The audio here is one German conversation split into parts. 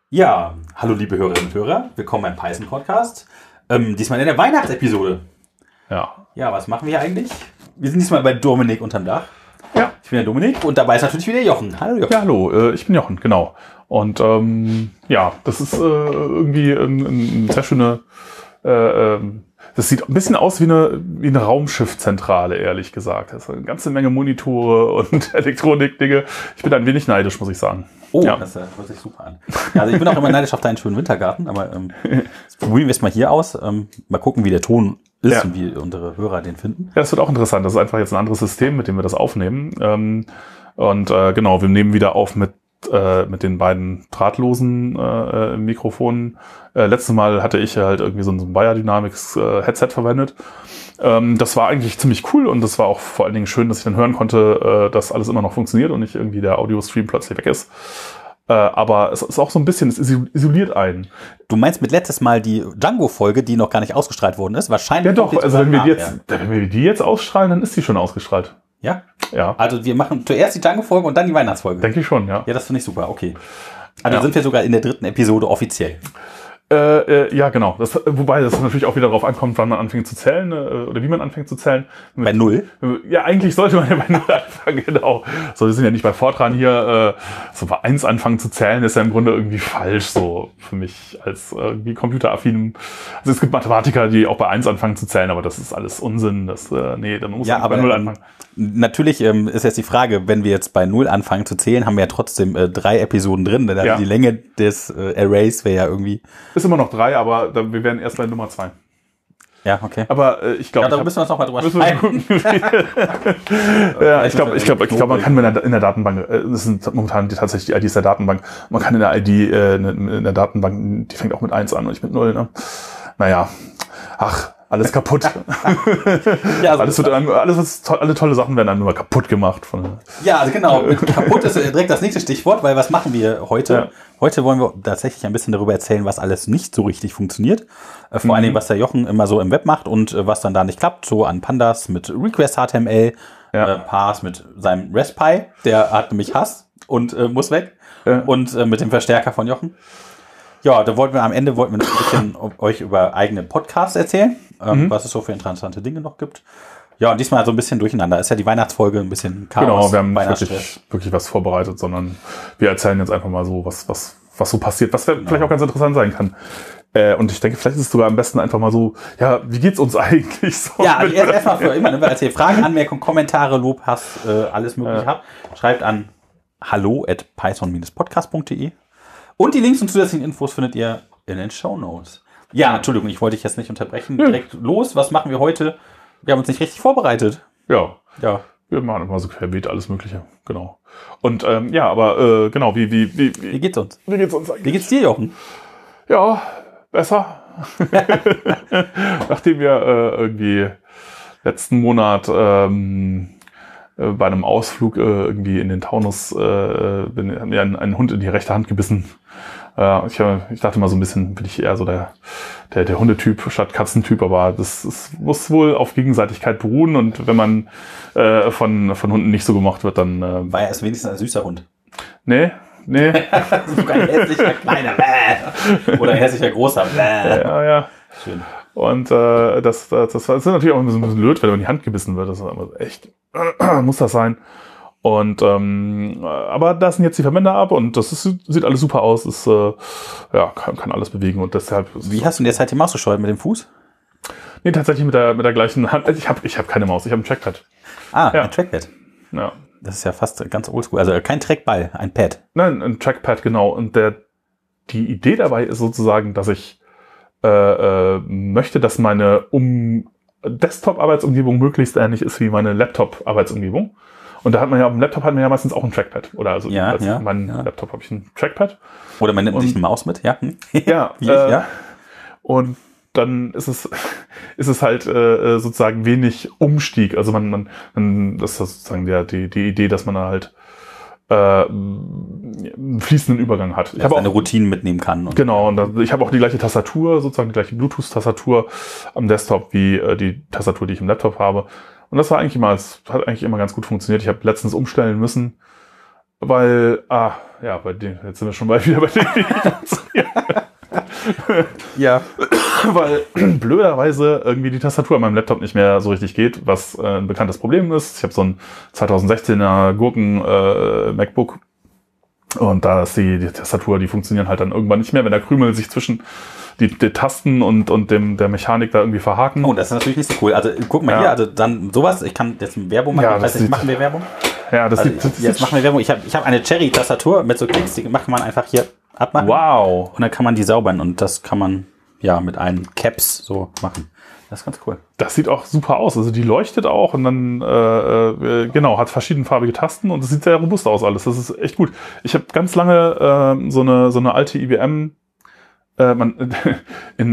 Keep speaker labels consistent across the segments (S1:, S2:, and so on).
S1: Ja, hallo liebe Hörerinnen und Hörer, willkommen beim Python Podcast. Diesmal in der Weihnachtsepisode. Ja, was machen wir eigentlich? Wir sind diesmal bei Dominik unterm Dach.
S2: Ja.
S1: Ich bin der Dominik und dabei ist natürlich wieder Jochen. Hallo Jochen.
S2: Ja, hallo, ich bin Jochen, genau. Und ja, das ist irgendwie ein sehr schöne, das sieht ein bisschen aus wie eine Raumschiffzentrale, ehrlich gesagt. Das ist eine ganze Menge Monitore und Elektronik-Dinge. Ich bin ein wenig neidisch, muss ich sagen.
S1: Oh,
S2: ja.
S1: Das hört sich super an. Ja, also ich bin auch immer neidisch auf deinen schönen Wintergarten, aber probieren wir es mal hier aus. Mal gucken, wie der Ton ist und wie unsere Hörer den finden.
S2: Ja, das wird auch interessant. Das ist einfach jetzt ein anderes System, mit dem wir das aufnehmen. Genau, wir nehmen wieder auf mit den beiden drahtlosen Mikrofonen. Letztes Mal hatte ich halt irgendwie so ein Beyerdynamics Headset verwendet. Das war eigentlich ziemlich cool und das war auch vor allen Dingen schön, dass ich dann hören konnte, dass alles immer noch funktioniert und nicht irgendwie der Audio-Stream plötzlich weg ist. Aber es ist auch so ein bisschen, es isoliert einen.
S1: Du meinst mit letztes Mal die Django-Folge, die noch gar nicht ausgestrahlt worden ist? Wahrscheinlich.
S2: Ja doch, also wenn wir die jetzt ausstrahlen, dann ist die schon ausgestrahlt.
S1: Ja?
S2: Ja.
S1: Also wir machen zuerst die Django-Folge und dann die Weihnachtsfolge.
S2: Denke ich schon, ja.
S1: Ja, das finde ich super, okay. Also dann sind wir sogar in der 3. Episode offiziell.
S2: Ja, genau. Wobei das natürlich auch wieder darauf ankommt, wann man anfängt zu zählen oder wie man anfängt zu zählen.
S1: Bei 0?
S2: Ja, eigentlich sollte man ja bei 0 anfangen, genau. So, wir sind ja nicht bei Fortran hier. So bei 1 anfangen zu zählen ist ja im Grunde irgendwie falsch, so für mich als irgendwie computeraffin. Also es gibt Mathematiker, die auch bei 1 anfangen zu zählen, aber das ist alles Unsinn. Dann muss man bei 0 anfangen.
S1: Natürlich ist jetzt die Frage, wenn wir jetzt bei 0 anfangen zu zählen, haben wir ja trotzdem 3 Episoden drin. Denn die Länge des Arrays wäre ja irgendwie...
S2: Ist immer noch 3, aber wir werden erst bei Nummer 2.
S1: Ja, okay.
S2: Aber ich glaube,
S1: da müssen wir uns noch mal drüber sprechen.
S2: Ja, ich glaube, man kann in der Datenbank, das sind momentan tatsächlich die IDs der Datenbank, man kann in der ID, in der Datenbank, die fängt auch mit 1 an und ich mit 0, ne? Naja, alles kaputt. Ja, also alle tolle Sachen werden dann nur kaputt gemacht.
S1: Ja, also genau. Kaputt ist direkt das nächste Stichwort, weil was machen wir heute? Ja. Heute wollen wir tatsächlich ein bisschen darüber erzählen, was alles nicht so richtig funktioniert. Vor allen Dingen, was der Jochen immer so im Web macht und was dann da nicht klappt. So an Pandas mit Request HTML, Parse mit seinem Raspberry, der hat nämlich Hass und muss weg. Ja. Und mit dem Verstärker von Jochen. Ja, da wollten wir ein bisschen euch über eigene Podcasts erzählen, was es so für interessante Dinge noch gibt. Ja, und diesmal so ein bisschen durcheinander. Ist ja die Weihnachtsfolge ein bisschen Chaos.
S2: Genau, wir haben nicht wirklich was vorbereitet, sondern wir erzählen jetzt einfach mal so, was so passiert, was vielleicht auch ganz interessant sein kann. Und ich denke, vielleicht ist es sogar am besten einfach mal so, ja, wie geht's uns eigentlich so?
S1: Ja, also erstmal für immer, ne, als ihr Fragen, Anmerkungen, Kommentare, Lob, Hass, alles mögliche habt, schreibt an hallo@python-podcast.de. Und die Links und zusätzlichen Infos findet ihr in den Shownotes. Ja, Entschuldigung, ich wollte dich jetzt nicht unterbrechen. Direkt los, was machen wir heute? Wir haben uns nicht richtig vorbereitet.
S2: Ja. Wir machen immer so querbeet alles Mögliche, genau. Und aber genau, wie
S1: geht's uns?
S2: Wie geht's uns eigentlich?
S1: Wie geht's dir, Jochen?
S2: Ja, besser. Nachdem wir irgendwie letzten Monat bei einem Ausflug irgendwie in den Taunus hat mir ein Hund in die rechte Hand gebissen. Ich dachte mal so ein bisschen, bin ich eher so der Hundetyp statt Katzentyp, aber das muss wohl auf Gegenseitigkeit beruhen und wenn man von Hunden nicht so gemocht wird, dann...
S1: War er es wenigstens ein süßer Hund?
S2: Nee.
S1: Sogar ein hässlicher kleiner oder ein hässlicher großer.
S2: Ja.
S1: Schön.
S2: Und das ist natürlich auch ein bisschen blöd, wenn man in die Hand gebissen wird. Das ist immer echt, muss das sein. Und aber da sind jetzt die Verbände ab und sieht alles super aus. Kann alles bewegen und deshalb.
S1: Wie hast du denn jetzt halt die Maus gesteuert, mit dem Fuß?
S2: Nee, tatsächlich mit der gleichen Hand. Ich hab keine Maus, ich habe ein Trackpad.
S1: Ein Trackpad.
S2: Ja.
S1: Das ist ja fast ganz oldschool. Also kein Trackball, ein Pad.
S2: Nein, ein Trackpad, genau. Und die Idee dabei ist sozusagen, dass ich möchte, dass meine Desktop-Arbeitsumgebung möglichst ähnlich ist wie meine Laptop-Arbeitsumgebung. Und da hat man ja, auf dem Laptop hat man ja meistens auch ein Trackpad. Oder also meinem Laptop habe ich ein Trackpad.
S1: Oder man nimmt sich eine Maus mit, ja.
S2: Ja. Und dann ist es halt sozusagen wenig Umstieg. Also das ist sozusagen die Idee, dass man da halt einen fließenden Übergang hat.
S1: Ich habe auch eine Routine mitnehmen kann.
S2: Genau, und ich habe auch die gleiche Tastatur, sozusagen die gleiche Bluetooth-Tastatur am Desktop wie die Tastatur, die ich im Laptop habe. Und das hat eigentlich immer ganz gut funktioniert. Ich habe letztens umstellen müssen Weil, bei dem, jetzt sind wir schon mal wieder bei dem.
S1: Ja.
S2: Weil blöderweise irgendwie die Tastatur an meinem Laptop nicht mehr so richtig geht, was ein bekanntes Problem ist. Ich habe so ein 2016er Gurken MacBook und da ist die Tastatur, die funktionieren halt dann irgendwann nicht mehr, wenn der Krümel sich zwischen die Tasten und der Mechanik da irgendwie verhaken.
S1: Oh, das ist natürlich nicht so cool. Also guck mal hier, also dann sowas, ich kann jetzt Werbung machen, ich weiß nicht, machen wir Werbung?
S2: Ja,
S1: jetzt machen wir Werbung. Ich hab eine Cherry-Tastatur mit so Klicks, die macht man einfach hier abmachen.
S2: Wow.
S1: Und dann kann man die saubern und das kann man mit einem Caps so machen. Das ist ganz cool.
S2: Das sieht auch super aus. Also die leuchtet auch und dann hat verschiedenfarbige Tasten und es sieht sehr robust aus alles. Das ist echt gut. Ich habe ganz lange so eine alte IBM in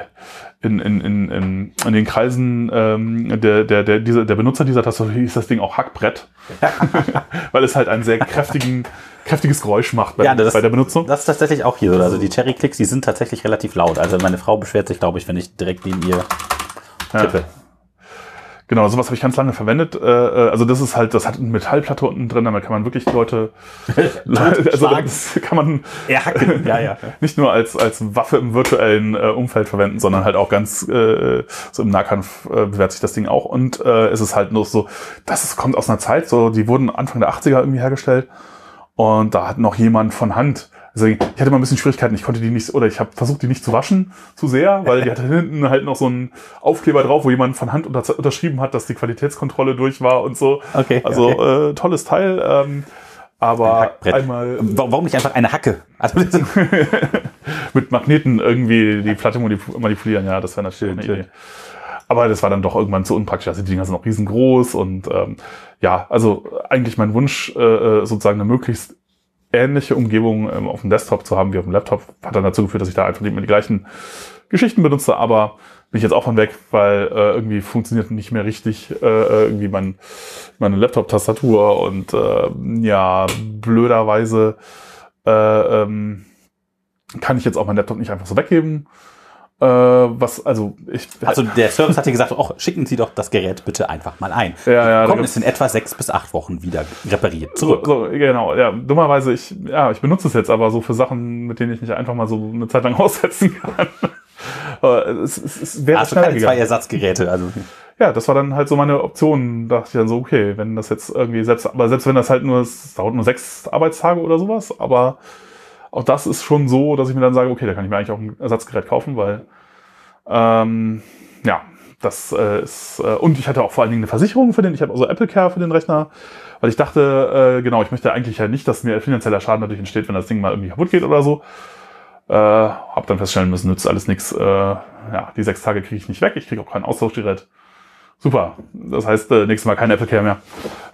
S2: den Kreisen der Benutzer dieser Tastatur hieß das Ding auch Hackbrett, weil es halt ein sehr kräftiges Geräusch macht bei der Benutzung.
S1: Das ist tatsächlich auch hier so. Also die Cherry-Clicks, die sind tatsächlich relativ laut. Also meine Frau beschwert sich, glaube ich, wenn ich direkt neben ihr tippe. Ja.
S2: Genau, sowas habe ich ganz lange verwendet. Also das hat eine Metallplatte unten drin, damit kann man wirklich Leute das kann man
S1: hacken. Ja.
S2: nicht nur als Waffe im virtuellen Umfeld verwenden, sondern halt auch ganz so im Nahkampf bewährt sich das Ding auch. Und es ist halt nur so, kommt aus einer Zeit, so die wurden Anfang der 80er irgendwie hergestellt und da hat noch jemand von Hand. Also ich hatte mal ein bisschen Schwierigkeiten, ich habe versucht, die nicht zu waschen zu sehr, weil die hatte hinten halt noch so einen Aufkleber drauf, wo jemand von Hand unterschrieben hat, dass die Qualitätskontrolle durch war und so.
S1: Okay.
S2: Also tolles Teil, aber einmal...
S1: Warum nicht einfach eine Hacke? Also
S2: mit Magneten irgendwie die Platte manipulieren, ja, das wäre natürlich eine Idee. Aber das war dann doch irgendwann zu unpraktisch. Also die Dinger sind auch riesengroß und also eigentlich mein Wunsch, sozusagen eine möglichst ähnliche Umgebung auf dem Desktop zu haben wie auf dem Laptop, hat dann dazu geführt, dass ich da einfach nicht mehr die gleichen Geschichten benutze, aber bin ich jetzt auch von weg, weil irgendwie funktioniert nicht mehr richtig irgendwie meine Laptop-Tastatur und blöderweise kann ich jetzt auch meinen Laptop nicht einfach so weggeben. Also
S1: der Service hat dir gesagt, schicken Sie doch das Gerät bitte einfach mal ein. Kommt es in etwa 6 bis 8 Wochen wieder repariert zurück.
S2: So, genau, ja. Dummerweise, ich benutze es jetzt aber so für Sachen, mit denen ich nicht einfach mal so eine Zeit lang aussetzen kann. Es wäre schneller gegangen.
S1: 2 Ersatzgeräte, also.
S2: Ja, das war dann halt so meine Option. Dachte ich dann so, okay, wenn das jetzt irgendwie selbst wenn das halt es dauert nur 6 Arbeitstage oder sowas, aber auch das ist schon so, dass ich mir dann sage, okay, da kann ich mir eigentlich auch ein Ersatzgerät kaufen, weil das ist und ich hatte auch vor allen Dingen eine Versicherung ich habe also Apple Care für den Rechner, weil ich dachte, ich möchte eigentlich ja nicht, dass mir finanzieller Schaden dadurch entsteht, wenn das Ding mal irgendwie kaputt geht oder so. Hab dann feststellen müssen, nützt alles nichts. Die 6 Tage kriege ich nicht weg, ich kriege auch kein Austauschgerät. Super, das heißt, nächstes Mal kein Apple Care mehr.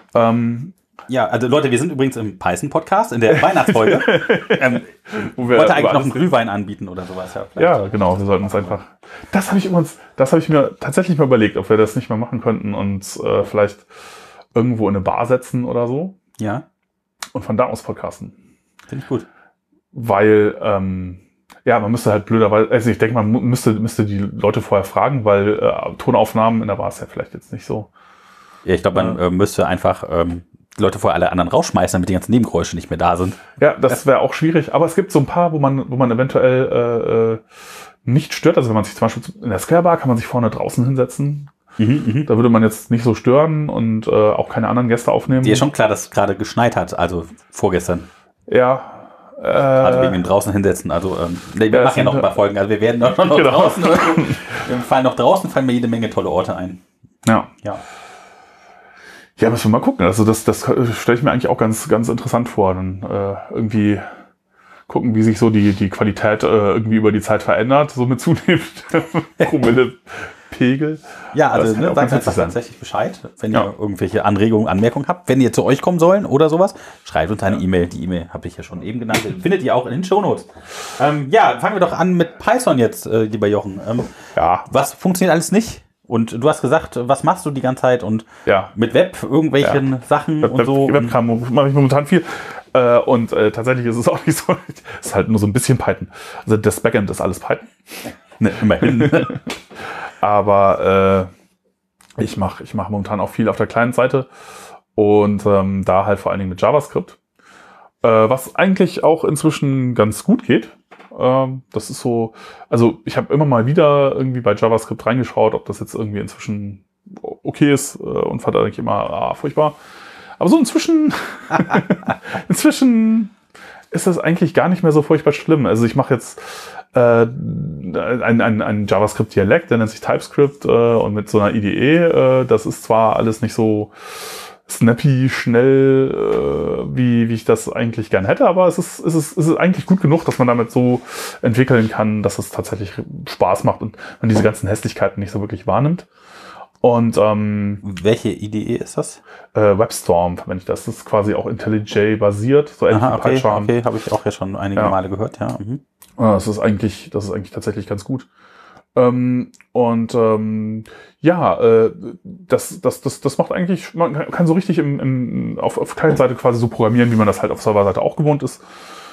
S1: Ja, also Leute, wir sind übrigens im Python-Podcast, in der Weihnachtsfolge. Wo wir wollte eigentlich noch einen Glühwein anbieten oder sowas.
S2: Ja, genau, wir sollten uns einfach... Das habe ich mir tatsächlich mal überlegt, ob wir das nicht mal machen könnten und vielleicht irgendwo in eine Bar setzen oder so.
S1: Ja.
S2: Und von da aus podcasten.
S1: Finde ich gut.
S2: Weil, man müsste halt blöderweise... Also ich denke, man müsste die Leute vorher fragen, weil Tonaufnahmen in der Bar ist ja vielleicht jetzt nicht so...
S1: Ja, ich glaube, man müsste einfach... die Leute vorher alle anderen rausschmeißen, damit die ganzen Nebengeräusche nicht mehr da sind.
S2: Ja, das wäre auch schwierig. Aber es gibt so ein paar, wo man eventuell nicht stört. Also wenn man sich zum Beispiel in der Square Bar kann man sich vorne draußen hinsetzen. Da würde man jetzt nicht so stören und auch keine anderen Gäste aufnehmen.
S1: Dir ist schon klar, dass es gerade geschneit hat, also vorgestern.
S2: Ja.
S1: Also wegen dem draußen hinsetzen. Also wir machen ja noch ein paar Folgen. Also wir werden noch draußen. Fallen mir jede Menge tolle Orte ein.
S2: Ja. Ja, müssen wir mal gucken. Also das stelle ich mir eigentlich auch ganz, ganz interessant vor. Dann irgendwie gucken, wie sich so die Qualität irgendwie über die Zeit verändert, so mit zunehmend Promillepegel.
S1: Ja, also sagt einfach tatsächlich Bescheid, wenn ihr irgendwelche Anregungen, Anmerkungen habt. Wenn ihr zu euch kommen sollen oder sowas, schreibt uns eine E-Mail. Die E-Mail habe ich ja schon eben genannt. Findet ihr auch in den Shownotes. Fangen wir doch an mit Python jetzt, lieber Jochen. Was funktioniert alles nicht? Und du hast gesagt, was machst du die ganze Zeit? Und mit Web, irgendwelchen Sachen und so.
S2: Webkram mache ich momentan viel. Und tatsächlich ist es auch nicht so. Es ist halt nur so ein bisschen Python. Also das Backend ist alles Python.
S1: Ne, immerhin.
S2: Aber ich mache momentan auch viel auf der kleinen Seite. Und da halt vor allen Dingen mit JavaScript. Was eigentlich auch inzwischen ganz gut geht. Das ist so, also ich habe immer mal wieder irgendwie bei JavaScript reingeschaut, ob das jetzt irgendwie inzwischen okay ist und fand eigentlich immer furchtbar. Aber so inzwischen ist das eigentlich gar nicht mehr so furchtbar schlimm. Also ich mache jetzt ein JavaScript-Dialekt, der nennt sich TypeScript und mit so einer IDE. Das ist zwar alles nicht so snappy, schnell, wie ich das eigentlich gern hätte, aber es ist eigentlich gut genug, dass man damit so entwickeln kann, dass es tatsächlich Spaß macht und man diese ganzen Hässlichkeiten nicht so wirklich wahrnimmt. Und
S1: welche IDE ist das?
S2: WebStorm verwende ich das. Das ist quasi auch IntelliJ basiert, so ähnlich wie PyCharm.
S1: Okay, habe ich auch ja schon einige Male gehört, ja. Mhm.
S2: Das ist eigentlich tatsächlich ganz gut. Das macht eigentlich, man kann so richtig auf Client-Seite quasi so programmieren, wie man das halt auf Serverseite auch gewohnt ist.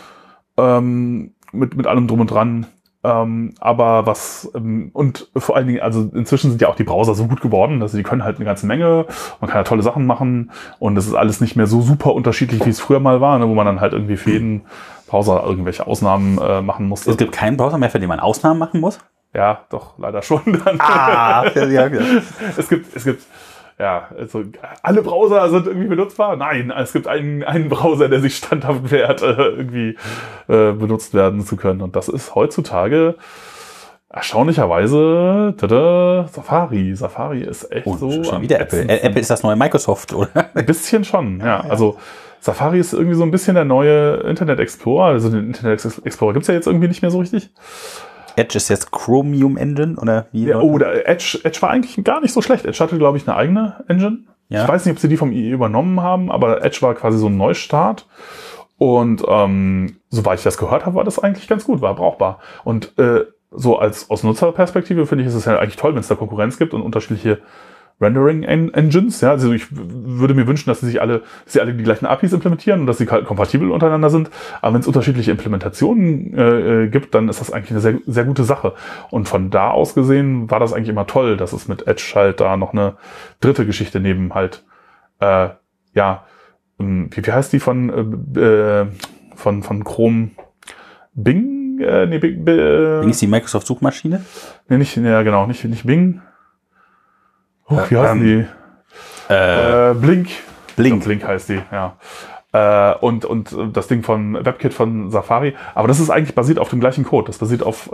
S2: Mit allem drum und dran. Aber und vor allen Dingen, also inzwischen sind ja auch die Browser so gut geworden, dass sie können halt eine ganze Menge, man kann ja tolle Sachen machen und es ist alles nicht mehr so super unterschiedlich, wie es früher mal war, ne, wo man dann halt irgendwie für jeden Browser irgendwelche Ausnahmen machen musste.
S1: Es gibt keinen Browser mehr, für den man Ausnahmen machen muss?
S2: Ja, doch, leider schon.
S1: Ja.
S2: Es gibt, ja, also alle Browser sind irgendwie benutzbar. Nein, es gibt einen Browser, der sich standhaft wehrt, irgendwie benutzt werden zu können. Und das ist heutzutage erstaunlicherweise Safari. Safari ist echt so.
S1: Schon wieder Apple. Apple ist das neue Microsoft, oder?
S2: Ein bisschen schon, ja. Also Safari ist irgendwie so ein bisschen der neue Internet Explorer. Also den Internet Explorer gibt's ja jetzt irgendwie nicht mehr so richtig.
S1: Edge ist jetzt Chromium Engine oder wie?
S2: Ja, Edge war eigentlich gar nicht so schlecht. Edge hatte, glaube ich, eine eigene Engine. Ja. Ich weiß nicht, ob sie die vom IE übernommen haben, aber Edge war quasi so ein Neustart. Und soweit ich das gehört habe, war das eigentlich ganz gut, war brauchbar. Und so aus Nutzerperspektive finde ich, ist es ja eigentlich toll, wenn es da Konkurrenz gibt und unterschiedliche Rendering-Engines. Ja, also ich würde mir wünschen, dass sie alle die gleichen APIs implementieren und dass sie halt kompatibel untereinander sind. Aber wenn es unterschiedliche Implementationen gibt, dann ist das eigentlich eine sehr, sehr gute Sache. Und von da aus gesehen war das eigentlich immer toll, dass es mit Edge halt da noch eine dritte Geschichte neben halt, wie heißt die von Chrome? Bing?
S1: Bing ist die Microsoft-Suchmaschine?
S2: Nee, nicht Bing. Wie heißen die? Blink. Blink heißt die, ja. Und das Ding von WebKit von Safari. Aber das ist eigentlich basiert auf dem gleichen Code. Das basiert auf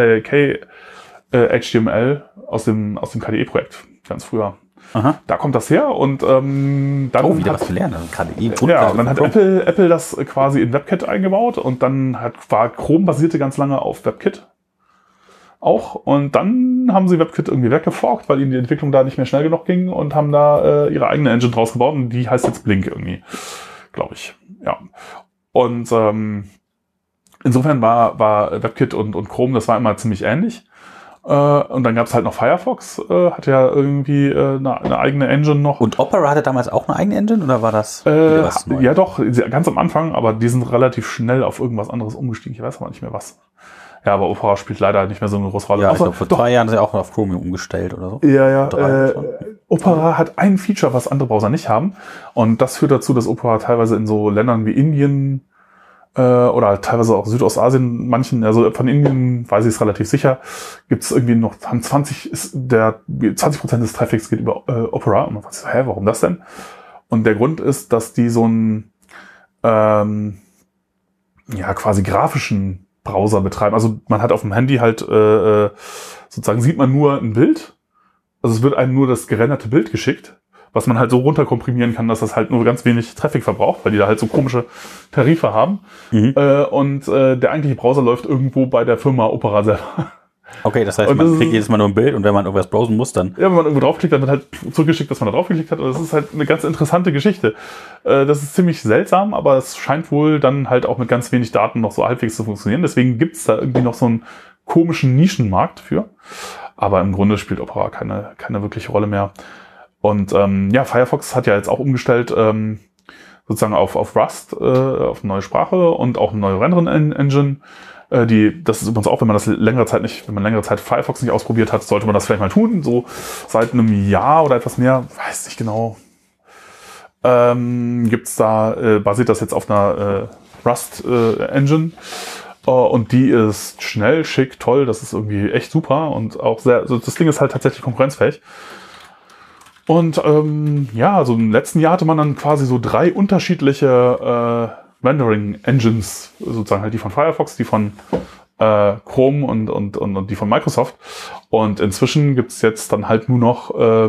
S2: HTML aus dem KDE-Projekt, ganz früher. Aha. Da kommt das her und dann
S1: wieder was zu lernen. KDE.
S2: Ja, und dann hat Apple das quasi in WebKit eingebaut und dann war Chrome basierte ganz lange auf WebKit. Auch. Und dann haben sie WebKit irgendwie weggeforkt, weil ihnen die Entwicklung da nicht mehr schnell genug ging und haben da ihre eigene Engine draus gebaut und die heißt jetzt Blink irgendwie, glaube ich. Ja. Und insofern war WebKit und Chrome, das war immer ziemlich ähnlich. Und dann gab es halt noch Firefox, hat ja irgendwie eine eigene Engine noch.
S1: Und Opera hatte damals auch eine eigene Engine oder war das was Neues?
S2: Ja doch, ganz am Anfang, aber die sind relativ schnell auf irgendwas anderes umgestiegen. Ich weiß aber nicht mehr was. Ja, aber Opera spielt leider nicht mehr so eine große Rolle.
S1: Ja, ich glaube, vor 2 Jahren sind sie auch auf Chromium umgestellt oder so.
S2: Ja. Opera hat ein Feature, was andere Browser nicht haben. Und das führt dazu, dass Opera teilweise in so Ländern wie Indien oder teilweise auch Südostasien, manchen, also von Indien weiß ich es relativ sicher, gibt es irgendwie noch 20% des Traffics geht über Opera. Und man fragt sich, warum das denn? Und der Grund ist, dass die so einen quasi grafischen Browser betreiben. Also man hat auf dem Handy halt sozusagen sieht man nur ein Bild. Also es wird einem nur das gerenderte Bild geschickt, was man halt so runterkomprimieren kann, dass das halt nur ganz wenig Traffic verbraucht, weil die da halt so komische Tarife haben. Mhm. Der eigentliche Browser läuft irgendwo bei der Firma Opera selber.
S1: Okay, das heißt, man kriegt jedes Mal nur ein Bild und wenn man irgendwas browsen muss, dann...
S2: Ja, wenn man irgendwo draufklickt, dann wird halt zurückgeschickt, dass man da draufgeklickt hat. Und das ist halt eine ganz interessante Geschichte. Das ist ziemlich seltsam, aber es scheint wohl dann halt auch mit ganz wenig Daten noch so halbwegs zu funktionieren. Deswegen gibt es da irgendwie noch so einen komischen Nischenmarkt für. Aber im Grunde spielt Opera keine wirkliche Rolle mehr. Und Firefox hat ja jetzt auch umgestellt sozusagen auf Rust, auf eine neue Sprache und auch eine neue Rendering-Engine. Das ist übrigens auch, wenn man längere Zeit Firefox nicht ausprobiert hat, sollte man das vielleicht mal tun. So seit einem Jahr oder etwas mehr, weiß nicht genau, gibt's da, basiert das jetzt auf einer Rust Engine. Und die ist schnell, schick, toll. Das ist irgendwie echt super und auch sehr, also das Ding ist halt tatsächlich konkurrenzfähig. Und also im letzten Jahr hatte man dann quasi so 3 unterschiedliche Rendering-Engines, sozusagen halt die von Firefox, die von Chrome und die von Microsoft. Und inzwischen gibt's jetzt dann halt nur noch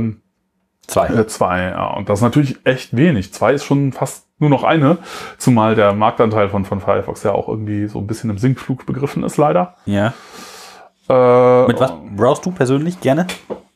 S2: 2. Ja. Und das ist natürlich echt wenig. 2 ist schon fast nur noch eine, zumal der Marktanteil von Firefox ja auch irgendwie so ein bisschen im Sinkflug begriffen ist, leider.
S1: Ja. Mit was browst du persönlich gerne?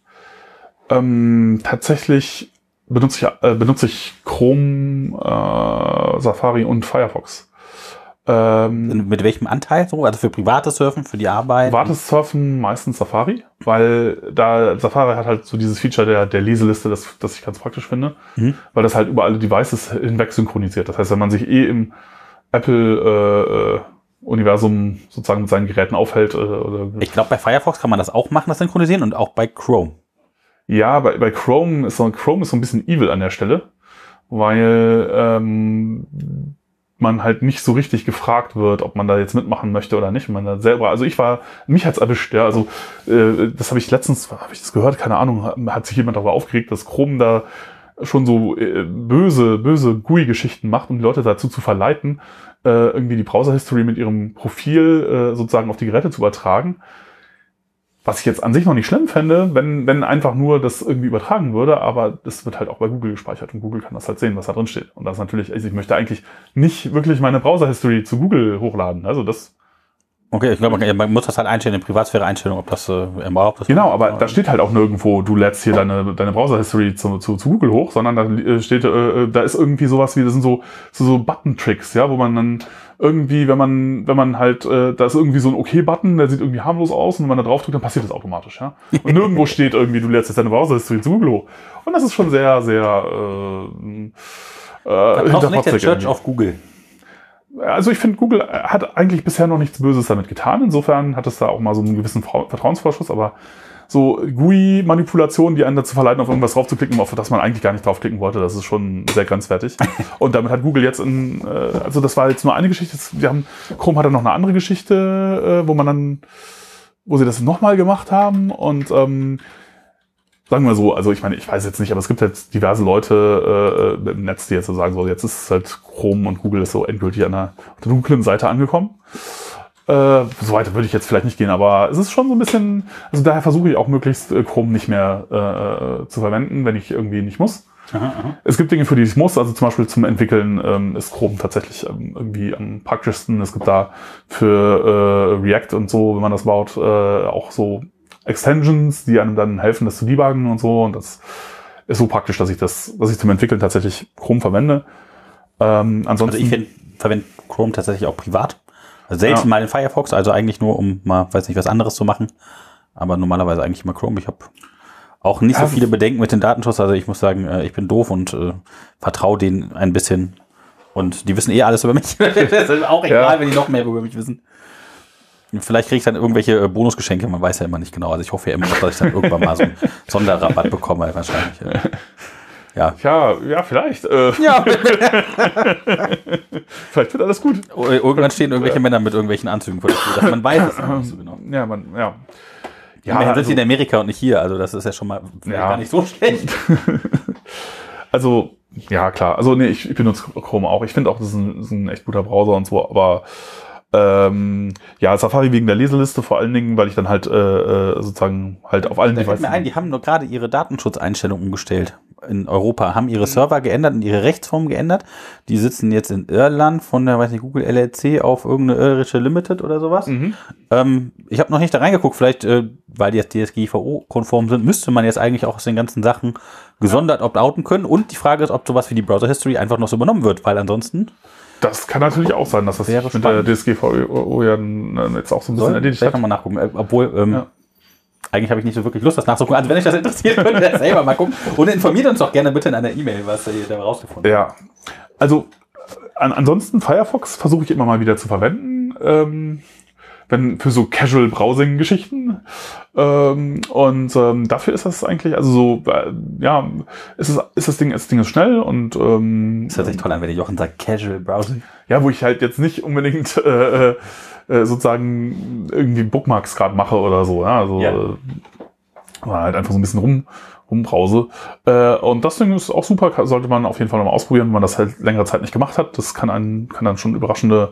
S2: Tatsächlich benutze ich Chrome, Safari und Firefox.
S1: Mit welchem Anteil so? Also für privates Surfen, für die Arbeit?
S2: Privates Surfen meistens Safari, weil da Safari hat halt so dieses Feature der Leseliste, das ich ganz praktisch finde, weil das halt über alle Devices hinweg synchronisiert. Das heißt, wenn man sich im Apple Universum sozusagen mit seinen Geräten aufhält.
S1: Ich glaube, bei Firefox kann man das auch machen, das Synchronisieren, und auch bei Chrome.
S2: Ja, bei Chrome ist so ein bisschen evil an der Stelle, weil man halt nicht so richtig gefragt wird, ob man da jetzt mitmachen möchte oder nicht. Man da selber, also mich hat's erwischt, ja, also das habe ich letztens, habe ich das gehört, keine Ahnung, hat sich jemand darüber aufgeregt, dass Chrome da schon so böse GUI-Geschichten macht, um die Leute dazu zu verleiten, irgendwie die Browser-History mit ihrem Profil sozusagen auf die Geräte zu übertragen. Was ich jetzt an sich noch nicht schlimm fände, wenn einfach nur das irgendwie übertragen würde, aber das wird halt auch bei Google gespeichert und Google kann das halt sehen, was da drin steht. Und das ist natürlich, also ich möchte eigentlich nicht wirklich meine Browser-History zu Google hochladen. Also das.
S1: Okay, ich glaube, man muss das halt einstellen in Privatsphäre-Einstellung, ob das erlaubt ist.
S2: Genau, aber da steht halt auch nirgendwo, du lädst hier deine Browser-History zu Google hoch, sondern da steht, da ist irgendwie sowas wie, das sind so Button-Tricks, ja, wo man dann irgendwie, wenn man halt, da ist irgendwie so ein OK-Button, der sieht irgendwie harmlos aus und wenn man da drauf drückt, dann passiert das automatisch, ja. Und nirgendwo steht irgendwie, du lädst jetzt deine Browser-History zu Google hoch. Und das ist schon sehr, sehr
S1: da brauchst du nicht der Church auf Google.
S2: Also ich finde, Google hat eigentlich bisher noch nichts Böses damit getan. Insofern hat es da auch mal so einen gewissen Vertrauensvorschuss, aber so GUI-Manipulationen, die einen dazu verleiten, auf irgendwas draufzuklicken, auf das man eigentlich gar nicht draufklicken wollte, das ist schon sehr grenzwertig. Und damit hat Google jetzt also das war jetzt nur eine Geschichte. Chrome hatte noch eine andere Geschichte, wo sie das nochmal gemacht haben und sagen wir so, also ich meine, ich weiß jetzt nicht, aber es gibt jetzt diverse Leute im Netz, die jetzt so sagen, so jetzt ist halt Chrome und Google ist so endgültig auf der dunklen Seite angekommen. So weit würde ich jetzt vielleicht nicht gehen, aber es ist schon so ein bisschen, also daher versuche ich auch möglichst Chrome nicht mehr zu verwenden, wenn ich irgendwie nicht muss. Aha. Es gibt Dinge, für die ich muss, also zum Beispiel zum Entwickeln ist Chrome tatsächlich irgendwie am praktischsten. Es gibt da für React und so, wenn man das baut, auch so Extensions, die einem dann helfen, das zu debuggen und so. Und das ist so praktisch, dass ich zum Entwickeln tatsächlich Chrome verwende. Ansonsten.
S1: Also ich verwende Chrome tatsächlich auch privat. Also selten mal in Firefox, also eigentlich nur, um mal, weiß nicht, was anderes zu machen. Aber normalerweise eigentlich immer Chrome. Ich habe auch nicht so viele Bedenken mit dem Datenschutz. Also ich muss sagen, ich bin doof und vertraue denen ein bisschen. Und die wissen alles über mich. Das ist auch egal, wenn die noch mehr über mich wissen. Vielleicht kriege ich dann irgendwelche Bonusgeschenke, man weiß ja immer nicht genau. Also ich hoffe ja immer noch, dass ich dann irgendwann mal so einen Sonderrabatt bekomme, wahrscheinlich. Ja.
S2: Ja, vielleicht.
S1: Ja.
S2: Vielleicht wird alles gut.
S1: Irgendwann stehen irgendwelche Männer mit irgendwelchen Anzügen vor der Tür, dass man weiß es nicht so genau.
S2: Ja,
S1: Ja, immerhin sind sie in Amerika und nicht hier, also das ist ja schon mal gar nicht so schlecht.
S2: Also, ja, klar. Also, nee, ich benutze Chrome auch. Ich finde auch, das ist ein echt guter Browser und so, aber Safari wegen der Leseliste vor allen Dingen, weil ich dann halt sozusagen halt auf allen
S1: Devices. Fällt mir ein, die haben nur gerade ihre Datenschutzeinstellungen umgestellt in Europa, haben ihre Server geändert und ihre Rechtsform geändert. Die sitzen jetzt in Irland von der, weiß nicht, Google LLC auf irgendeine irische Limited oder sowas. Ich habe noch nicht da reingeguckt, vielleicht, weil die jetzt DSGVO-konform sind, müsste man jetzt eigentlich auch aus den ganzen Sachen gesondert opt-outen können. Und die Frage ist, ob sowas wie die Browser-History einfach noch so übernommen wird, weil ansonsten.
S2: Das kann natürlich auch sein, dass das mit spannend. Der DSGVO ja jetzt auch so ein bisschen erledigt hat.
S1: Kann man nachgucken, obwohl eigentlich habe ich nicht so wirklich Lust, das nachzugucken. Also wenn euch das interessiert, könnt ihr das selber mal gucken. Und informiert uns doch gerne bitte in einer E-Mail, was ihr da rausgefunden habt.
S2: Ja, also ansonsten Firefox versuche ich immer mal wieder zu verwenden. wenn für so Casual-Browsing-Geschichten. Dafür ist das eigentlich, also so, ist das Ding ist schnell und
S1: das hört sich toll an, wenn der Jochen sagt Casual-Browsing.
S2: Ja, wo ich halt jetzt nicht unbedingt sozusagen irgendwie Bookmarks gerade mache oder so, ja, also halt einfach so ein bisschen rumbrause. Und das Ding ist auch super, sollte man auf jeden Fall mal ausprobieren, wenn man das halt längere Zeit nicht gemacht hat. Das kann dann schon überraschend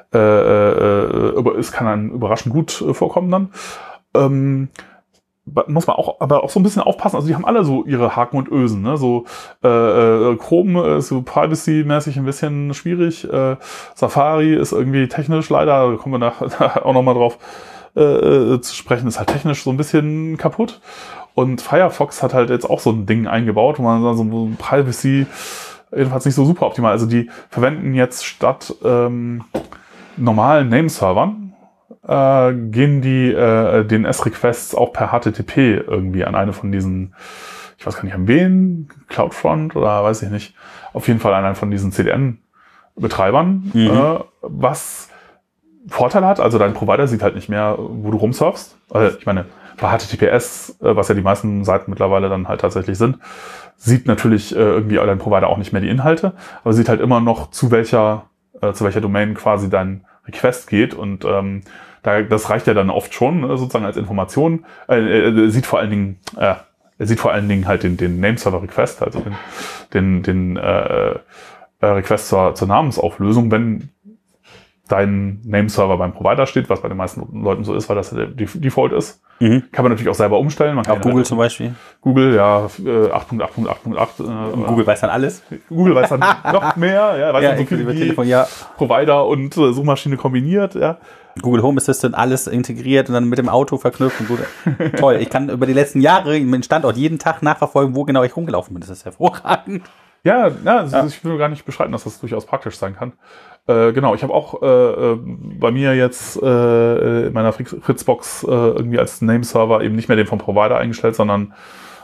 S2: gut vorkommen dann. Muss man aber auch so ein bisschen aufpassen. Also die haben alle so ihre Haken und Ösen. Ne? So Chrome ist so privacy-mäßig ein bisschen schwierig. Safari ist irgendwie technisch leider, da kommen wir nachher auch nochmal drauf zu sprechen, ist halt technisch so ein bisschen kaputt. Und Firefox hat halt jetzt auch so ein Ding eingebaut, wo man so Privacy jedenfalls nicht so super optimal. Also die verwenden jetzt statt normalen Nameservern gehen die DNS-Requests auch per HTTP irgendwie an eine von diesen, ich weiß gar nicht an wen, CloudFront oder weiß ich nicht, auf jeden Fall an einen von diesen CDN-Betreibern, was Vorteile hat. Also dein Provider sieht halt nicht mehr, wo du rumsurfst. Ich meine, bei HTTPS, was ja die meisten Seiten mittlerweile dann halt tatsächlich sind, sieht natürlich irgendwie dein Provider auch nicht mehr die Inhalte, aber sieht halt immer noch, zu welcher Domain quasi dein Request geht und das reicht ja dann oft schon sozusagen als Information. Er sieht vor allen Dingen halt den Nameserver-Request, also den Request zur Namensauflösung, wenn dein Nameserver beim Provider steht, was bei den meisten Leuten so ist, weil das der Default ist. Kann man natürlich auch selber umstellen. Man kann
S1: auch Google halt zum Beispiel.
S2: Google, ja, 8.8.8.8.
S1: Und Google weiß dann alles.
S2: Google weiß dann noch mehr, ja, weiß dann so viel wie
S1: Telefon,
S2: Provider und Suchmaschine kombiniert, ja.
S1: Google Home Assistant, alles integriert und dann mit dem Auto verknüpft. Und so. Toll, ich kann über die letzten Jahre meinen Standort jeden Tag nachverfolgen, wo genau ich rumgelaufen bin. Das ist hervorragend.
S2: Ja, ich will gar nicht beschreiten, dass das durchaus praktisch sein kann. Genau, ich habe auch bei mir jetzt in meiner Fritzbox irgendwie als Nameserver eben nicht mehr den vom Provider eingestellt, sondern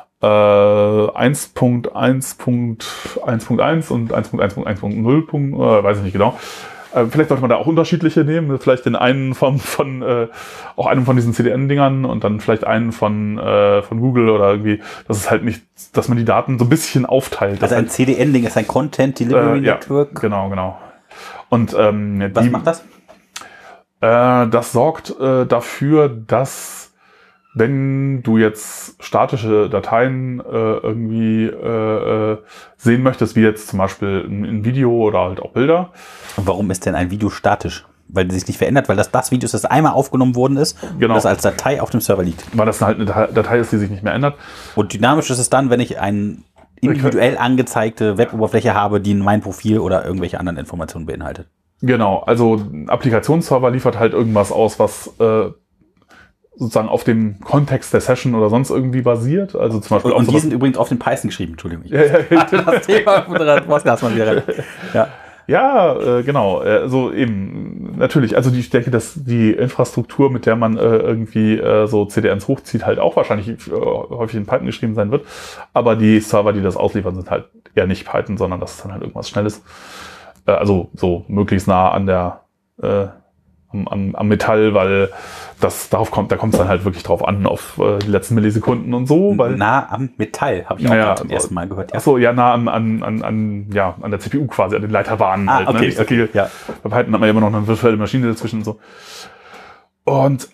S2: 1.1.1.1 und 1.1.1.0, weiß ich nicht genau. Vielleicht sollte man da auch unterschiedliche nehmen, vielleicht den einen auch einem von diesen CDN-Dingern und dann vielleicht einen von Google oder irgendwie, dass es halt nicht, dass man die Daten so ein bisschen aufteilt.
S1: Also ein CDN-Ding ist ein Content Delivery Network.
S2: Ja, genau. Und
S1: was macht das?
S2: Das sorgt dafür, dass wenn du jetzt statische Dateien irgendwie sehen möchtest, wie jetzt zum Beispiel ein Video oder halt auch Bilder.
S1: Und warum ist denn ein Video statisch? Weil es sich nicht verändert, weil das Video ist, das einmal aufgenommen worden ist,
S2: genau,
S1: und das als Datei auf dem Server liegt.
S2: Weil das halt eine Datei ist, die sich nicht mehr ändert.
S1: Und dynamisch ist es dann, wenn ich eine individuell angezeigte Weboberfläche habe, die mein Profil oder irgendwelche anderen Informationen beinhaltet.
S2: Genau, also ein Applikationsserver liefert halt irgendwas aus, was sozusagen auf dem Kontext der Session oder sonst irgendwie basiert. Also zum Beispiel
S1: und die sind übrigens auf den Python geschrieben, Entschuldigung.
S2: Das
S1: Thema mal wieder rein.
S2: Ja, genau. So eben, natürlich. Also ich denke, dass die Infrastruktur, mit der man irgendwie so CDNs hochzieht, halt auch wahrscheinlich häufig in Python geschrieben sein wird. Aber die Server, die das ausliefern, sind halt eher nicht Python, sondern das ist dann halt irgendwas Schnelles. Also so möglichst nah an der am Metall, weil da kommt es dann halt wirklich drauf an, auf die letzten Millisekunden und so. Weil,
S1: nah am Metall, habe ich auch zum ersten Mal gehört. Ja.
S2: Achso, ja, nah an der CPU quasi, an den Leiterbahnen halt.
S1: Okay,
S2: ne?
S1: okay. Ja.
S2: Bei Python hat man ja immer noch eine virtuelle Maschine dazwischen und so. Und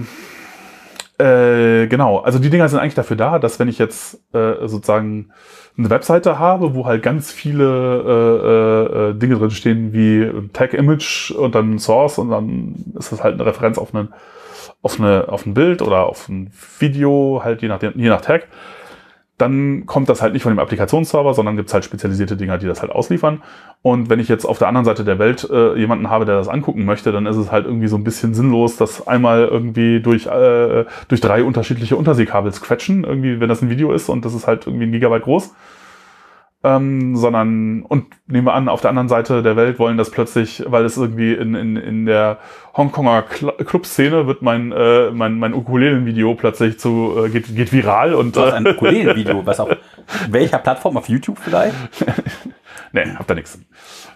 S2: genau, also die Dinger sind eigentlich dafür da, dass wenn ich jetzt sozusagen eine Webseite habe, wo halt ganz viele Dinge drin stehen wie Tag-Image und dann Source und dann ist das halt eine Referenz auf ein Bild oder auf ein Video, halt je nach Tag, dann kommt das halt nicht von dem Applikationsserver, sondern gibt es halt spezialisierte Dinger, die das halt ausliefern. Und wenn ich jetzt auf der anderen Seite der Welt jemanden habe, der das angucken möchte, dann ist es halt irgendwie so ein bisschen sinnlos, das einmal irgendwie durch 3 unterschiedliche Unterseekabel quetschen, irgendwie, wenn das ein Video ist und das ist halt irgendwie 1 Gigabyte groß. Sondern, und nehmen wir an, auf der anderen Seite der Welt wollen das plötzlich, weil es irgendwie in der Hongkonger Clubszene wird mein Ukulelen-Video plötzlich geht viral und
S1: du hast ein Ukulelen-Video, was auf welcher Plattform? Auf YouTube vielleicht?
S2: Nee, habt ihr nichts.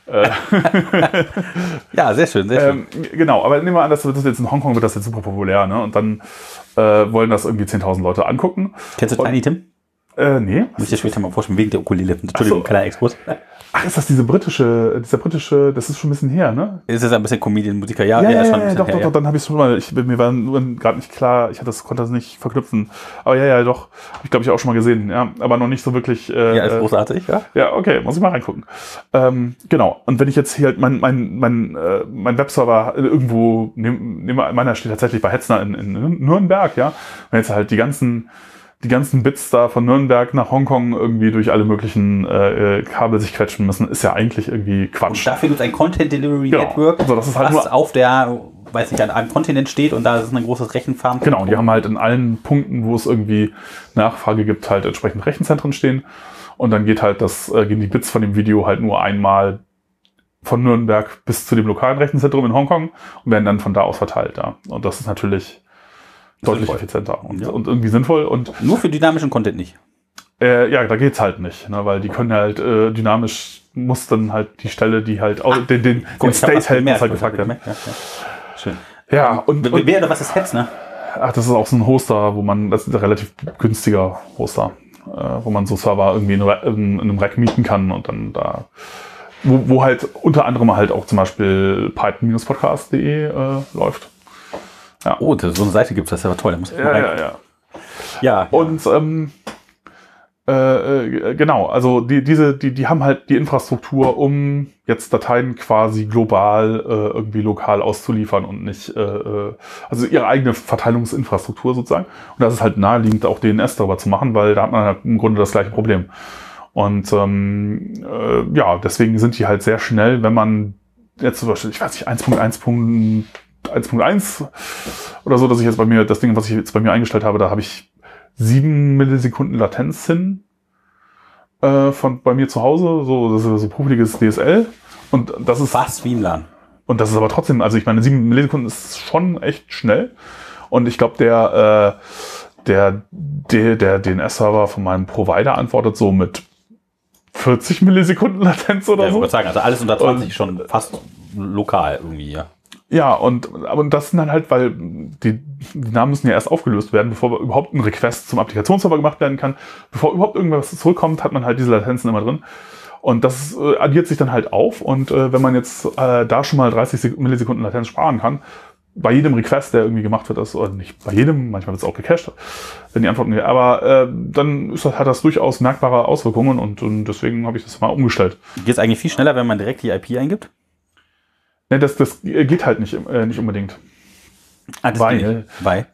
S1: Ja, sehr schön, sehr schön.
S2: Genau, aber nehmen wir an, das jetzt in Hongkong wird das jetzt super populär, ne? Und dann wollen das irgendwie 10.000 Leute angucken.
S1: Kennst du Tiny Tim?
S2: Nee.
S1: Muss ich dir später mal vorstellen, wegen der Ukulele. Entschuldigung, kleiner Exkurs.
S2: Ach, ist das dieser britische, das ist schon ein bisschen her, ne?
S1: Ist es ein bisschen Comedian-Musiker? Ja,
S2: Ja,
S1: schon ein bisschen
S2: doch,
S1: her,
S2: dann habe ich es schon mal, mir war nur gerade nicht klar, konnte das nicht verknüpfen. Aber ja, doch, habe ich glaube ich auch schon mal gesehen, ja, aber noch nicht so wirklich.
S1: Ja, ist großartig, ja.
S2: Ja, okay, muss ich mal reingucken. Genau, und wenn ich jetzt hier halt mein Webserver irgendwo, meiner steht tatsächlich bei Hetzner in Nürnberg, ja, wenn jetzt halt die ganzen Bits da von Nürnberg nach Hongkong irgendwie durch alle möglichen Kabel sich quetschen müssen, ist ja eigentlich irgendwie Quatsch.
S1: Und dafür gibt es ein Content Delivery Network,
S2: also das ist halt
S1: was auf der, weiß nicht, an einem Kontinent steht und da ist ein großes Rechenfarm.
S2: Genau, die haben halt in allen Punkten, wo es irgendwie Nachfrage gibt, halt entsprechend Rechenzentren stehen. Und dann gehen die Bits von dem Video halt nur einmal von Nürnberg bis zu dem lokalen Rechenzentrum in Hongkong und werden dann von da aus verteilt. Ja. Und das ist natürlich deutlich effizienter und irgendwie sinnvoll. Und
S1: nur für dynamischen Content nicht.
S2: Ja, da geht's halt nicht, ne, weil die können halt dynamisch, muss dann halt die Stelle, die halt den State hält, muss halt gefragt werden.
S1: Ja. Schön.
S2: Ja, und
S1: was ist Hetzner?
S2: Ach, das ist auch so ein Hoster, das ist ein relativ günstiger Hoster, wo man so Server irgendwie in einem Rack mieten kann und dann da, wo halt unter anderem halt auch zum Beispiel python-podcast.de läuft. Ja.
S1: Oh, so eine Seite gibt es, das ist aber toll. Da muss ich mal rein.
S2: Ja. Und genau, also die haben halt die Infrastruktur, um jetzt Dateien quasi global irgendwie lokal auszuliefern und nicht, also ihre eigene Verteilungsinfrastruktur sozusagen. Und das ist halt naheliegend, auch DNS darüber zu machen, weil da hat man halt im Grunde das gleiche Problem. Und ja, deswegen sind die halt sehr schnell, wenn man jetzt zum Beispiel, ich weiß nicht, 1.1 oder so, dass ich jetzt das Ding, was ich jetzt bei mir eingestellt habe, da habe ich 7 Millisekunden Latenz hin bei mir zu Hause, das ist so puffiges DSL und das ist
S1: fast wie ein LAN.
S2: Und das ist aber trotzdem, also ich meine 7 Millisekunden ist schon echt schnell und ich glaube der DNS-Server von meinem Provider antwortet so mit 40 Millisekunden Latenz oder so.
S1: Ich würde sagen, also alles unter 20 schon fast lokal irgendwie, ja.
S2: Ja, aber das sind dann halt, weil die Namen müssen ja erst aufgelöst werden, bevor überhaupt ein Request zum Applikationsserver gemacht werden kann. Bevor überhaupt irgendwas zurückkommt, hat man halt diese Latenzen immer drin. Und das addiert sich dann halt auf. Und wenn man jetzt da schon mal 30 Millisekunden Latenz sparen kann, bei jedem Request, der irgendwie gemacht wird, oder nicht bei jedem, manchmal wird es auch gecached, wenn die Antworten, aber dann hat das durchaus merkbare Auswirkungen und deswegen habe ich das mal umgestellt.
S1: Geht es eigentlich viel schneller, wenn man direkt die IP eingibt?
S2: Ne, das geht halt nicht unbedingt. Weil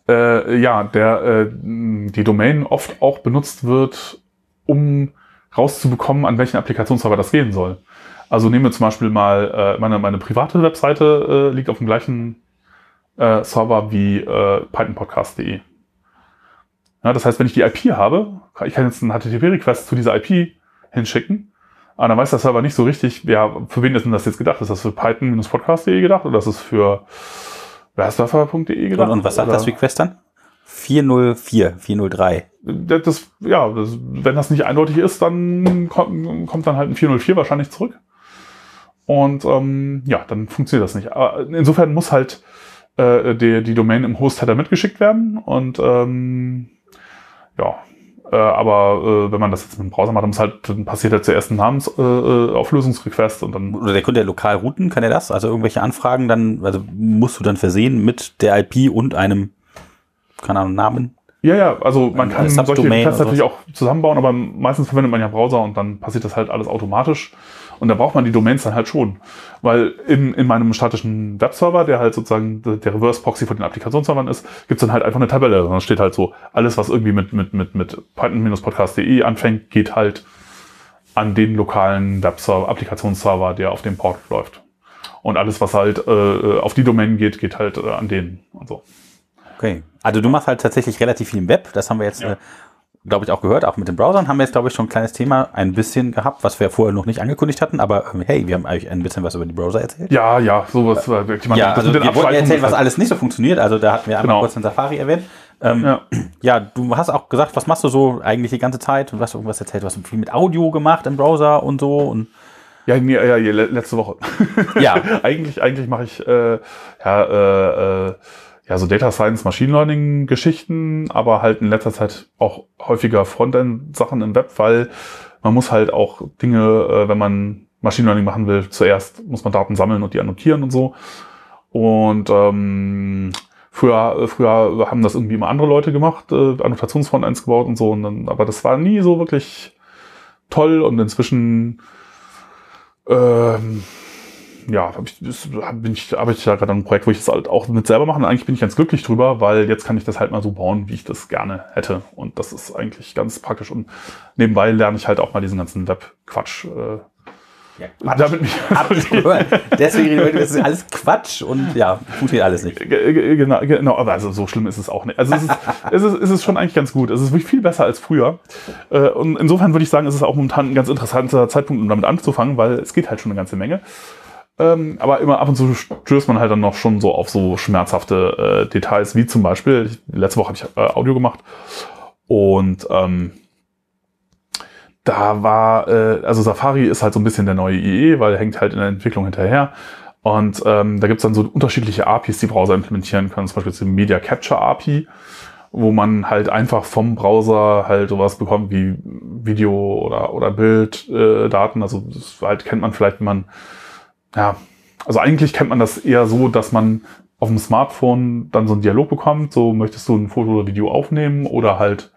S2: die Domain oft auch benutzt wird, um rauszubekommen, an welchen Applikationsserver das gehen soll. Also nehmen wir zum Beispiel mal meine private Webseite liegt auf dem gleichen Server wie pythonpodcast.de. Ja, das heißt, wenn ich die IP habe, ich kann jetzt einen HTTP-Request zu dieser IP hinschicken, aber dann weiß der Server nicht so richtig, für wen ist denn das jetzt gedacht? Ist das für python-podcast.de gedacht oder ist es für webserver.de gedacht?
S1: Und was sagt das Request dann? 404, 403.
S2: Wenn das nicht eindeutig ist, dann kommt dann halt ein 404 wahrscheinlich zurück. Und dann funktioniert das nicht. Aber insofern muss halt die Domain im Host-Header mitgeschickt werden. Und aber wenn man das jetzt mit dem Browser macht, dann passiert halt zuerst ein Namensauflösungsrequest und dann.
S1: Oder der könnte ja lokal routen, kann er das? Also irgendwelche Anfragen dann, also musst du dann versehen mit der IP und einem, keine Ahnung, Namen?
S2: Ja, also man kann solche Requests natürlich auch zusammenbauen, aber meistens verwendet man ja Browser und dann passiert das halt alles automatisch. Und da braucht man die Domains dann halt schon. Weil in meinem statischen Webserver, der halt sozusagen der Reverse-Proxy von den Applikationsservern ist, gibt's dann halt einfach eine Tabelle. Und dann steht halt so, alles, was irgendwie mit python-podcast.de anfängt, geht halt an den lokalen Webserver, Applikationsserver, der auf dem Port läuft. Und alles, was halt auf die Domain geht, geht halt an den und so.
S1: Okay. Also du machst halt tatsächlich relativ viel im Web. Das haben wir jetzt, glaube ich, auch gehört. Auch mit den Browsern haben wir jetzt, glaube ich, schon ein kleines Thema ein bisschen gehabt, was wir vorher noch nicht angekündigt hatten. Aber hey, wir haben eigentlich ein bisschen was über die Browser erzählt.
S2: Ja, sowas.
S1: Also wir wollten erzählen, was alles nicht so funktioniert. Also da hatten wir einmal kurz den Safari erwähnt. Du hast auch gesagt, was machst du so eigentlich die ganze Zeit? Und du hast irgendwas erzählt, du hast viel mit Audio gemacht im Browser und so. Und
S2: Ja, letzte Woche.
S1: Ja.
S2: eigentlich mache ich so Data Science, Machine Learning Geschichten, aber halt in letzter Zeit auch häufiger Frontend-Sachen im Web, weil man muss halt auch Dinge, wenn man Machine Learning machen will, zuerst muss man Daten sammeln und die annotieren und so. Und früher haben das irgendwie immer andere Leute gemacht, Annotationsfrontends gebaut und so, aber das war nie so wirklich toll und inzwischen arbeite ich da gerade an einem Projekt, wo ich das halt auch mit selber mache. Und eigentlich bin ich ganz glücklich drüber, weil jetzt kann ich das halt mal so bauen, wie ich das gerne hätte. Und das ist eigentlich ganz praktisch. Und nebenbei lerne ich halt auch mal diesen ganzen Web-Quatsch. Damit mich
S1: Deswegen das ist alles Quatsch und funktioniert alles nicht.
S2: Genau, aber also so schlimm ist es auch nicht. Also es ist schon eigentlich ganz gut. Es ist wirklich viel besser als früher. Und insofern würde ich sagen, es ist auch momentan ein ganz interessanter Zeitpunkt, um damit anzufangen, weil es geht halt schon eine ganze Menge. Aber immer ab und zu stößt man halt dann noch schon so auf so schmerzhafte Details, wie zum Beispiel, letzte Woche habe ich Audio gemacht und da war, also Safari ist halt so ein bisschen der neue IE, weil er hängt halt in der Entwicklung hinterher. Und da gibt's dann so unterschiedliche APIs, die Browser implementieren können. Zum Beispiel die Media Capture API, wo man halt einfach vom Browser halt sowas bekommt wie Video oder Bilddaten. Also das halt kennt man vielleicht, wenn man, also eigentlich kennt man das eher so, dass man auf dem Smartphone dann so einen Dialog bekommt. So, möchtest du ein Foto oder Video aufnehmen oder halt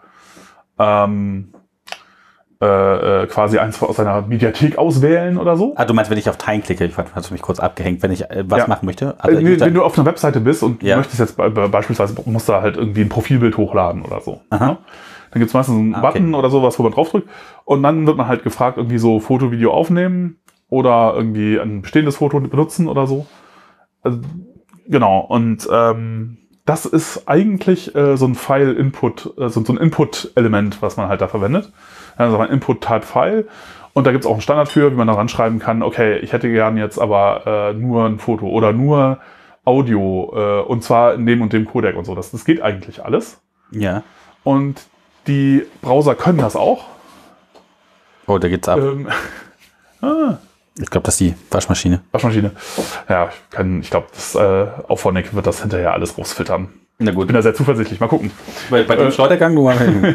S2: quasi eins aus seiner Mediathek auswählen oder so.
S1: Du meinst, wenn ich auf Teilen klicke, hast du mich kurz abgehängt, wenn ich was machen möchte? Also
S2: wenn du auf einer Webseite bist und möchtest jetzt beispielsweise, musst du halt irgendwie ein Profilbild hochladen oder so. Ja? Dann gibt's meistens einen Button oder sowas, wo man draufdrückt und dann wird man halt gefragt, irgendwie so Foto, Video aufnehmen oder irgendwie ein bestehendes Foto benutzen oder so. Also, genau, und das ist eigentlich so ein File-Input, so ein Input-Element, was man halt da verwendet. Also ein Input-Type-File. Und da gibt es auch einen Standard für, wie man da ranschreiben kann, okay, ich hätte gern jetzt aber nur ein Foto oder nur Audio und zwar in dem und dem Codec und so. Das geht eigentlich alles.
S1: Ja.
S2: Und die Browser können das auch.
S1: Oh, da geht's ab. Ich glaube, das ist die Waschmaschine.
S2: Ja, ich glaube, Auphonic wird das hinterher alles rausfiltern.
S1: Na gut.
S2: Ich bin da sehr zuversichtlich. Mal gucken.
S1: Bei dem Schleudergang nur mal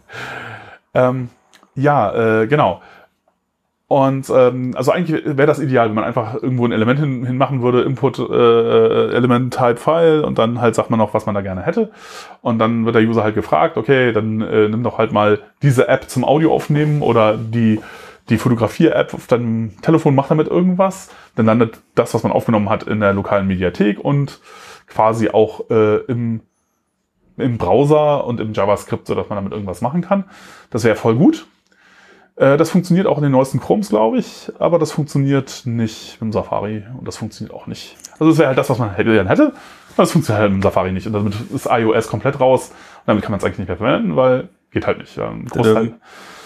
S2: genau. Und also eigentlich wäre das ideal, wenn man einfach irgendwo ein Element hinmachen würde, Input Element Type File und dann halt sagt man noch, was man da gerne hätte. Und dann wird der User halt gefragt, okay, dann nimm doch halt mal diese App zum Audio aufnehmen oder die Fotografier-App auf deinem Telefon, macht damit irgendwas. Dann landet das, was man aufgenommen hat, in der lokalen Mediathek und quasi auch im Browser und im JavaScript, sodass man damit irgendwas machen kann. Das wäre voll gut. Das funktioniert auch in den neuesten Chromes, glaube ich, aber das funktioniert nicht mit dem Safari und das funktioniert auch nicht. Also das wäre halt das, was man hätte, aber das funktioniert halt mit dem Safari nicht und damit ist iOS komplett raus und damit kann man es eigentlich nicht mehr verwenden, weil geht halt nicht. Ein Großteil.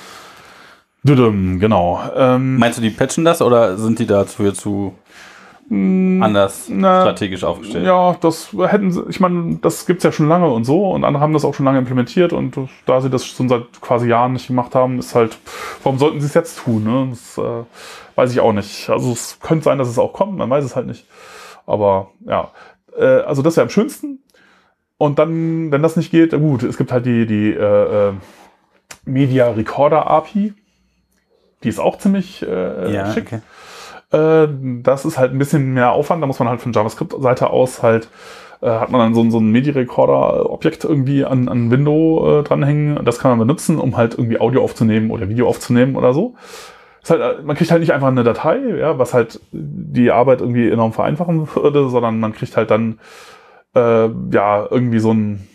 S2: Genau.
S1: Meinst du, die patchen das oder sind die dafür zu anders strategisch aufgestellt?
S2: Ja, das hätten sie, ich meine, das gibt's ja schon lange und so und andere haben das auch schon lange implementiert und da sie das schon seit quasi Jahren nicht gemacht haben, ist halt, warum sollten sie es jetzt tun? Ne? Das weiß ich auch nicht. Also es könnte sein, dass es auch kommt, man weiß es halt nicht. Aber ja, also das wäre am schönsten. Und dann, wenn das nicht geht, gut, es gibt halt die Media Recorder API. Die ist auch ziemlich schick. Okay. Das ist halt ein bisschen mehr Aufwand. Da muss man halt von JavaScript-Seite aus halt, hat man dann so ein MIDI-Recorder-Objekt irgendwie an Window dranhängen. Das kann man benutzen, um halt irgendwie Audio aufzunehmen oder Video aufzunehmen oder so. Ist halt, man kriegt halt nicht einfach eine Datei, ja, was halt die Arbeit irgendwie enorm vereinfachen würde, sondern man kriegt halt dann irgendwie so ein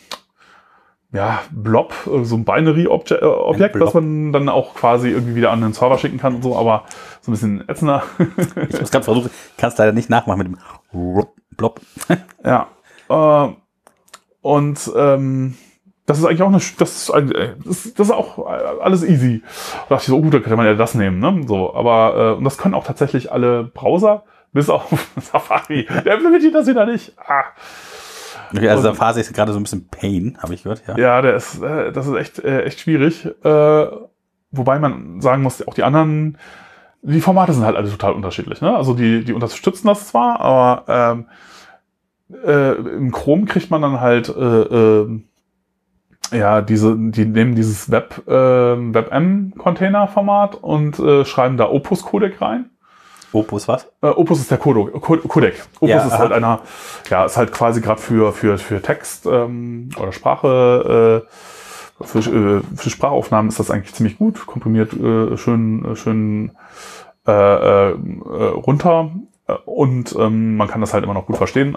S2: Blob, so ein Binary-Objekt, das man dann auch quasi irgendwie wieder an den Server schicken kann und so, aber so ein bisschen ätzender.
S1: Ich muss gerade versuchen, kannst leider nicht nachmachen mit dem Blob.
S2: Ja. Und das ist eigentlich auch das ist auch alles easy. Da dachte ich so, gut, da könnte man ja das nehmen, ne? So, aber und das können auch tatsächlich alle Browser, bis auf Safari. Der implementiert das wieder nicht.
S1: Okay, also Safari ist gerade so ein bisschen Pain, habe ich gehört.
S2: Ja, das ist echt schwierig. Wobei man sagen muss, auch die anderen Die Formate sind halt alle total unterschiedlich. Ne? Also die unterstützen das zwar, aber im Chrome kriegt man dann halt die nehmen dieses WebM-Container-Format und schreiben da Opus-Codec rein.
S1: Opus was?
S2: Opus ist der Codec. Opus ist halt ist halt quasi gerade für Text oder Sprache, für Sprachaufnahmen ist das eigentlich ziemlich gut, komprimiert schön runter und man kann das halt immer noch gut verstehen.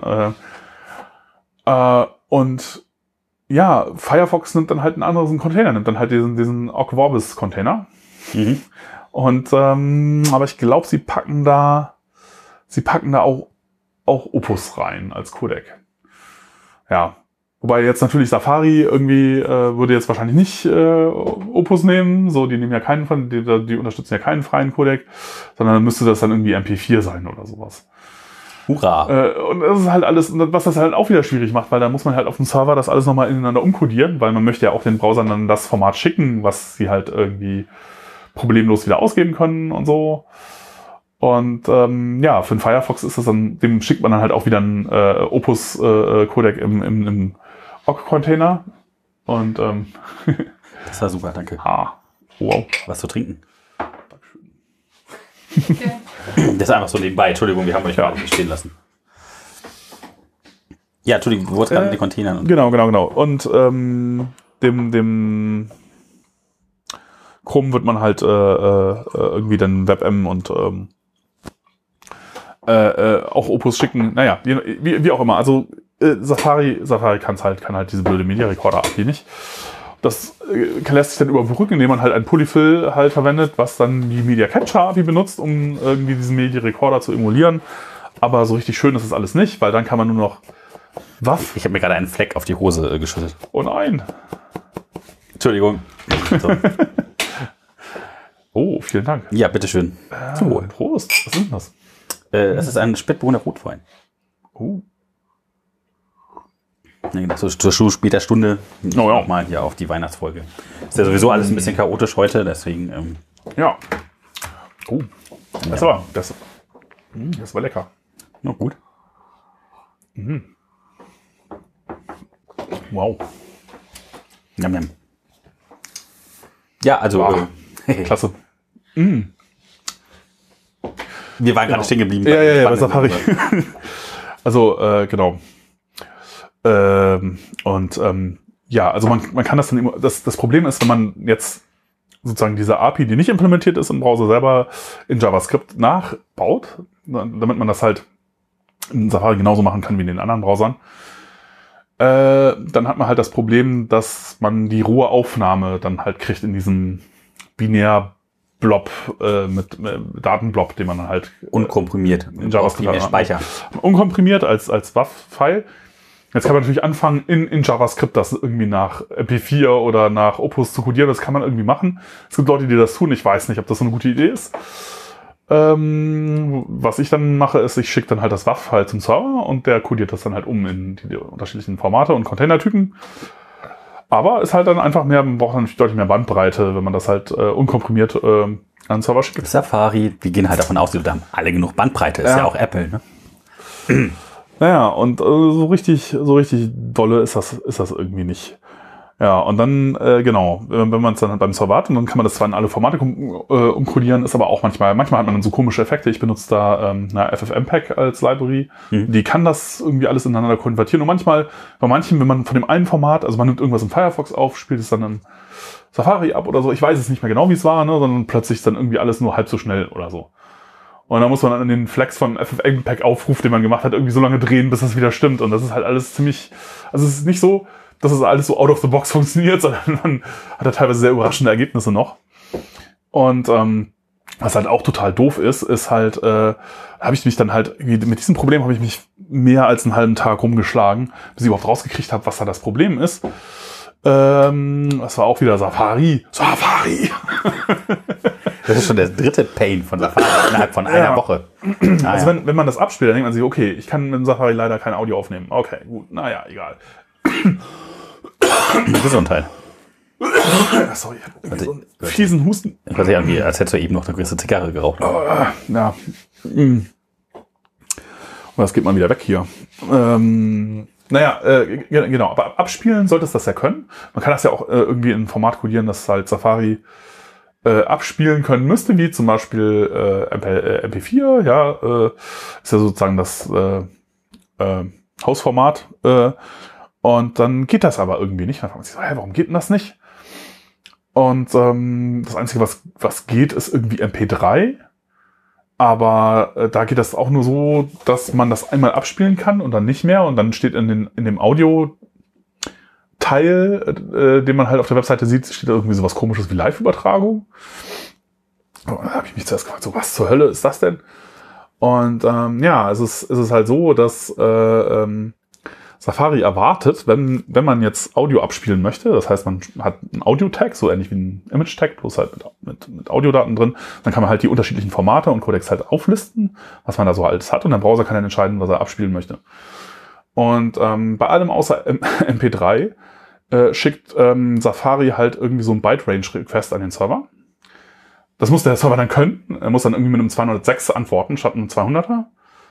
S2: Und ja, Firefox nimmt dann halt einen anderen Container, nimmt dann halt diesen Ogg Vorbis Container. Mhm. Und aber ich glaube, sie packen da auch Opus rein als Codec. Ja. Wobei jetzt natürlich Safari irgendwie würde jetzt wahrscheinlich nicht Opus nehmen, so die nehmen ja keinen die unterstützen ja keinen freien Codec, sondern dann müsste das dann irgendwie MP4 sein oder sowas.
S1: Hurra!
S2: Und das ist halt alles, was das halt auch wieder schwierig macht, weil da muss man halt auf dem Server das alles nochmal ineinander umkodieren, weil man möchte ja auch den Browsern dann das Format schicken, was sie halt irgendwie problemlos wieder ausgeben können und so. Und für den Firefox ist das dann, dem schickt man dann halt auch wieder einen Opus Codec im Ogg-Container. Und
S1: das war super, danke.
S2: Wow.
S1: Was zu trinken.
S2: Dankeschön.
S3: Okay.
S1: Das ist einfach so nebenbei. Entschuldigung, wir haben euch gerade nicht stehen lassen. Ja, Entschuldigung, du wolltest gerade mit den Containern.
S2: Genau. Und dem Chrome wird man halt irgendwie dann WebM und auch Opus schicken. Naja, wie auch immer. Also Safari kann halt diese blöde Media Recorder API nicht. Das lässt sich dann überbrücken, indem man halt ein Polyfill halt verwendet, was dann die Media Capture API benutzt, um irgendwie diesen Media Recorder zu emulieren. Aber so richtig schön ist das alles nicht, weil dann kann man nur noch
S1: Ich habe mir gerade einen Fleck auf die Hose geschüttet.
S2: Oh nein.
S1: Entschuldigung. So.
S2: Oh, vielen Dank.
S1: Ja, bitteschön.
S2: Zum Wohl. Prost. Was ist denn das?
S1: Das ist ein Spätburgunder Rotwein.
S2: Oh.
S1: Zur später Stunde
S2: mal
S1: hier auf die Weihnachtsfolge. Ist ja sowieso alles ein bisschen chaotisch heute, deswegen.
S2: Ja. Oh. Das war lecker.
S1: Na gut.
S2: Mhm. Wow.
S1: Njam. Ja, also.
S2: Wow. Klasse.
S1: Wir waren gerade stehen geblieben.
S2: Ja, bei Safari. Also, genau. Also man kann das dann immer, das Problem ist, wenn man jetzt sozusagen diese API, die nicht implementiert ist im Browser selber, in JavaScript nachbaut, damit man das halt in Safari genauso machen kann wie in den anderen Browsern, dann hat man halt das Problem, dass man die rohe Aufnahme dann halt kriegt in diesem Binär-Blob mit Datenblob, den man dann halt
S1: unkomprimiert
S2: in JavaScript
S1: Speicher.
S2: Unkomprimiert als WAV-File. Jetzt kann man natürlich anfangen, in JavaScript das irgendwie nach MP4 oder nach Opus zu codieren. Das kann man irgendwie machen. Es gibt Leute, die das tun. Ich weiß nicht, ob das so eine gute Idee ist. Was ich dann mache, ist, ich schicke dann halt das WAV-File zum Server und der codiert das dann halt um in die unterschiedlichen Formate und Containertypen. Aber ist halt dann einfach man braucht dann deutlich mehr Bandbreite, wenn man das halt unkomprimiert an den Server schickt.
S1: Safari, wir gehen halt davon aus, da haben alle genug Bandbreite. Ist ja auch Apple, ne?
S2: Naja, und so richtig dolle ist das irgendwie nicht. Ja, und dann, wenn man es dann beim Server hat, und dann kann man das zwar in alle Formate umkodieren, ist aber auch manchmal hat man dann so komische Effekte. Ich benutze da FFmpeg als Library. Die kann das irgendwie alles ineinander konvertieren. Und manchmal, bei manchen, wenn man von dem einen Format, also man nimmt irgendwas im Firefox auf, spielt es dann in Safari ab oder so, ich weiß es nicht mehr genau, wie es war, ne, sondern plötzlich ist dann irgendwie alles nur halb so schnell oder so. Und dann muss man an den Flex von FFmpeg-Aufruf, den man gemacht hat, irgendwie so lange drehen, bis das wieder stimmt. Und das ist halt alles ziemlich, also es ist nicht so, dass es alles so out of the box funktioniert, sondern man hat da teilweise sehr überraschende Ergebnisse noch. Und was halt auch total doof ist halt, habe ich mich dann halt, mit diesem Problem habe ich mich mehr als einen halben Tag rumgeschlagen, bis ich überhaupt rausgekriegt habe, was da das Problem ist. Das war auch wieder Safari.
S1: Das ist schon der dritte Pain von Safari innerhalb von einer Woche.
S2: Also wenn man das abspielt, dann denkt man sich, okay, ich kann mit dem Safari leider kein Audio aufnehmen. Okay, gut, naja, egal.
S1: Gesundheit.
S2: Sorry, ich habe so einen fiesen Husten.
S1: Hört sich an, wie als hättest du eben noch eine gewisse Zigarre geraucht.
S2: Ja. Und das geht mal wieder weg hier. Genau, aber abspielen sollte es das ja können. Man kann das ja auch irgendwie in ein Format codieren, dass halt Safari abspielen können müsste, wie zum Beispiel MP4, ja, ist ja sozusagen das Hausformat. Und dann geht das aber irgendwie nicht. Dann fragt man sich so, warum geht denn das nicht? Und das Einzige, was geht, ist irgendwie MP3. Aber da geht das auch nur so, dass man das einmal abspielen kann und dann nicht mehr. Und dann steht in dem Audio-Teil, den man halt auf der Webseite sieht, steht da irgendwie sowas Komisches wie Live-Übertragung. Und da habe ich mich zuerst gefragt, so was zur Hölle ist das denn? Und es ist halt so, dass Safari erwartet, wenn man jetzt Audio abspielen möchte, das heißt, man hat einen Audio-Tag, so ähnlich wie ein Image-Tag, bloß halt mit Audiodaten drin, dann kann man halt die unterschiedlichen Formate und Codecs halt auflisten, was man da so alles hat, und der Browser kann dann entscheiden, was er abspielen möchte. Und bei allem außer MP3 schickt Safari halt irgendwie so ein Byte-Range-Request an den Server. Das muss der Server dann können, er muss dann irgendwie mit einem 206 antworten, statt einem 200er.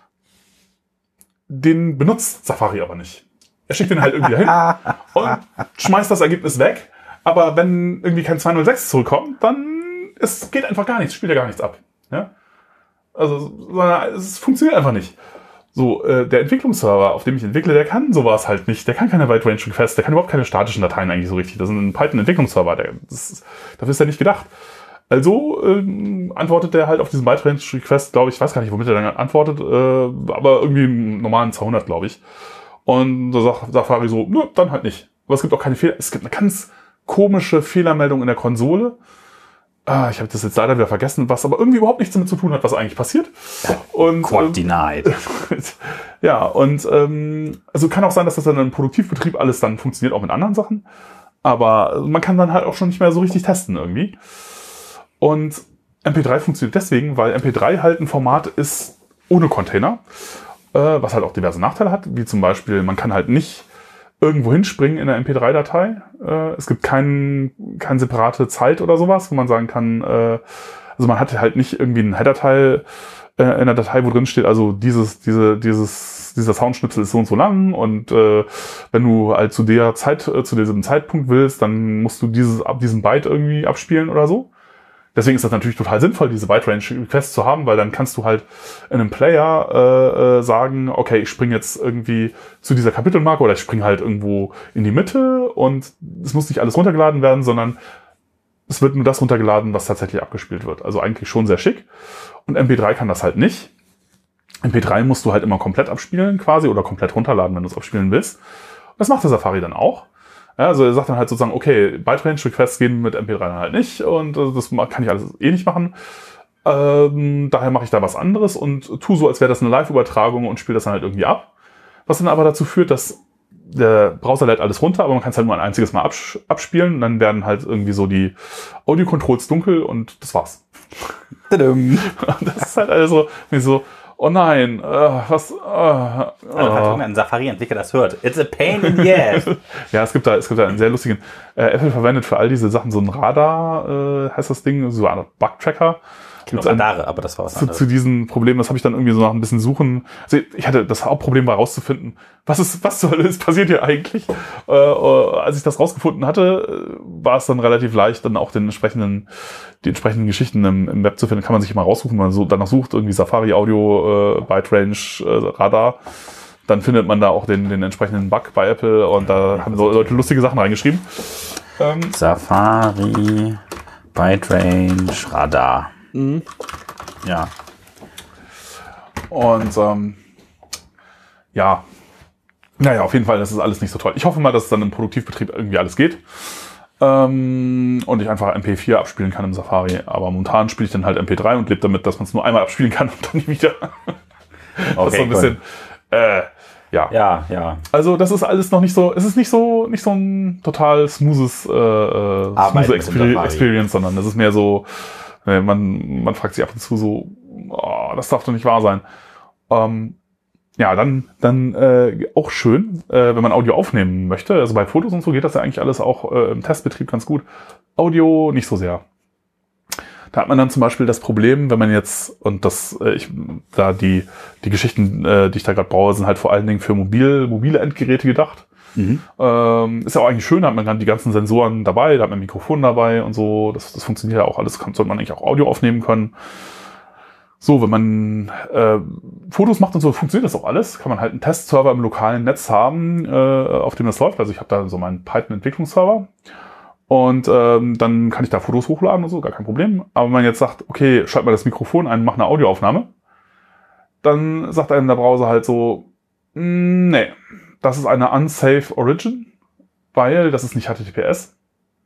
S2: Den benutzt Safari aber nicht. Er schickt den halt irgendwie dahin und schmeißt das Ergebnis weg. Aber wenn irgendwie kein 206 zurückkommt, dann geht einfach gar nichts, spielt ja gar nichts ab. Ja? Also es funktioniert einfach nicht. So, der Entwicklungsserver, auf dem ich entwickle, der kann sowas halt nicht. Der kann keine Wide Range Requests, der kann überhaupt keine statischen Dateien eigentlich so richtig. Das ist ein Python-Entwicklungsserver, dafür ist der nicht gedacht. Also antwortet der halt auf diesen Byte Range Request, glaube ich, weiß gar nicht, womit er dann antwortet, aber irgendwie einen normalen 200, glaube ich. Und da sagt Safari so, nö, dann halt nicht. Aber es gibt auch keine Fehler. Es gibt eine ganz komische Fehlermeldung in der Konsole. Ich habe das jetzt leider wieder vergessen, was aber irgendwie überhaupt nichts damit zu tun hat, was eigentlich passiert. Und
S1: Quad denied.
S2: Ja, und also kann auch sein, dass das dann im Produktivbetrieb alles dann funktioniert, auch mit anderen Sachen. Aber man kann dann halt auch schon nicht mehr so richtig testen irgendwie. Und MP3 funktioniert deswegen, weil MP3 halt ein Format ist ohne Container, was halt auch diverse Nachteile hat, wie zum Beispiel, man kann halt nicht irgendwo hinspringen in der MP3-Datei. Es gibt keine separate Zeit oder sowas, wo man sagen kann, also man hat halt nicht irgendwie einen Header-Teil in der Datei, wo drin steht, also dieser Soundschnipsel ist so und so lang, und wenn du halt zu diesem Zeitpunkt willst, dann musst du diesen Byte irgendwie abspielen oder so. Deswegen ist das natürlich total sinnvoll, diese Byte Range Requests zu haben, weil dann kannst du halt in einem Player sagen, okay, ich springe jetzt irgendwie zu dieser Kapitelmarke oder ich springe halt irgendwo in die Mitte, und es muss nicht alles runtergeladen werden, sondern es wird nur das runtergeladen, was tatsächlich abgespielt wird. Also eigentlich schon sehr schick. Und MP3 kann das halt nicht. MP3 musst du halt immer komplett abspielen quasi oder komplett runterladen, wenn du es abspielen willst. Das macht der Safari dann auch. Ja, also er sagt dann halt sozusagen, okay, Byte Range Requests gehen mit MP3 dann halt nicht, und das kann ich alles eh nicht machen. Daher mache ich da was anderes und tue so, als wäre das eine Live-Übertragung, und spiele das dann halt irgendwie ab. Was dann aber dazu führt, dass der Browser lädt alles runter, aber man kann es halt nur ein einziges Mal abspielen, und dann werden halt irgendwie so die Audio-Controls dunkel, und das war's. Und das ist halt alles so, oh nein, was?
S1: Also falls irgendein Safari-Entwickler das hört. It's a pain in the ass.
S2: Ja, es gibt da einen sehr lustigen. Apple verwendet für all diese Sachen so ein Radar, heißt das Ding, so ein Bug-Tracker.
S1: Genau, Radare, aber das war was anderes.
S2: Zu diesen Problemen, das habe ich dann irgendwie so nach ein bisschen Suchen. Also ich hatte das Hauptproblem war rauszufinden, was zur Hölle ist passiert hier eigentlich. Als ich das rausgefunden hatte, war es dann relativ leicht, dann auch die entsprechenden Geschichten im Web zu finden. Kann man sich mal raussuchen, wenn man so danach sucht, irgendwie Safari Audio, Byte Range, Radar. Dann findet man da auch den entsprechenden Bug bei Apple, und da haben Leute lustige Sachen reingeschrieben.
S1: Safari Byte Range Radar.
S2: Mhm.
S1: Ja.
S2: Und ja. Naja, auf jeden Fall, das ist alles nicht so toll. Ich hoffe mal, dass es dann im Produktivbetrieb irgendwie alles geht. Und ich einfach MP4 abspielen kann im Safari. Aber momentan spiele ich dann halt MP3 und lebe damit, dass man es nur einmal abspielen kann und dann nie wieder.
S1: Okay,
S2: das ist so ein bisschen, ja.
S1: Ja.
S2: Also das ist alles noch nicht so, es ist nicht so ein total smoothes Experience, sondern das ist mehr so, man fragt sich ab und zu so, oh, das darf doch nicht wahr sein. Ja, dann auch schön, wenn man Audio aufnehmen möchte. Also bei Fotos und so geht das ja eigentlich alles auch im Testbetrieb ganz gut. Audio nicht so sehr. Da hat man dann zum Beispiel das Problem, wenn man jetzt, und die Geschichten, die ich da gerade brauche, sind halt vor allen Dingen für mobile Endgeräte gedacht. Ist ja auch eigentlich schön, da hat man dann die ganzen Sensoren dabei, da hat man ein Mikrofon dabei und so. Das funktioniert ja auch alles, sollte man eigentlich auch Audio aufnehmen können. So, wenn man Fotos macht und so, funktioniert das auch alles. Kann man halt einen Testserver im lokalen Netz haben, auf dem das läuft. Also ich habe da so meinen Python-Entwicklungsserver. Und dann kann ich da Fotos hochladen und so, gar kein Problem. Aber wenn man jetzt sagt, okay, schalt mal das Mikrofon ein und mach eine Audioaufnahme, dann sagt einem der Browser halt so, nee, das ist eine unsafe Origin, weil das ist nicht HTTPS.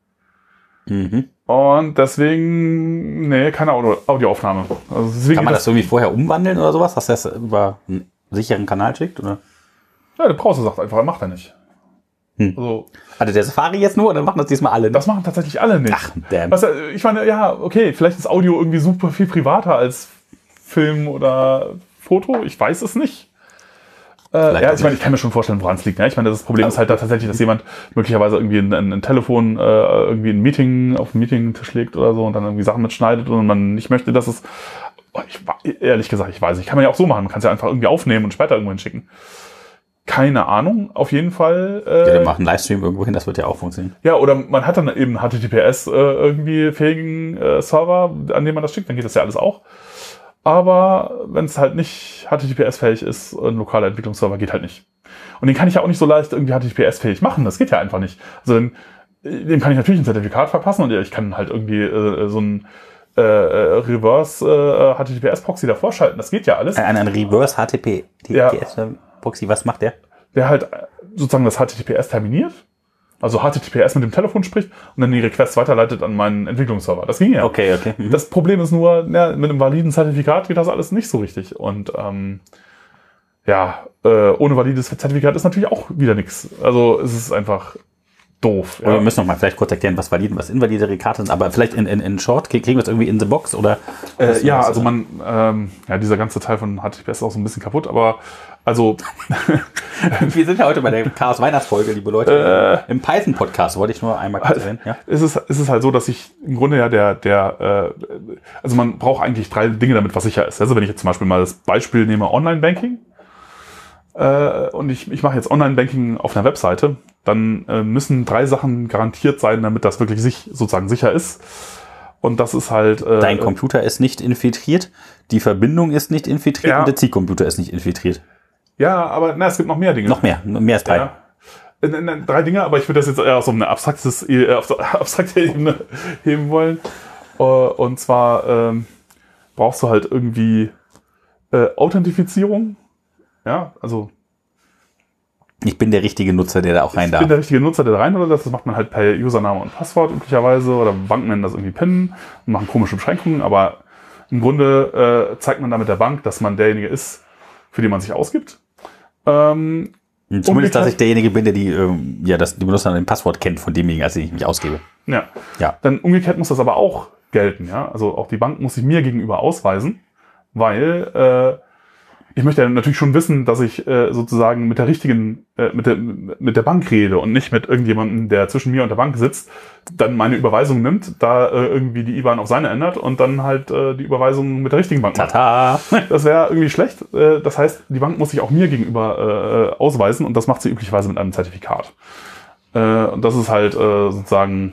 S2: Und deswegen, nee, keine Audioaufnahme. Also deswegen
S1: kann man das irgendwie vorher umwandeln oder sowas, dass das über einen sicheren Kanal schickt? Oder?
S2: Ja, der Browser sagt einfach, er macht er nicht.
S1: Also, hatte der Safari jetzt nur oder machen das diesmal alle nicht?
S2: Das machen tatsächlich alle nicht.
S1: Ach, damn.
S2: Ich meine, ja, okay, vielleicht ist Audio irgendwie super viel privater als Film oder Foto. Ich weiß es nicht. Ich kann mir schon vorstellen, woran es liegt. Ne? Ich meine, das Problem ist halt da tatsächlich, dass jemand möglicherweise irgendwie ein Telefon irgendwie ein Meeting auf den Meetingtisch legt oder so und dann irgendwie Sachen mitschneidet und man nicht möchte, dass es... ehrlich gesagt, ich weiß nicht. Kann man ja auch so machen. Man kann es ja einfach irgendwie aufnehmen und später irgendwo hinschicken. Keine Ahnung, auf jeden Fall.
S1: Wir machen einen Livestream irgendwo hin, das wird ja auch funktionieren.
S2: Ja, oder man hat dann eben HTTPS irgendwie fähigen Server, an dem man das schickt, dann geht das ja alles auch. Aber wenn es halt nicht HTTPS-fähig ist, ein lokaler Entwicklungsserver geht halt nicht. Und den kann ich ja auch nicht so leicht irgendwie HTTPS-fähig machen, das geht ja einfach nicht. Also dem kann ich natürlich ein Zertifikat verpassen und ich kann halt irgendwie so ein Reverse HTTPS-Proxy davor schalten, das geht ja alles.
S1: Ein Reverse HTTPS-Proxy, was macht der?
S2: Der halt sozusagen das HTTPS terminiert, also HTTPS mit dem Telefon spricht und dann die Requests weiterleitet an meinen Entwicklungsserver. Das ging ja.
S1: Okay.
S2: Das Problem ist nur, mit einem validen Zertifikat geht das alles nicht so richtig. Und ohne valides Zertifikat ist natürlich auch wieder nichts. Also es ist einfach doof.
S1: Ja. Wir müssen noch mal vielleicht kurz erklären, was valide und was invalide Zertifikate sind, aber vielleicht in Short, kriegen wir es irgendwie in the box oder?
S2: Dieser ganze Teil von HTTPS ist auch so ein bisschen kaputt, aber also
S1: wir sind ja heute bei der Chaos Weihnachtsfolge, liebe Leute, im Python Podcast, wollte ich nur einmal kurz erwähnen. Ja?
S2: Es ist halt so, dass ich im Grunde also man braucht eigentlich 3 Dinge damit, was sicher ist. Also wenn ich jetzt zum Beispiel mal das Beispiel nehme, Online-Banking, und ich mache jetzt Online-Banking auf einer Webseite, dann müssen 3 Sachen garantiert sein, damit das wirklich sozusagen sicher ist. Und das ist halt...
S1: Dein Computer ist nicht infiltriert, die Verbindung ist nicht infiltriert und der Zielcomputer ist nicht infiltriert.
S2: Ja, aber es gibt noch mehr Dinge.
S1: Noch mehr als 3.
S2: Ja. 3 Dinge, aber ich würde das jetzt eher auf so eine abstrakte Ebene heben wollen. Und zwar brauchst du halt irgendwie Authentifizierung. Ja, also
S1: ich bin der richtige Nutzer, der da auch rein darf.
S2: Ich bin der richtige Nutzer, der da rein oder das macht man halt per Username und Passwort üblicherweise oder Banken nennen das irgendwie PIN und machen komische Beschränkungen, aber im Grunde zeigt man damit der Bank, dass man derjenige ist, für den man sich ausgibt.
S1: Zumindest, dass ich derjenige bin, der die Benutzer ein Passwort kennt von demjenigen, als ich mich ausgebe.
S2: Ja. Dann umgekehrt muss das aber auch gelten. Ja? Also auch die Bank muss sich mir gegenüber ausweisen, weil ich möchte ja natürlich schon wissen, dass ich sozusagen mit der richtigen, mit der Bank rede und nicht mit irgendjemandem, der zwischen mir und der Bank sitzt, dann meine Überweisung nimmt, da irgendwie die IBAN auf seine ändert und dann halt die Überweisung mit der richtigen Bank macht.
S1: Tata!
S2: Das wäre irgendwie schlecht. Das heißt, die Bank muss sich auch mir gegenüber ausweisen und das macht sie üblicherweise mit einem Zertifikat. Und das ist halt sozusagen,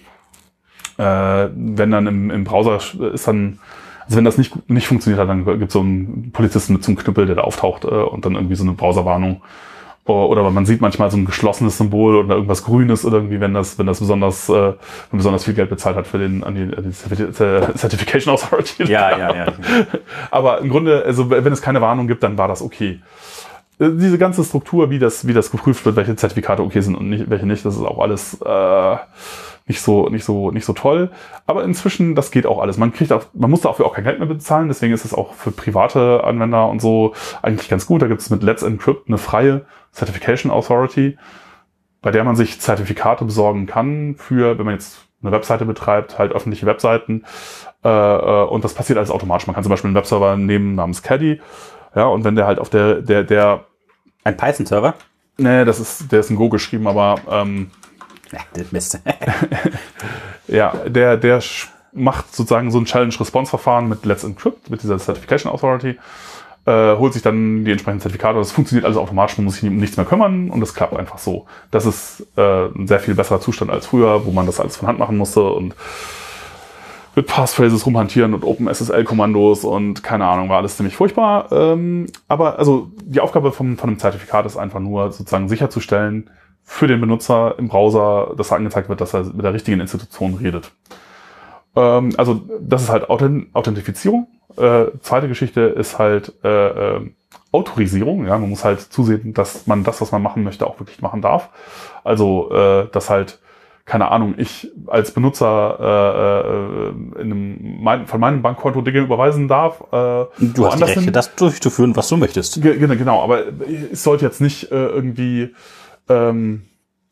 S2: wenn dann im Browser ist dann, also wenn das nicht funktioniert hat, dann gibt es so einen Polizisten mit so einem Knüppel, der da auftaucht und dann irgendwie so eine Browserwarnung. Oder man sieht manchmal so ein geschlossenes Symbol oder irgendwas Grünes oder irgendwie, wenn besonders viel Geld bezahlt hat für an die Certification Authority.
S1: Ja.
S2: Aber im Grunde, also wenn es keine Warnung gibt, dann war das okay. Diese ganze Struktur, wie das geprüft wird, welche Zertifikate okay sind und welche nicht, das ist auch alles nicht so toll. Aber inzwischen, das geht auch alles. Man muss dafür auch kein Geld mehr bezahlen, deswegen ist es auch für private Anwender und so eigentlich ganz gut. Da gibt es mit Let's Encrypt eine freie Certification Authority, bei der man sich Zertifikate besorgen kann wenn man jetzt eine Webseite betreibt, halt öffentliche Webseiten. Und das passiert alles automatisch. Man kann zum Beispiel einen Webserver nehmen namens Caddy Ja, und wenn der halt auf der
S1: ein Python-Server?
S2: Nee, der ist in Go geschrieben, aber
S1: ja, das Mist.
S2: ja, der macht sozusagen so ein Challenge-Response-Verfahren mit Let's Encrypt, mit dieser Certification Authority, holt sich dann die entsprechenden Zertifikate. Das funktioniert alles automatisch, man muss sich um nichts mehr kümmern und das klappt einfach so. Das ist ein sehr viel besserer Zustand als früher, wo man das alles von Hand machen musste und mit Passphrases rumhantieren und OpenSSL-Kommandos und keine Ahnung, war alles ziemlich furchtbar. Aber also die Aufgabe von einem Zertifikat ist einfach nur sozusagen sicherzustellen für den Benutzer im Browser, dass er angezeigt wird, dass er mit der richtigen Institution redet. Also das ist halt Authentifizierung. Zweite Geschichte ist halt Autorisierung. Ja, man muss halt zusehen, dass man das, was man machen möchte, auch wirklich machen darf. Also dass halt keine Ahnung, ich als Benutzer von meinem Bankkonto Dinge überweisen darf.
S1: Du hast die Rechte, das durchzuführen, was du möchtest.
S2: Genau, aber es sollte jetzt nicht irgendwie, keine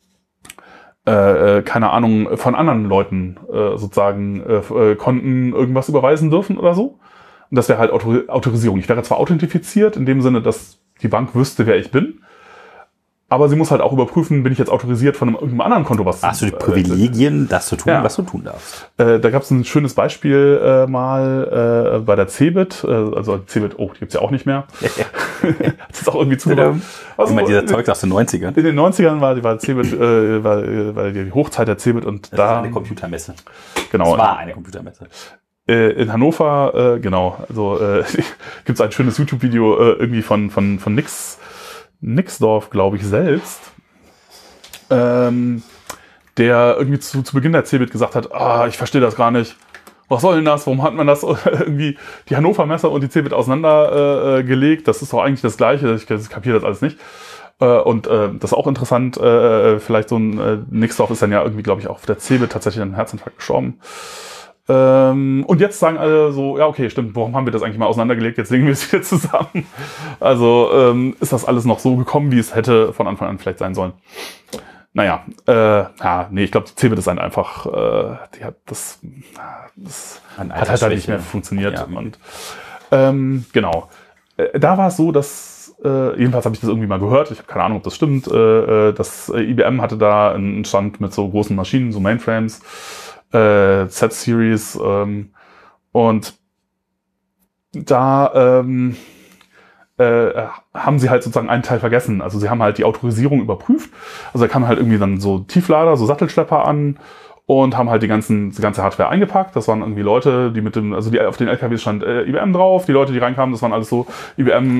S2: Ahnung, von anderen Leuten sozusagen Konten irgendwas überweisen dürfen oder so. Und das wäre halt Autorisierung. Ich wäre zwar authentifiziert, in dem Sinne, dass die Bank wüsste, wer ich bin, aber sie muss halt auch überprüfen, bin ich jetzt autorisiert von irgendeinem anderen Konto, was
S1: hast du die Privilegien, das zu tun, was du tun darfst?
S2: Da gab es ein schönes Beispiel mal bei der Cebit, also Cebit, die gibt's ja auch nicht mehr. Das ist auch irgendwie zugehört.
S1: Also, immer dieser Zeug aus den 90ern.
S2: In den 90ern war Cebit, war die Hochzeit der Cebit und
S1: das war eine Computermesse.
S2: Genau.
S1: Das war eine Computermesse.
S2: In Hannover, genau, also gibt's ein schönes YouTube-Video irgendwie von Nixdorf, glaube ich, selbst, der irgendwie zu Beginn der Cebit gesagt hat, ich verstehe das gar nicht. Was soll denn das? Warum hat man das irgendwie die Hannover Messe und die Cebit auseinander gelegt? Das ist doch eigentlich das Gleiche. Ich kapiere das alles nicht. Und das ist auch interessant. Vielleicht so ein Nixdorf ist dann ja irgendwie, glaube ich, auch auf der Cebit tatsächlich an einem Herzinfarkt gestorben. Und jetzt sagen alle so, ja okay, stimmt, warum haben wir das eigentlich mal auseinandergelegt, jetzt legen wir es wieder zusammen. Also ist das alles noch so gekommen, wie es hätte von Anfang an vielleicht sein sollen. Naja, ich glaube, die Cebit ist einfach, das hat halt nicht mehr funktioniert.
S1: Ja.
S2: Und genau, da war es so, dass jedenfalls habe ich das irgendwie mal gehört, ich habe keine Ahnung, ob das stimmt, dass IBM hatte da einen Stand mit so großen Maschinen, so Mainframes, Z-Series und da haben sie halt sozusagen einen Teil vergessen. Also sie haben halt die Autorisierung überprüft. Also da kamen halt irgendwie dann so Tieflader, so Sattelschlepper an und haben halt die ganze Hardware eingepackt. Das waren irgendwie Leute, die die auf den LKWs stand IBM drauf. Die Leute, die reinkamen, das waren alles so IBM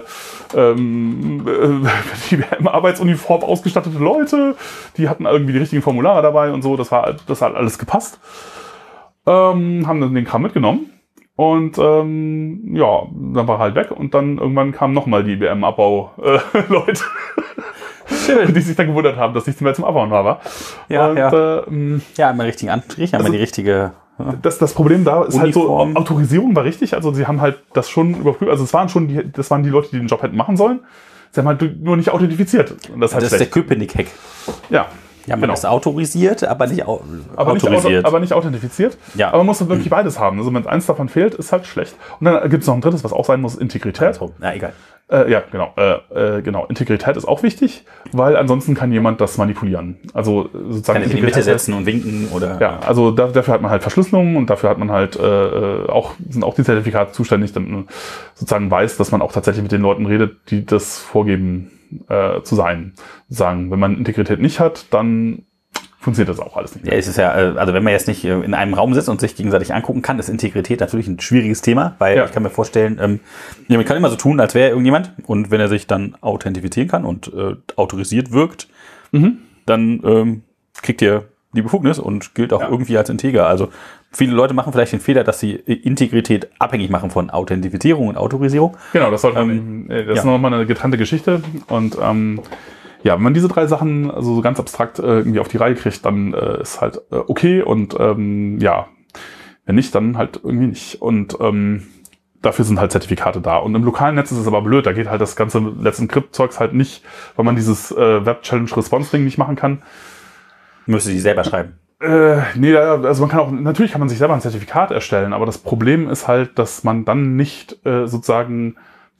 S2: IBM-Arbeitsuniform ausgestattete Leute. Die hatten irgendwie die richtigen Formulare dabei und so. Das hat alles gepasst. Haben dann den Kram mitgenommen. Und dann war er halt weg. Und dann irgendwann kamen nochmal die IBM-Abbau-Leute. Schön. Die sich dann gewundert haben, dass nichts mehr zum Abbauen war.
S1: Ja, einmal richtigen Anstrich, einmal die richtige.
S2: Das Problem da ist
S1: Uniform.
S2: halt so, Autorisierung war richtig, also sie haben halt das schon überprüft, also das waren die Leute, die den Job hätten machen sollen. Sie haben halt nur nicht authentifiziert. Und das
S1: ist der Köpenick-Hack.
S2: Ja.
S1: Ja, man ist autorisiert, aber nicht autorisiert.
S2: Aber nicht authentifiziert.
S1: Ja.
S2: Aber man muss wirklich beides haben. Also wenn eins davon fehlt, ist halt schlecht. Und dann gibt es noch ein drittes, was auch sein muss, Integrität.
S1: Also, ja, egal.
S2: Genau. Integrität ist auch wichtig, weil ansonsten kann jemand das manipulieren. Also sozusagen
S1: kann ich in die Mitte setzen und winken oder.
S2: Ja, also dafür hat man halt Verschlüsselung und dafür hat man halt sind auch die Zertifikate zuständig, damit man sozusagen weiß, dass man auch tatsächlich mit den Leuten redet, die das vorgeben zu sein. Sagen, wenn man Integrität nicht hat, dann funktioniert das auch alles nicht mehr.
S1: Ja, es ist ja, also wenn man jetzt nicht in einem Raum sitzt und sich gegenseitig angucken kann, ist Integrität natürlich ein schwieriges Thema, weil ich kann mir vorstellen, man kann immer so tun, als wäre er irgendjemand und wenn er sich dann authentifizieren kann und autorisiert wirkt, dann kriegt er die Befugnis und gilt auch irgendwie als integer. Also viele Leute machen vielleicht den Fehler, dass sie Integrität abhängig machen von Authentifizierung und Autorisierung.
S2: Genau, das sollte das ist nochmal eine getrennte Geschichte und wenn man diese drei Sachen also so ganz abstrakt irgendwie auf die Reihe kriegt, dann ist halt okay und wenn nicht, dann halt irgendwie nicht. Und dafür sind halt Zertifikate da. Und im lokalen Netz ist es aber blöd, da geht halt das ganze Let's Encrypt-Zeugs halt nicht, weil man dieses Web-Challenge-Response-Ding nicht machen kann.
S1: Müsste die selber schreiben.
S2: Also natürlich kann man sich selber ein Zertifikat erstellen, aber das Problem ist halt, dass man dann nicht sozusagen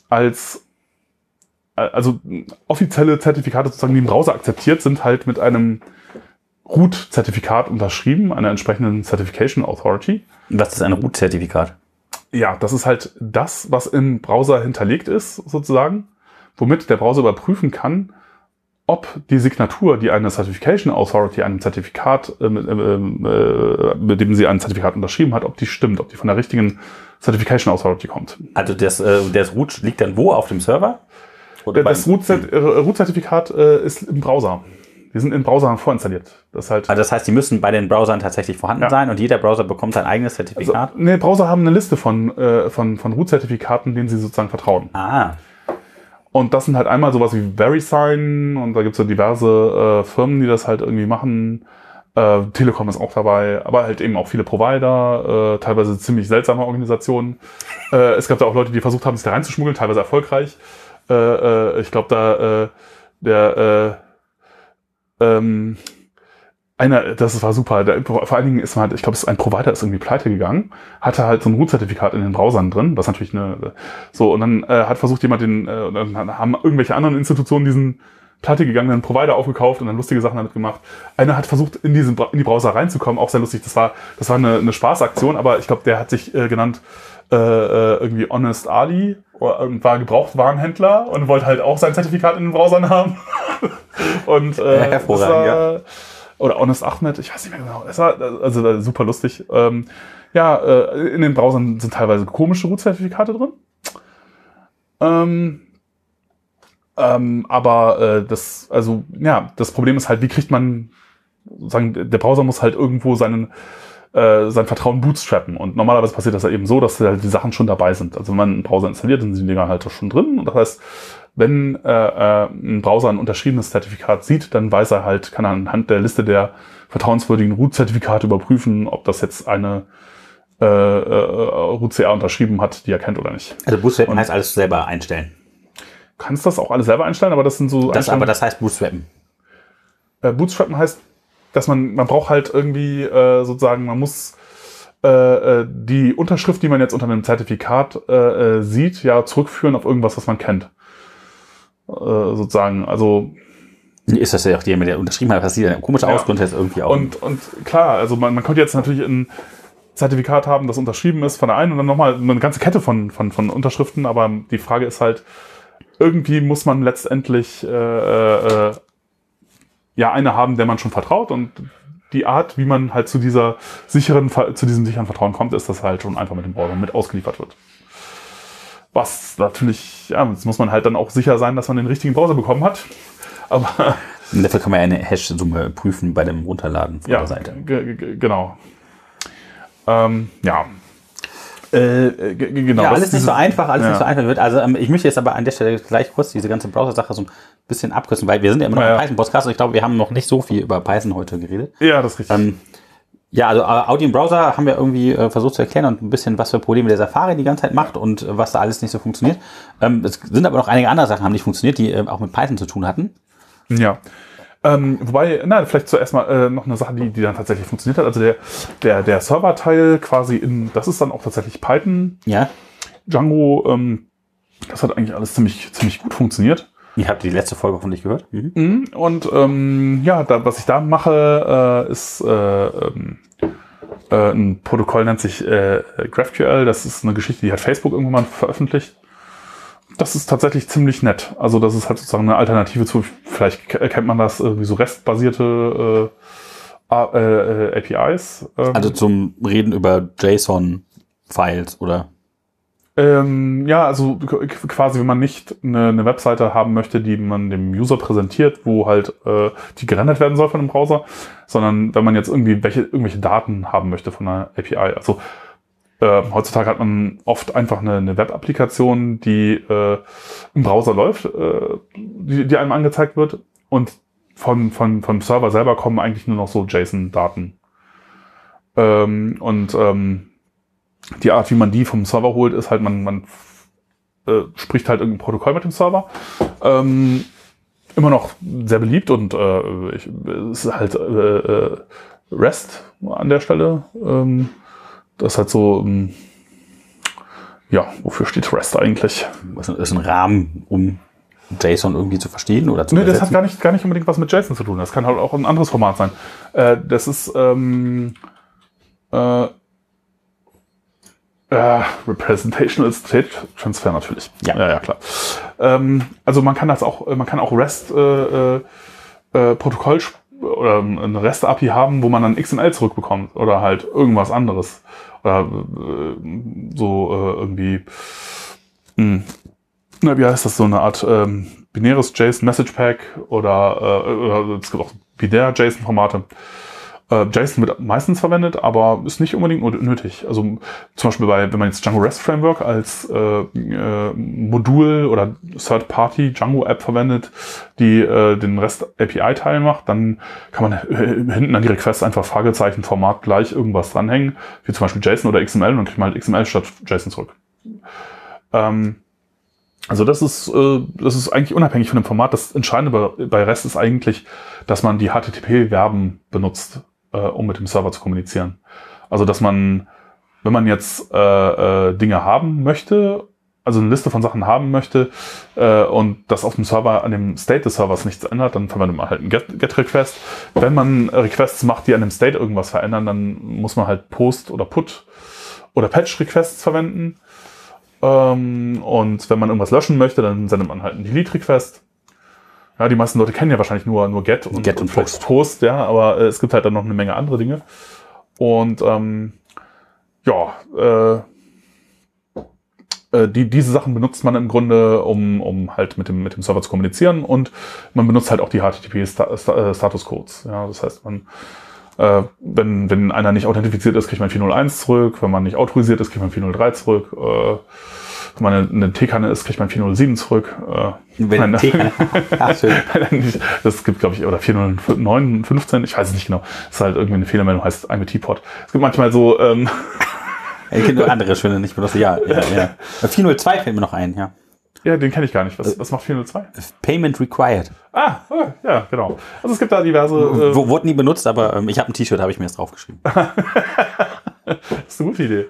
S2: also offizielle Zertifikate sozusagen, die im Browser akzeptiert sind, halt mit einem Root-Zertifikat unterschrieben, einer entsprechenden Certification Authority.
S1: Was ist ein Root-Zertifikat?
S2: Ja, das ist halt das, was im Browser hinterlegt ist, sozusagen, womit der Browser überprüfen kann, ob die Signatur, die eine Certification Authority einem Zertifikat, mit dem sie ein Zertifikat unterschrieben hat, ob die stimmt, ob die von der richtigen Certification Authority kommt.
S1: Also das Root liegt dann wo? Auf dem Server?
S2: Oder das Root-Zertifikat ist im Browser. Die sind in Browsern vorinstalliert.
S1: Also das heißt, die müssen bei den Browsern tatsächlich vorhanden sein und jeder Browser bekommt sein eigenes Zertifikat?
S2: Also, Browser haben eine Liste von Root-Zertifikaten, denen sie sozusagen vertrauen.
S1: Ah.
S2: Und das sind halt einmal sowas wie VeriSign und da gibt es ja diverse Firmen, die das halt irgendwie machen. Telekom ist auch dabei, aber halt eben auch viele Provider, teilweise ziemlich seltsame Organisationen. Es gab da auch Leute, die versucht haben, sich da reinzuschmuggeln, teilweise erfolgreich. Ich glaube, das war super. Vor allen Dingen ist man halt, ich glaube, ein Provider ist irgendwie pleite gegangen, hatte halt so ein Root-Zertifikat in den Browsern drin, was natürlich und dann hat versucht jemand dann haben irgendwelche anderen Institutionen diesen pleite gegangenen Provider aufgekauft und dann lustige Sachen damit gemacht. Einer hat versucht, in die Browser reinzukommen, auch sehr lustig. Das war eine Spaßaktion, aber ich glaube, der hat sich genannt irgendwie Honest Ali und war Gebrauchtwarenhändler und wollte halt auch sein Zertifikat in den Browsern haben. Und
S1: hervorragend,
S2: oder Honest Ahmed, ich weiß nicht mehr genau. Es war also super lustig. In den Browsern sind teilweise komische Root-Zertifikate drin. Aber das Problem ist halt, wie kriegt man sozusagen, der Browser muss halt irgendwo sein Vertrauen bootstrappen. Und normalerweise passiert das ja eben so, dass halt die Sachen schon dabei sind. Also wenn man einen Browser installiert, dann sind die Dinger halt schon drin. Und das heißt, wenn ein Browser ein unterschriebenes Zertifikat sieht, dann kann er anhand der Liste der vertrauenswürdigen Root-Zertifikate überprüfen, ob das jetzt eine Root-CA unterschrieben hat, die er kennt oder nicht.
S1: Also Bootstrappen heißt alles selber einstellen.
S2: Du kannst das auch alles selber einstellen, aber das sind so...
S1: Das heißt Bootstrappen.
S2: Bootstrappen heißt, dass man braucht halt irgendwie sozusagen, man muss die Unterschrift, die man jetzt unter einem Zertifikat sieht, ja zurückführen auf irgendwas, was man kennt. Sozusagen, also...
S1: Ist das ja auch jemand, der unterschrieben hat, passiert ein komischer Ausgrund jetzt irgendwie auch.
S2: Und klar, also man könnte jetzt natürlich ein Zertifikat haben, das unterschrieben ist von der einen und dann nochmal eine ganze Kette von Unterschriften, aber die Frage ist halt, irgendwie muss man letztendlich eine haben, der man schon vertraut, und die Art, wie man halt zu diesem sicheren Vertrauen kommt, ist, dass halt schon einfach mit dem Browser mit ausgeliefert wird. Was natürlich, jetzt muss man halt dann auch sicher sein, dass man den richtigen Browser bekommen hat. Aber
S1: und dafür kann man ja eine Hash-Summe prüfen bei dem Runterladen von der Seite.
S2: Genau. Genau.
S1: Ja, alles nicht so einfach, nicht so einfach wird. Also ich möchte jetzt aber an der Stelle gleich kurz diese ganze Browser-Sache so ein bisschen abkürzen, weil wir sind ja immer noch im Python-Podcast und ich glaube, wir haben noch nicht so viel über Python heute geredet.
S2: Ja, das ist richtig.
S1: Also Audi im Browser haben wir irgendwie versucht zu erklären und ein bisschen, was für Probleme der Safari die ganze Zeit macht und was da alles nicht so funktioniert. Es sind aber noch einige andere Sachen, haben nicht funktioniert, die auch mit Python zu tun hatten.
S2: Ja. Wobei, vielleicht zuerst mal noch eine Sache, die dann tatsächlich funktioniert hat. Also der Server-Teil quasi das ist dann auch tatsächlich Python.
S1: Ja.
S2: Django, das hat eigentlich alles ziemlich gut funktioniert.
S1: Ich habe die letzte Folge von dich gehört.
S2: Und was ich da mache, ist ein Protokoll, nennt sich GraphQL. Das ist eine Geschichte, die hat Facebook irgendwann mal veröffentlicht. Das ist tatsächlich ziemlich nett. Also das ist halt sozusagen eine Alternative zu, vielleicht kennt man das, wie so REST-basierte APIs.
S1: Also zum Reden über JSON-Files, oder?
S2: Also quasi, wenn man nicht eine Webseite haben möchte, die man dem User präsentiert, wo halt die gerendert werden soll von einem Browser, sondern wenn man jetzt irgendwie irgendwelche Daten haben möchte von einer API. Also heutzutage hat man oft einfach eine Web-Applikation, die im Browser läuft, die einem angezeigt wird, und vom Server selber kommen eigentlich nur noch so JSON-Daten. Die Art, wie man die vom Server holt, ist halt, man spricht halt irgendein Protokoll mit dem Server. Immer noch sehr beliebt, und es ist halt REST an der Stelle. Das ist halt so, Ja, wofür steht REST eigentlich?
S1: Was ist ein Rahmen, um JSON irgendwie zu verstehen oder zu
S2: übersetzen? Das hat gar nicht unbedingt was mit JSON zu tun. Das kann halt auch ein anderes Format sein. Das ist Representational State Transfer natürlich. Ja, klar. Also man kann auch REST Protokoll oder eine REST-API haben, wo man dann XML zurückbekommt oder halt irgendwas anderes. Oder irgendwie, wie heißt das, so eine Art binäres JSON-Message-Pack oder es gibt auch binäre JSON-Formate. JSON wird meistens verwendet, aber ist nicht unbedingt nötig. Also zum Beispiel wenn man jetzt Django REST Framework als Modul oder Third-Party Django App verwendet, die den REST API-Teil macht, dann kann man hinten an die Requests einfach Fragezeichen, Format gleich irgendwas dranhängen, wie zum Beispiel JSON oder XML, und dann kriegt man halt XML statt JSON zurück. Also das ist eigentlich unabhängig von dem Format. Das Entscheidende bei REST ist eigentlich, dass man die HTTP-Verben benutzt, um mit dem Server zu kommunizieren. Also dass man, wenn man jetzt Dinge haben möchte, also eine Liste von Sachen haben möchte und das auf dem Server an dem State des Servers nichts ändert, dann verwendet man halt einen GET-Request. Wenn man Requests macht, die an dem State irgendwas verändern, dann muss man halt Post oder Put oder Patch-Requests verwenden. Und wenn man irgendwas löschen möchte, dann sendet man halt einen Delete-Request. Ja, die meisten Leute kennen ja wahrscheinlich nur Get und Post, ja, aber es gibt halt dann noch eine Menge andere Dinge. Und diese Sachen benutzt man im Grunde, um halt mit dem Server zu kommunizieren, und man benutzt halt auch die HTTP-Status-Codes. Ja, das heißt, wenn einer nicht authentifiziert ist, kriegt man 401 zurück. Wenn man nicht autorisiert ist, kriegt man 403 zurück. Wenn man eine T-Kanne ist, kriegt man 407 zurück.
S1: Wenn eine T-Kanne.
S2: Das gibt, glaube ich, oder 409, 15, ich weiß es nicht genau. Das ist halt irgendwie eine Fehlermeldung, heißt I'm a Teapot. Es gibt manchmal so...
S1: Ich kenne nur andere schöne nicht benutze. Ja. 402 fällt mir noch ein, ja.
S2: Ja, den kenne ich gar nicht. Was macht 402?
S1: Payment required.
S2: Ja, genau. Also es gibt da diverse...
S1: Wurde nie benutzt, aber ich habe ein T-Shirt, habe ich mir jetzt draufgeschrieben.
S2: Das ist eine gute Idee.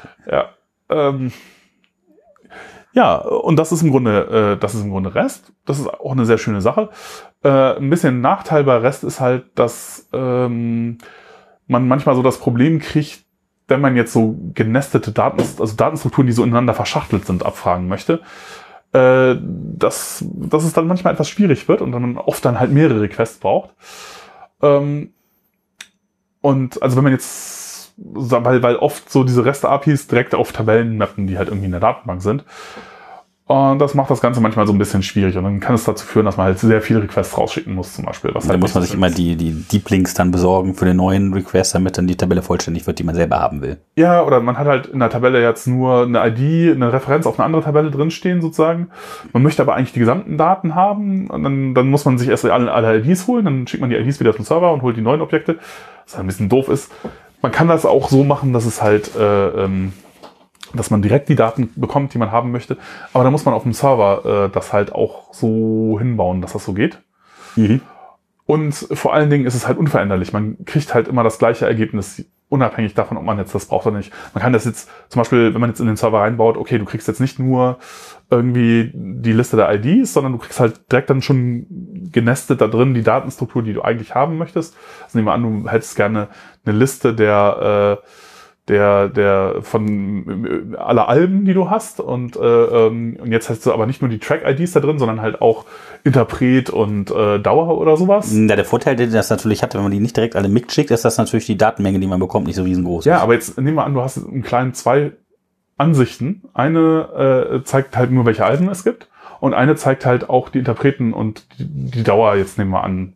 S2: Ja, und das ist im Grunde REST. Das ist auch eine sehr schöne Sache. Ein bisschen Nachteil bei REST ist halt, dass man manchmal so das Problem kriegt, wenn man jetzt so genestete Datenstrukturen, die so ineinander verschachtelt sind, abfragen möchte, dass es dann manchmal etwas schwierig wird und dann oft dann halt mehrere Requests braucht. Und also wenn man jetzt, weil oft so diese REST-APIs direkt auf Tabellen mappen, die halt irgendwie in der Datenbank sind. Und das macht das Ganze manchmal so ein bisschen schwierig. Und dann kann es dazu führen, dass man halt sehr viele Requests rausschicken muss, zum Beispiel.
S1: Da muss man sich immer die Deep Links dann besorgen für den neuen Request, damit dann die Tabelle vollständig wird, die man selber haben will.
S2: Ja, oder man hat halt in der Tabelle jetzt nur eine ID, eine Referenz auf eine andere Tabelle drinstehen, sozusagen. Man möchte aber eigentlich die gesamten Daten haben. Und dann muss man sich erst alle IDs holen. Dann schickt man die IDs wieder zum Server und holt die neuen Objekte. Was halt ein bisschen doof ist. Man kann das auch so machen, dass es halt... dass man direkt die Daten bekommt, die man haben möchte. Aber da muss man auf dem Server das halt auch so hinbauen, dass das so geht.
S1: Mhm.
S2: Und vor allen Dingen ist es halt unveränderlich. Man kriegt halt immer das gleiche Ergebnis, unabhängig davon, ob man jetzt das braucht oder nicht. Man kann das jetzt zum Beispiel, wenn man jetzt in den Server reinbaut, okay, du kriegst jetzt nicht nur irgendwie die Liste der IDs, sondern du kriegst halt direkt dann schon genestet da drin die Datenstruktur, die du eigentlich haben möchtest. Also nehmen wir an, du hättest gerne eine Liste der von aller Alben, die du hast, und jetzt hast du aber nicht nur die Track-IDs da drin, sondern halt auch Interpret und Dauer oder sowas.
S1: Ja, der Vorteil, den das natürlich hat, wenn man die nicht direkt alle mitschickt, ist, dass natürlich die Datenmenge, die man bekommt, nicht so riesengroß ist.
S2: Ja, aber jetzt nehmen wir an, du hast einen kleinen 2 Ansichten. Eine zeigt halt nur, welche Alben es gibt, und eine zeigt halt auch die Interpreten und die Dauer, jetzt nehmen wir an.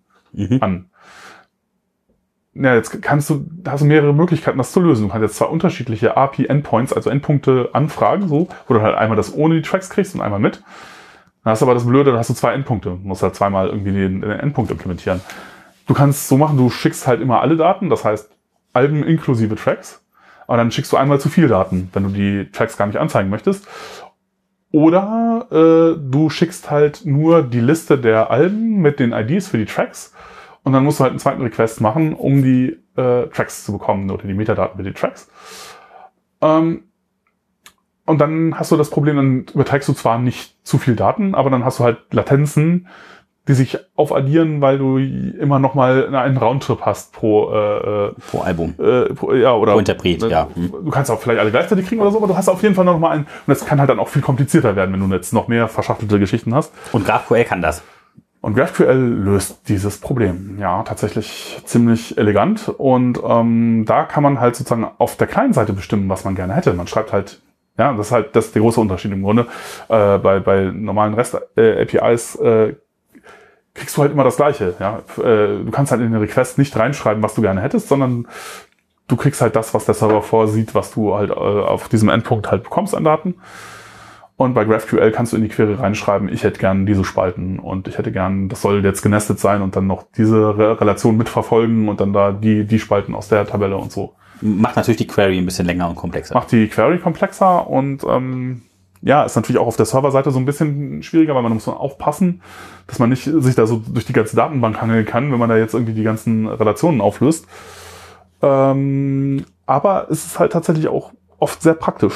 S2: Ja, jetzt hast du mehrere Möglichkeiten, das zu lösen. Du kannst jetzt 2 unterschiedliche API-Endpoints, also Endpunkte anfragen, so, wo du halt einmal das ohne die Tracks kriegst und einmal mit. Dann hast du aber das Blöde, dann hast du 2 Endpunkte. Du musst halt zweimal irgendwie den Endpunkt implementieren. Du kannst so machen, du schickst halt immer alle Daten, das heißt Alben inklusive Tracks, aber dann schickst du einmal zu viel Daten, wenn du die Tracks gar nicht anzeigen möchtest. Oder du schickst halt nur die Liste der Alben mit den IDs für die Tracks. Und dann musst du halt einen zweiten Request machen, um die Tracks zu bekommen oder die Metadaten für die Tracks. Und dann hast du das Problem, dann überträgst du zwar nicht zu viel Daten, aber dann hast du halt Latenzen, die sich aufaddieren, weil du immer noch mal einen Roundtrip hast pro
S1: Album.
S2: Oder
S1: pro Interpret, ja.
S2: Du kannst auch vielleicht alle gleichzeitig kriegen oder so, aber du hast auf jeden Fall noch mal einen. Und das kann halt dann auch viel komplizierter werden, wenn du jetzt noch mehr verschachtelte Geschichten hast.
S1: Und GraphQL kann das.
S2: Und GraphQL löst dieses Problem. Ja, tatsächlich ziemlich elegant. Und da kann man halt sozusagen auf der kleinen Seite bestimmen, was man gerne hätte. Man schreibt halt, ja, das ist der große Unterschied im Grunde. Bei normalen REST-APIs kriegst du halt immer das Gleiche. Ja? Du kannst halt in den Request nicht reinschreiben, was du gerne hättest, sondern du kriegst halt das, was der Server vorsieht, was du halt auf diesem Endpunkt halt bekommst an Daten. Und bei GraphQL kannst du in die Query reinschreiben, ich hätte gern diese Spalten und ich hätte gern, das soll jetzt genestet sein und dann noch diese Relation mitverfolgen und dann da die Spalten aus der Tabelle und so.
S1: Macht natürlich die Query ein bisschen länger und komplexer.
S2: Macht die Query komplexer und ist natürlich auch auf der Serverseite so ein bisschen schwieriger, weil man muss aufpassen, dass man nicht sich da so durch die ganze Datenbank hangeln kann, wenn man da jetzt irgendwie die ganzen Relationen auflöst. Aber es ist halt tatsächlich auch oft sehr praktisch.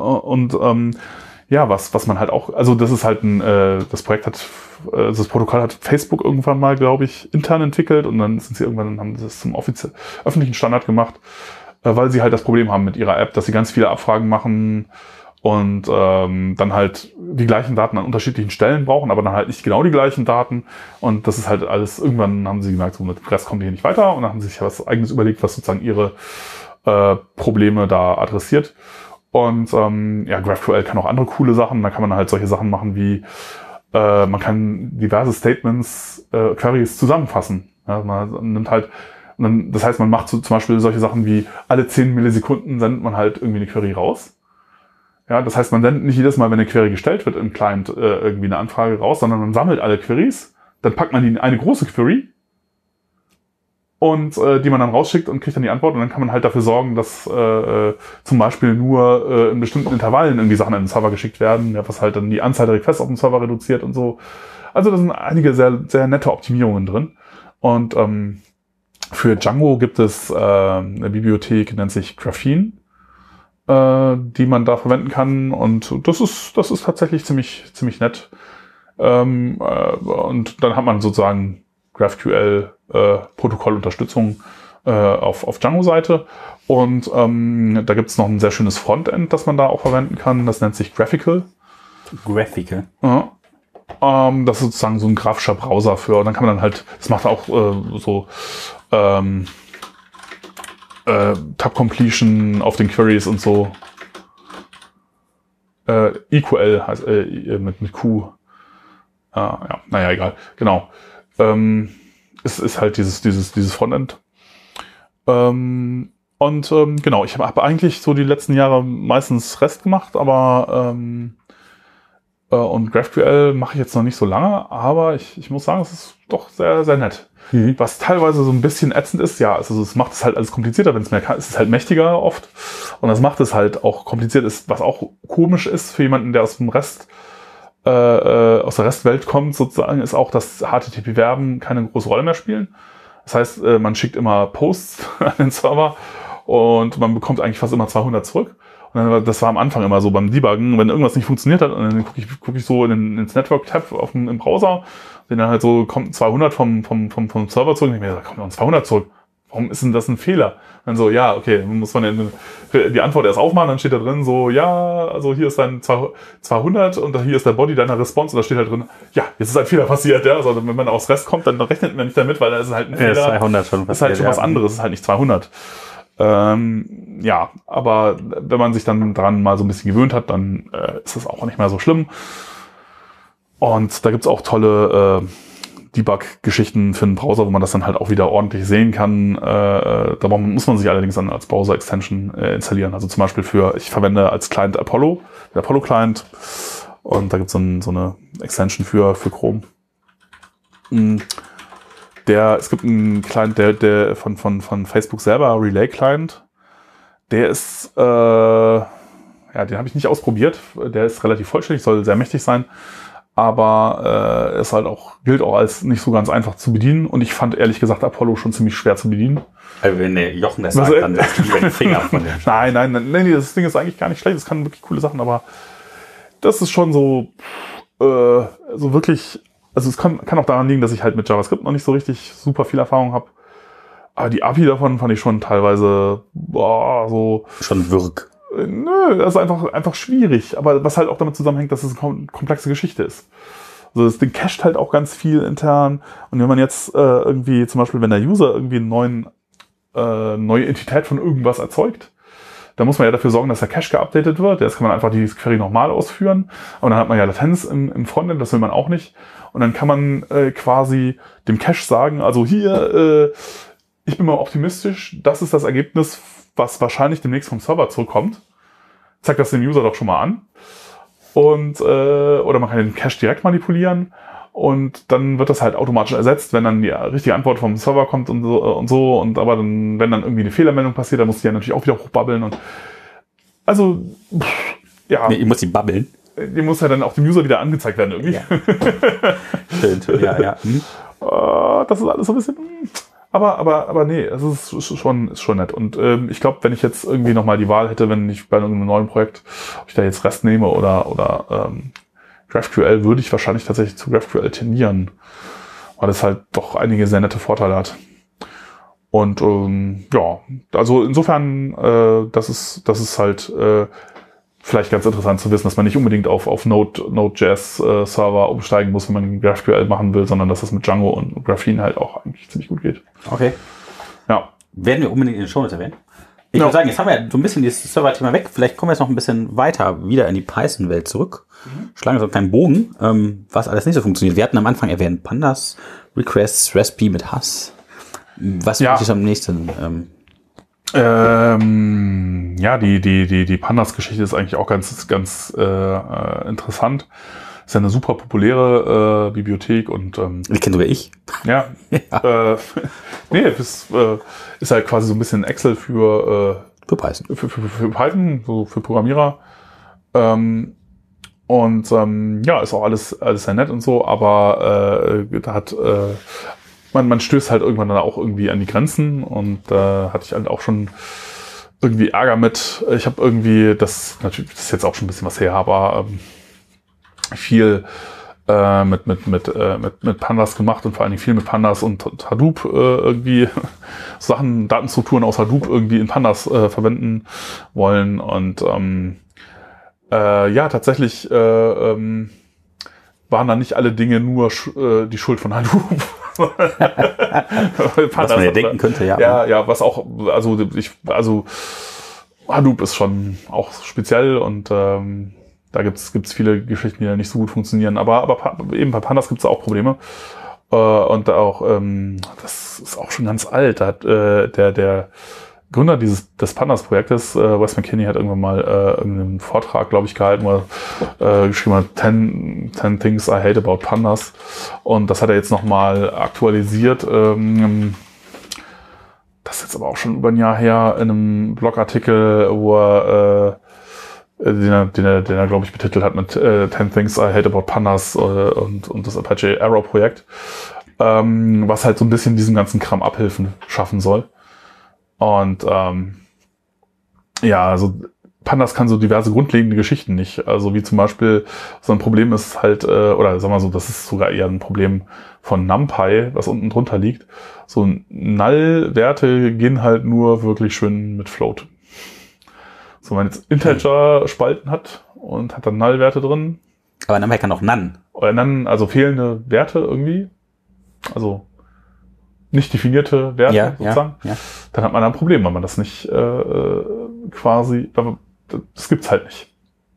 S2: Was man halt auch, also das ist halt das Protokoll hat Facebook irgendwann mal, glaube ich, intern entwickelt und dann haben sie das zum öffentlichen Standard gemacht, weil sie halt das Problem haben mit ihrer App, dass sie ganz viele Abfragen machen und dann halt die gleichen Daten an unterschiedlichen Stellen brauchen, aber dann halt nicht genau die gleichen Daten. Und das ist halt alles, irgendwann haben sie gemerkt, so mit REST kommen die hier nicht weiter und dann haben sie sich was Eigenes überlegt, was sozusagen ihre Probleme da adressiert. Und GraphQL kann auch andere coole Sachen. Da kann man halt solche Sachen machen wie man kann diverse Statements, Queries zusammenfassen. Ja, man nimmt halt, das heißt, man macht so zum Beispiel solche Sachen wie alle 10 Millisekunden sendet man halt irgendwie eine Query raus. Ja, das heißt, man sendet nicht jedes Mal, wenn eine Query gestellt wird im Client, irgendwie eine Anfrage raus, sondern man sammelt alle Queries, dann packt man die in eine große Query und die man dann rausschickt und kriegt dann die Antwort und dann kann man halt dafür sorgen, dass zum Beispiel nur in bestimmten Intervallen irgendwie Sachen an den Server geschickt werden, ja, was halt dann die Anzahl der Requests auf dem Server reduziert und so. Also da sind einige sehr, sehr nette Optimierungen drin. Und für Django gibt es eine Bibliothek, nennt sich Graphene, die man da verwenden kann und das ist tatsächlich ziemlich nett. Und dann hat man sozusagen GraphQL Protokollunterstützung auf Django-Seite und da gibt es noch ein sehr schönes Frontend, das man da auch verwenden kann. Das nennt sich Graphical. Ja. Das ist sozusagen so ein grafischer Browser für. Und dann kann man dann halt, das macht auch Tab Completion auf den Queries und so. EQL heißt mit Q. Naja, egal. Genau. Es ist halt dieses Frontend. Genau, ich habe eigentlich so die letzten Jahre meistens REST gemacht, aber und GraphQL mache ich jetzt noch nicht so lange, aber ich muss sagen, es ist doch sehr, sehr nett. Mhm. Was teilweise so ein bisschen ätzend ist, ja, also es macht es halt alles komplizierter, wenn es mehr kann. Es ist halt mächtiger oft und das macht es halt auch kompliziert, was auch komisch ist für jemanden, der aus dem REST aus der REST-Welt kommt, sozusagen, ist auch, dass HTTP-Verben keine große Rolle mehr spielen. Das heißt, man schickt immer Posts an den Server und man bekommt eigentlich fast immer 200 zurück. Und dann, das war am Anfang immer so beim Debuggen, wenn irgendwas nicht funktioniert hat, und dann guck ich so ins Network-Tab im Browser, und dann halt so kommt 200 vom Server zurück, und ich mir da kommt noch 200 zurück. Warum ist denn das ein Fehler? Dann so, ja, okay, dann muss man die Antwort erst aufmachen, dann steht da drin so, ja, also hier ist dein 200 und hier ist der Body deiner Response und da steht halt drin, ja, jetzt ist ein Fehler passiert, ja, also wenn man aus REST kommt, dann rechnet man nicht damit, weil da ist halt ein Fehler.
S1: 200 schon passiert,
S2: ist halt schon was anderes, ist halt nicht 200. Ja, aber wenn man sich dann dran mal so ein bisschen gewöhnt hat, dann ist das auch nicht mehr so schlimm. Und da gibt's auch tolle Debug-Geschichten für einen Browser, wo man das dann halt auch wieder ordentlich sehen kann. Da muss man sich allerdings dann als Browser-Extension installieren. Also zum Beispiel ich verwende als Client Apollo, der Apollo-Client. Und da gibt es so eine Extension für Chrome. Es gibt einen Client, der von Facebook selber, Relay Client. Der ist, den habe ich nicht ausprobiert. Der ist relativ vollständig, soll sehr mächtig sein. aber ist halt gilt auch als nicht so ganz einfach zu bedienen. Und ich fand ehrlich gesagt Apollo schon ziemlich schwer zu bedienen.
S1: Also wenn der Jochen das sagt, dann lässt du lieber den Finger von dem.
S2: Nein, das Ding ist eigentlich gar nicht schlecht. Es kann wirklich coole Sachen, aber das ist schon so wirklich, also es kann auch daran liegen, dass ich halt mit JavaScript noch nicht so richtig super viel Erfahrung habe. Aber die API davon fand ich schon teilweise so.
S1: Schon wirk.
S2: Nö, das ist einfach schwierig. Aber was halt auch damit zusammenhängt, dass es eine komplexe Geschichte ist. Also das Ding cached halt auch ganz viel intern. Und wenn man jetzt irgendwie, zum Beispiel, wenn der User irgendwie eine neue Entität von irgendwas erzeugt, dann muss man ja dafür sorgen, dass der Cache geupdatet wird. Jetzt kann man einfach die Query nochmal ausführen. Aber dann hat man ja Latenz im Frontend, das will man auch nicht. Und dann kann man quasi dem Cache sagen, also hier, ich bin mal optimistisch, das ist das Ergebnis, was wahrscheinlich demnächst vom Server zurückkommt. Zeigt das dem User doch schon mal an. Und oder man kann den Cache direkt manipulieren. Und dann wird das halt automatisch ersetzt, wenn dann die richtige Antwort vom Server kommt und so. Und aber dann, wenn dann irgendwie eine Fehlermeldung passiert, dann muss die ja natürlich auch wieder hochbabbeln. Und also, ja.
S1: Nee, ich muss die babbeln.
S2: Die muss ja dann auch dem User wieder angezeigt werden irgendwie.
S1: Ja. Schön, ja.
S2: Das ist alles so ein bisschen. Aber nee, es ist schon nett. Und ich glaube, wenn ich jetzt irgendwie nochmal die Wahl hätte, wenn ich bei einem neuen Projekt, ob ich da jetzt REST nehme oder GraphQL, würde ich wahrscheinlich tatsächlich zu GraphQL tendieren, weil es halt doch einige sehr nette Vorteile hat. Und ja, also insofern, das ist halt vielleicht ganz interessant zu wissen, dass man nicht unbedingt auf Node.js Server umsteigen muss, wenn man GraphQL machen will, sondern dass das mit Django und Graphene halt auch eigentlich ziemlich gut geht.
S1: Okay.
S2: Ja.
S1: Werden wir unbedingt in den Shownotes erwähnen. Ich würde sagen, jetzt haben wir so ein bisschen dieses Server-Thema weg. Vielleicht kommen wir jetzt noch ein bisschen weiter wieder in die Python-Welt zurück. Schlagen so einen kleinen Bogen, was alles nicht so funktioniert. Wir hatten am Anfang erwähnt Pandas, Requests, Raspi mit Hass. Was ist am nächsten?
S2: Ja, die Pandas-Geschichte ist eigentlich auch ganz interessant. Ist ja eine super populäre Bibliothek und
S1: die kennt sogar ich.
S2: Ja. Nee, das ist halt quasi so ein bisschen Excel für
S1: Python.
S2: Für Python, so für Programmierer. Ja, ist auch alles sehr nett und so, aber da hat man stößt halt irgendwann dann auch irgendwie an die Grenzen und hatte ich halt auch schon irgendwie Ärger mit. Ich habe irgendwie, das ist jetzt auch schon ein bisschen was her, aber viel mit Pandas gemacht und vor allen Dingen viel mit Pandas und Hadoop irgendwie Datenstrukturen aus Hadoop irgendwie in Pandas verwenden wollen und ja, tatsächlich waren da nicht alle Dinge nur die Schuld von Hadoop.
S1: Was man ja denken könnte, ja.
S2: Ja, was auch, also Hadoop ist schon auch speziell und da gibt's viele Geschichten, die da nicht so gut funktionieren. Aber eben bei Pandas gibt's auch Probleme. Und auch, das ist auch schon ganz alt. Da hat der Gründer des Pandas-Projektes, Wes McKinney, hat irgendwann mal irgendeinen Vortrag, glaube ich, gehalten, wo er geschrieben hat, 10 Things I Hate About Pandas. Und das hat er jetzt nochmal aktualisiert. Das ist jetzt aber auch schon über ein Jahr her in einem Blogartikel, wo er den er glaube ich betitelt hat mit 10 Things I Hate About Pandas und das Apache Arrow Projekt, was halt so ein bisschen diesem ganzen Kram Abhilfen schaffen soll. Und ja, also Pandas kann so diverse grundlegende Geschichten nicht. Also wie zum Beispiel so ein Problem ist halt, oder sagen wir so, das ist sogar eher ein Problem von NumPy, was unten drunter liegt. So Null-Werte gehen halt nur wirklich schön mit Float. So, wenn man jetzt Integer-Spalten hat und hat dann Null-Werte drin.
S1: Aber NumPy kann auch None.
S2: Oder None, also fehlende Werte irgendwie. Also nicht definierte Werte sozusagen. Ja. Dann hat man ein Problem, wenn man das nicht quasi, das gibt's halt nicht.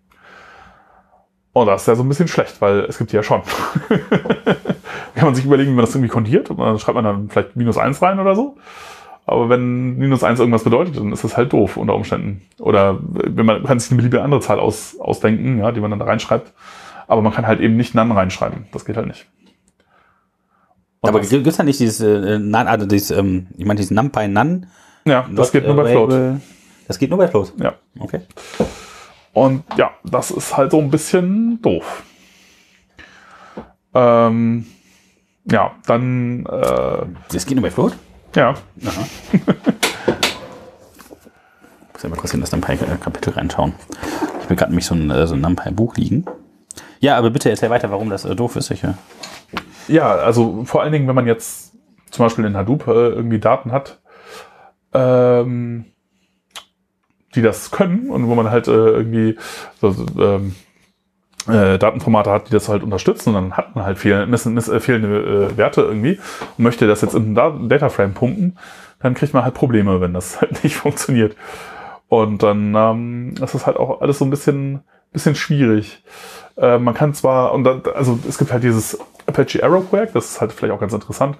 S2: Und das ist ja so ein bisschen schlecht, weil es gibt die ja schon. Kann man sich überlegen, wie man das irgendwie kontiert. Und dann schreibt man dann vielleicht -1 rein oder so. Aber wenn -1 irgendwas bedeutet, dann ist das halt doof unter Umständen. Oder man kann sich eine beliebige andere Zahl ausdenken, ja, die man dann da reinschreibt. Aber man kann halt eben nicht None reinschreiben. Das geht halt nicht. Und
S1: aber gibt es da nicht dieses dieses NumPy None?
S2: Ja, das geht nur bei Float.
S1: Das geht nur bei Float?
S2: Ja.
S1: Okay.
S2: Und ja, das ist halt so ein bisschen doof. Ja, dann...
S1: das geht nur bei Float?
S2: Ja.
S1: Aha. Muss ja mal kurz in das NumPy-Kapitel reinschauen. Ich will gerade nämlich so ein NumPy-Buch liegen. Ja, aber bitte erzähl weiter, warum das doof ist, sicher.
S2: Ja, also vor allen Dingen, wenn man jetzt zum Beispiel in Hadoop irgendwie Daten hat, die das können und wo man halt irgendwie so, Datenformate hat, die das halt unterstützen, und dann hat man halt fehlende Werte irgendwie und möchte das jetzt in einen Dataframe pumpen, dann kriegt man halt Probleme, wenn das halt nicht funktioniert. Und dann ist das halt auch alles so ein bisschen schwierig. Man kann zwar, also es gibt halt dieses Apache Arrow Projekt, das ist halt vielleicht auch ganz interessant,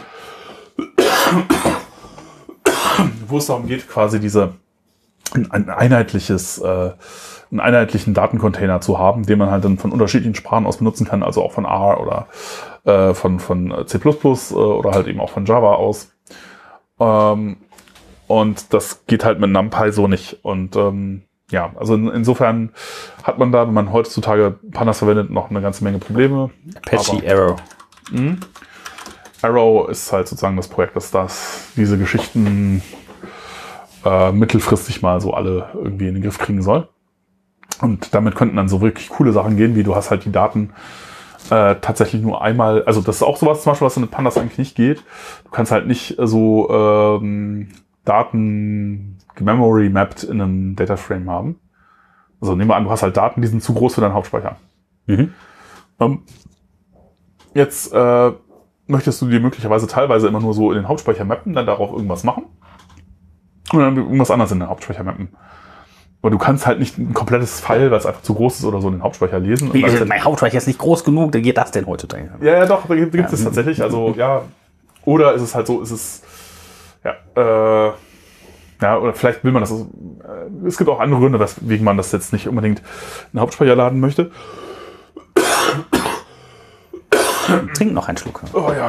S2: wo es darum geht, quasi einen einheitlichen Datencontainer zu haben, den man halt dann von unterschiedlichen Sprachen aus benutzen kann, also auch von R oder von C++ oder halt eben auch von Java aus. Und das geht halt mit NumPy so nicht. Und ja, also insofern hat man da, wenn man heutzutage Pandas verwendet, noch eine ganze Menge Probleme.
S1: Apache Arrow.
S2: Arrow ist halt sozusagen das Projekt, das diese Geschichten mittelfristig mal so alle irgendwie in den Griff kriegen soll. Und damit könnten dann so wirklich coole Sachen gehen, wie du hast halt die Daten tatsächlich nur einmal, also das ist auch sowas zum Beispiel, was mit Pandas eigentlich nicht geht. Du kannst halt nicht so Daten Memory mapped in einem Dataframe haben. Also nehmen wir an, du hast halt Daten, die sind zu groß für deinen Hauptspeicher. Jetzt möchtest du dir möglicherweise teilweise immer nur so in den Hauptspeicher mappen, dann darauf irgendwas machen und dann irgendwas anderes in den Hauptspeicher mappen. Aber du kannst halt nicht ein komplettes File, weil es einfach zu groß ist oder so, in den Hauptspeicher lesen.
S1: Mein Hauptspeicher ist nicht groß genug, dann geht das denn heutzutage?
S2: Ja, doch, da gibt es tatsächlich. Also, ja, oder ist es halt so, ja, oder vielleicht will man das. Es gibt auch andere Gründe, weswegen man das jetzt nicht unbedingt in den Hauptspeicher laden möchte.
S1: Trink noch einen Schluck.
S2: Oh ja.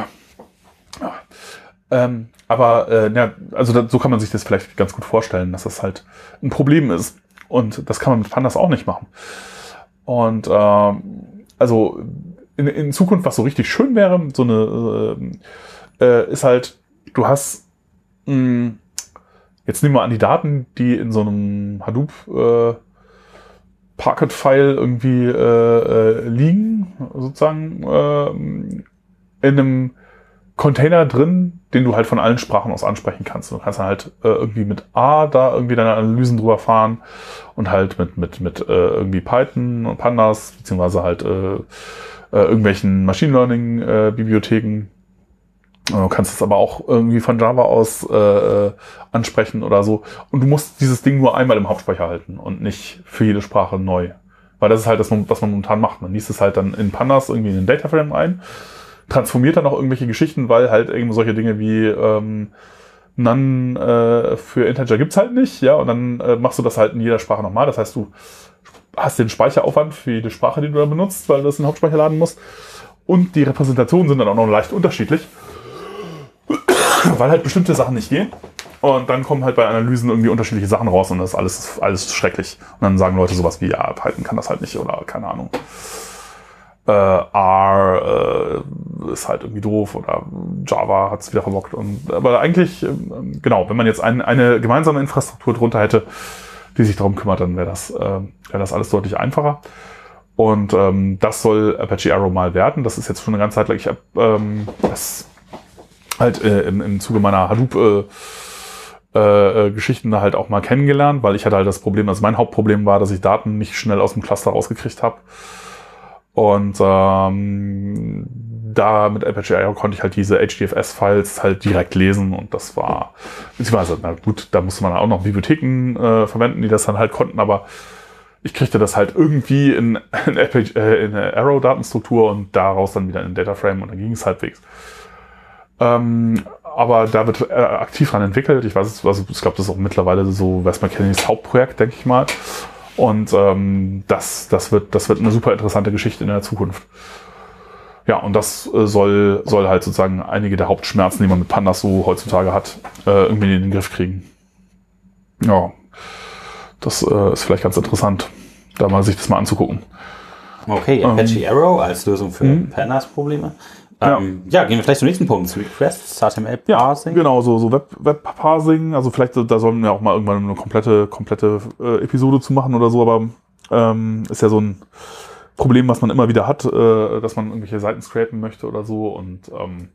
S2: Also so kann man sich das vielleicht ganz gut vorstellen, dass das halt ein Problem ist. Und das kann man mit Pandas auch nicht machen. Und also in Zukunft, was so richtig schön wäre, so eine ist halt, du hast jetzt nehmen wir an die Daten, die in so einem Hadoop Parquet-File irgendwie liegen, sozusagen in einem Container drin, den du halt von allen Sprachen aus ansprechen kannst. Du kannst dann halt irgendwie mit A da irgendwie deine Analysen drüber fahren und halt mit irgendwie Python und Pandas, beziehungsweise halt irgendwelchen Machine Learning Bibliotheken. Du kannst es aber auch irgendwie von Java aus ansprechen oder so. Und du musst dieses Ding nur einmal im Hauptspeicher halten und nicht für jede Sprache neu. Weil das ist halt das, was man momentan macht. Man liest es halt dann in Pandas irgendwie in den Dataframe ein, transformiert dann auch irgendwelche Geschichten, weil halt irgendwie solche Dinge wie None für Integer gibt's halt nicht. Ja, und dann machst du das halt in jeder Sprache nochmal. Das heißt, du hast den Speicheraufwand für jede Sprache, die du da benutzt, weil du das in den Hauptspeicher laden musst. Und die Repräsentationen sind dann auch noch leicht unterschiedlich. Weil halt bestimmte Sachen nicht gehen. Und dann kommen halt bei Analysen irgendwie unterschiedliche Sachen raus und das ist alles schrecklich. Und dann sagen Leute sowas wie, ja, Python kann das halt nicht oder keine Ahnung. R ist halt irgendwie doof oder Java hat es wieder verbockt. Aber eigentlich, genau, wenn man jetzt eine gemeinsame Infrastruktur drunter hätte, die sich darum kümmert, dann wäre das alles deutlich einfacher. Und das soll Apache Arrow mal werden. Das ist jetzt schon eine ganze Zeit lang. Ich habe das halt im Zuge meiner Hadoop-Geschichten da halt auch mal kennengelernt, weil ich hatte halt das Problem, also mein Hauptproblem war, dass ich Daten nicht schnell aus dem Cluster rausgekriegt habe. Und da mit Apache Arrow konnte ich halt diese HDFS-Files halt direkt lesen und das war, beziehungsweise, na gut, da musste man auch noch Bibliotheken verwenden, die das dann halt konnten, aber ich kriegte das halt irgendwie in eine Arrow-Datenstruktur und daraus dann wieder in den Dataframe und dann ging es halbwegs. Aber da wird aktiv dran entwickelt. Ich weiß, also ich glaube, das ist auch mittlerweile so Wes McKinney's Hauptprojekt, denke ich mal. Und das wird eine super interessante Geschichte in der Zukunft. Ja, und das soll halt sozusagen einige der Hauptschmerzen, die man mit Pandas so heutzutage hat, irgendwie in den Griff kriegen. Ja, das ist vielleicht ganz interessant, da mal sich das mal anzugucken.
S1: Okay, Apache Arrow als Lösung für PANAS-Probleme. Gehen wir vielleicht zum nächsten Punkt. Requests, HTML-Parsing.
S2: Ja, genau, so Web-Parsing. Also vielleicht, da sollen wir auch mal irgendwann eine komplette Episode zu machen oder so, aber ist ja so ein Problem, was man immer wieder hat, dass man irgendwelche Seiten scrapen möchte oder so. Und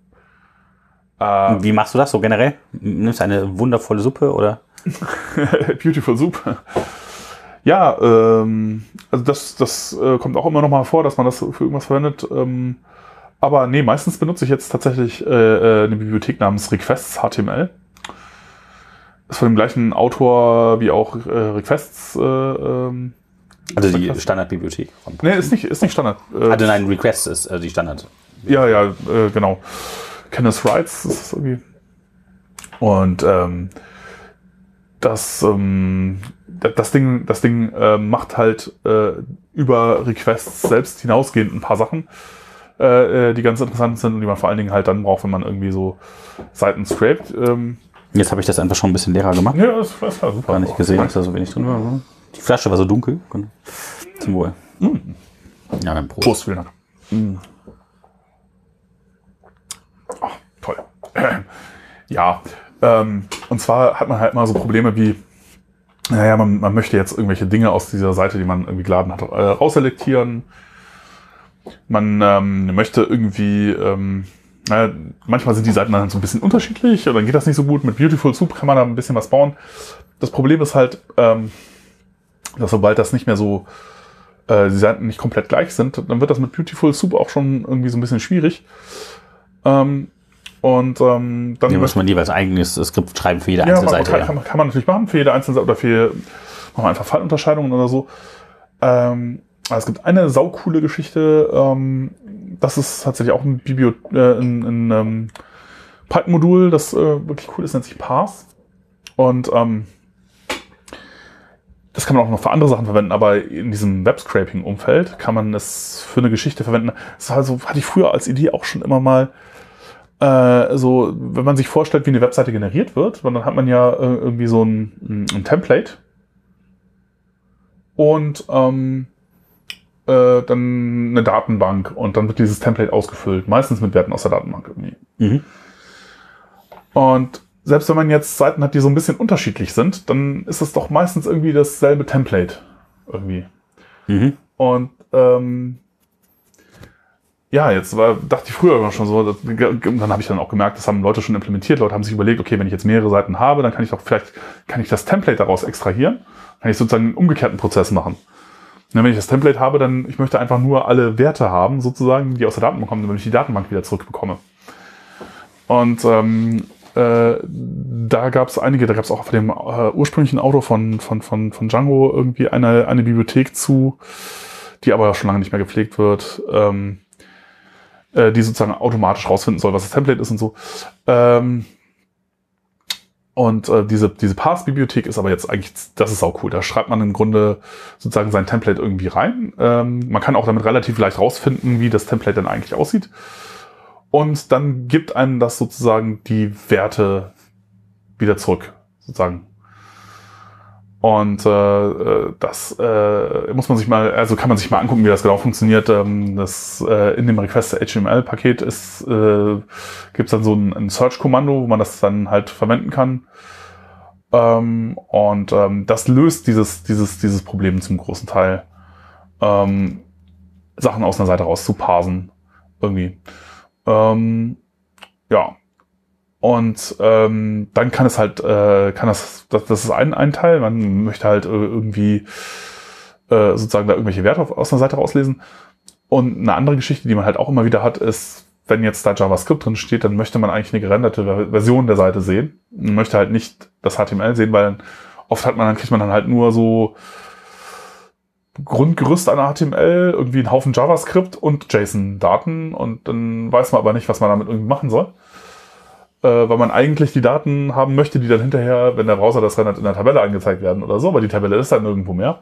S1: wie machst du das so generell? Nimmst du eine wundervolle Suppe oder?
S2: Beautiful Soup. Ja, also das kommt auch immer noch mal vor, dass man das für irgendwas verwendet. Aber nee, meistens benutze ich jetzt tatsächlich eine Bibliothek namens Requests HTML. Ist von dem gleichen Autor wie auch Requests.
S1: Also die Standardbibliothek.
S2: Nee, ist nicht Standard.
S1: Also nein, Requests ist die Standard.
S2: Ja, genau. Kenneth Wrights ist es irgendwie. Und das Ding macht halt über Requests selbst hinausgehend ein paar Sachen, die ganz interessant sind und die man vor allen Dingen halt dann braucht, wenn man irgendwie so Seiten scrapt.
S1: Jetzt habe ich das einfach schon ein bisschen leerer gemacht.
S2: Ja, das war super.
S1: Gar nicht gesehen, dass da so wenig drin war. Die Flasche war so dunkel. Zum Wohl. Ja, dann Prost.
S2: Prost, vielen Dank. Oh, toll. Ja, und zwar hat man halt mal so Probleme wie, naja, man möchte jetzt irgendwelche Dinge aus dieser Seite, die man irgendwie geladen hat, rausselektieren. Man möchte irgendwie, manchmal sind die Seiten dann so ein bisschen unterschiedlich und dann geht das nicht so gut. Mit Beautiful Soup kann man da ein bisschen was bauen. Das Problem ist halt, dass sobald das nicht mehr so, die Seiten nicht komplett gleich sind, dann wird das mit Beautiful Soup auch schon irgendwie so ein bisschen schwierig. Dann
S1: muss man jeweils eigenes Skript schreiben für jede einzelne Seite.
S2: Kann man natürlich machen, für jede einzelne Seite oder machen wir einfach Fallunterscheidungen oder so. Es gibt eine saukoole Geschichte, das ist tatsächlich auch ein Python-Modul, das wirklich cool ist, nennt sich Parse. Und das kann man auch noch für andere Sachen verwenden, aber in diesem Web-Scraping-Umfeld kann man es für eine Geschichte verwenden. Das war also, hatte ich früher als Idee auch schon immer mal so, wenn man sich vorstellt, wie eine Webseite generiert wird, dann hat man ja irgendwie so ein Template und dann eine Datenbank und dann wird dieses Template ausgefüllt, meistens mit Werten aus der Datenbank irgendwie. Und selbst wenn man jetzt Seiten hat, die so ein bisschen unterschiedlich sind, dann ist es doch meistens irgendwie dasselbe Template irgendwie. Und jetzt dachte ich früher immer schon so, dann habe ich dann auch gemerkt, das haben Leute schon implementiert. Leute haben sich überlegt, okay, wenn ich jetzt mehrere Seiten habe, dann kann ich das Template daraus extrahieren, kann ich sozusagen einen umgekehrten Prozess machen. Und wenn ich das Template habe, dann ich möchte einfach nur alle Werte haben, sozusagen, die aus der Datenbank kommen, damit ich die Datenbank wieder zurückbekomme. Und da gab es auch von dem ursprünglichen Autor von Django irgendwie eine Bibliothek zu, die aber schon lange nicht mehr gepflegt wird, die sozusagen automatisch rausfinden soll, was das Template ist und so. Diese Parse-Bibliothek ist aber jetzt eigentlich, das ist auch cool. Da schreibt man im Grunde sozusagen sein Template irgendwie rein. Man kann auch damit relativ leicht rausfinden, wie das Template dann eigentlich aussieht. Und dann gibt einem das sozusagen die Werte wieder zurück, sozusagen. Und das muss man sich mal, also kann man sich mal angucken, wie das genau funktioniert. In dem Request HTML-Paket gibt es dann so ein Search-Kommando, wo man das dann halt verwenden kann. Das löst dieses Problem zum großen Teil, Sachen aus einer Seite raus zu parsen irgendwie. Und dann kann es halt, das ist ein Teil, man möchte halt irgendwie sozusagen da irgendwelche Werte aus einer Seite rauslesen. Und eine andere Geschichte, die man halt auch immer wieder hat, ist, wenn jetzt da JavaScript drin steht, dann möchte man eigentlich eine gerenderte Version der Seite sehen. Man möchte halt nicht das HTML sehen, weil oft kriegt man dann halt nur so Grundgerüst an HTML, irgendwie einen Haufen JavaScript und JSON-Daten und dann weiß man aber nicht, was man damit irgendwie machen soll. Weil man eigentlich die Daten haben möchte, die dann hinterher, wenn der Browser das rendert, in der Tabelle angezeigt werden oder so, aber die Tabelle ist dann nirgendwo mehr.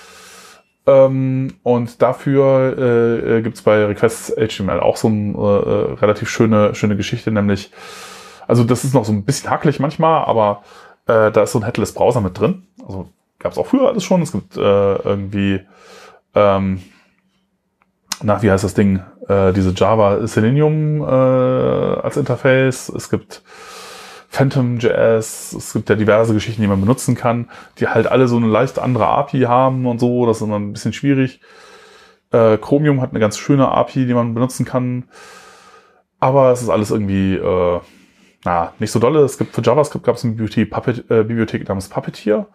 S2: Und dafür gibt's bei Requests HTML auch so eine relativ schöne Geschichte, nämlich, also das ist noch so ein bisschen hackelig manchmal, aber da ist so ein Headless Browser mit drin. Also gab's auch früher alles schon. Es gibt irgendwie wie heißt das Ding? Diese Java Selenium als Interface. Es gibt Phantom.js. Es gibt ja diverse Geschichten, die man benutzen kann, die halt alle so eine leicht andere API haben und so. Das ist immer ein bisschen schwierig. Chromium hat eine ganz schöne API, die man benutzen kann. Aber es ist alles irgendwie nicht so dolle. Es gibt für JavaScript gab es eine Bibliothek namens Puppeteer.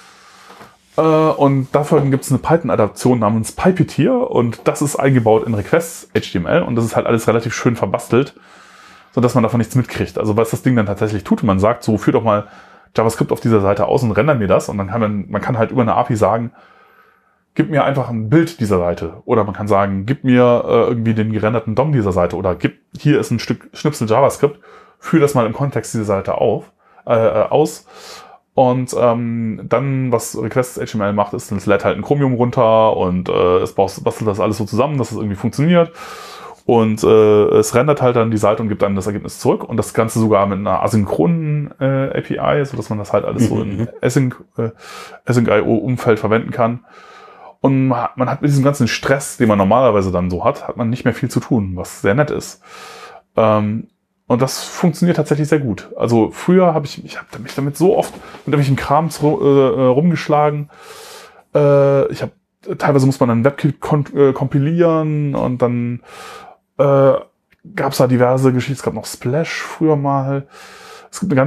S2: Und dafür gibt es eine Python-Adaption namens Pipetteer und das ist eingebaut in Requests HTML und das ist halt alles relativ schön verbastelt, sodass man davon nichts mitkriegt. Also was das Ding dann tatsächlich tut, man sagt so, führ doch mal JavaScript auf dieser Seite aus und render mir das und dann kann man kann halt über eine API sagen, gib mir einfach ein Bild dieser Seite oder man kann sagen, gib mir irgendwie den gerenderten DOM dieser Seite oder hier ist ein Stück Schnipsel JavaScript, führ das mal im Kontext dieser Seite aus. Und dann, was Requests HTML macht, ist, es lädt halt ein Chromium runter und es bastelt das alles so zusammen, dass es irgendwie funktioniert. Und es rendert halt dann die Seite und gibt dann das Ergebnis zurück. Und das Ganze sogar mit einer asynchronen API, sodass man das halt alles so in Async.io-Umfeld verwenden kann. Und man hat mit diesem ganzen Stress, den man normalerweise dann so hat man nicht mehr viel zu tun, was sehr nett ist. Und das funktioniert tatsächlich sehr gut. Also früher habe ich mich damit so oft mit irgendwelchen Krams rumgeschlagen. Teilweise muss man dann WebKit kompilieren und dann gab es da diverse Geschichten. Es gab noch Splash früher mal. Es gibt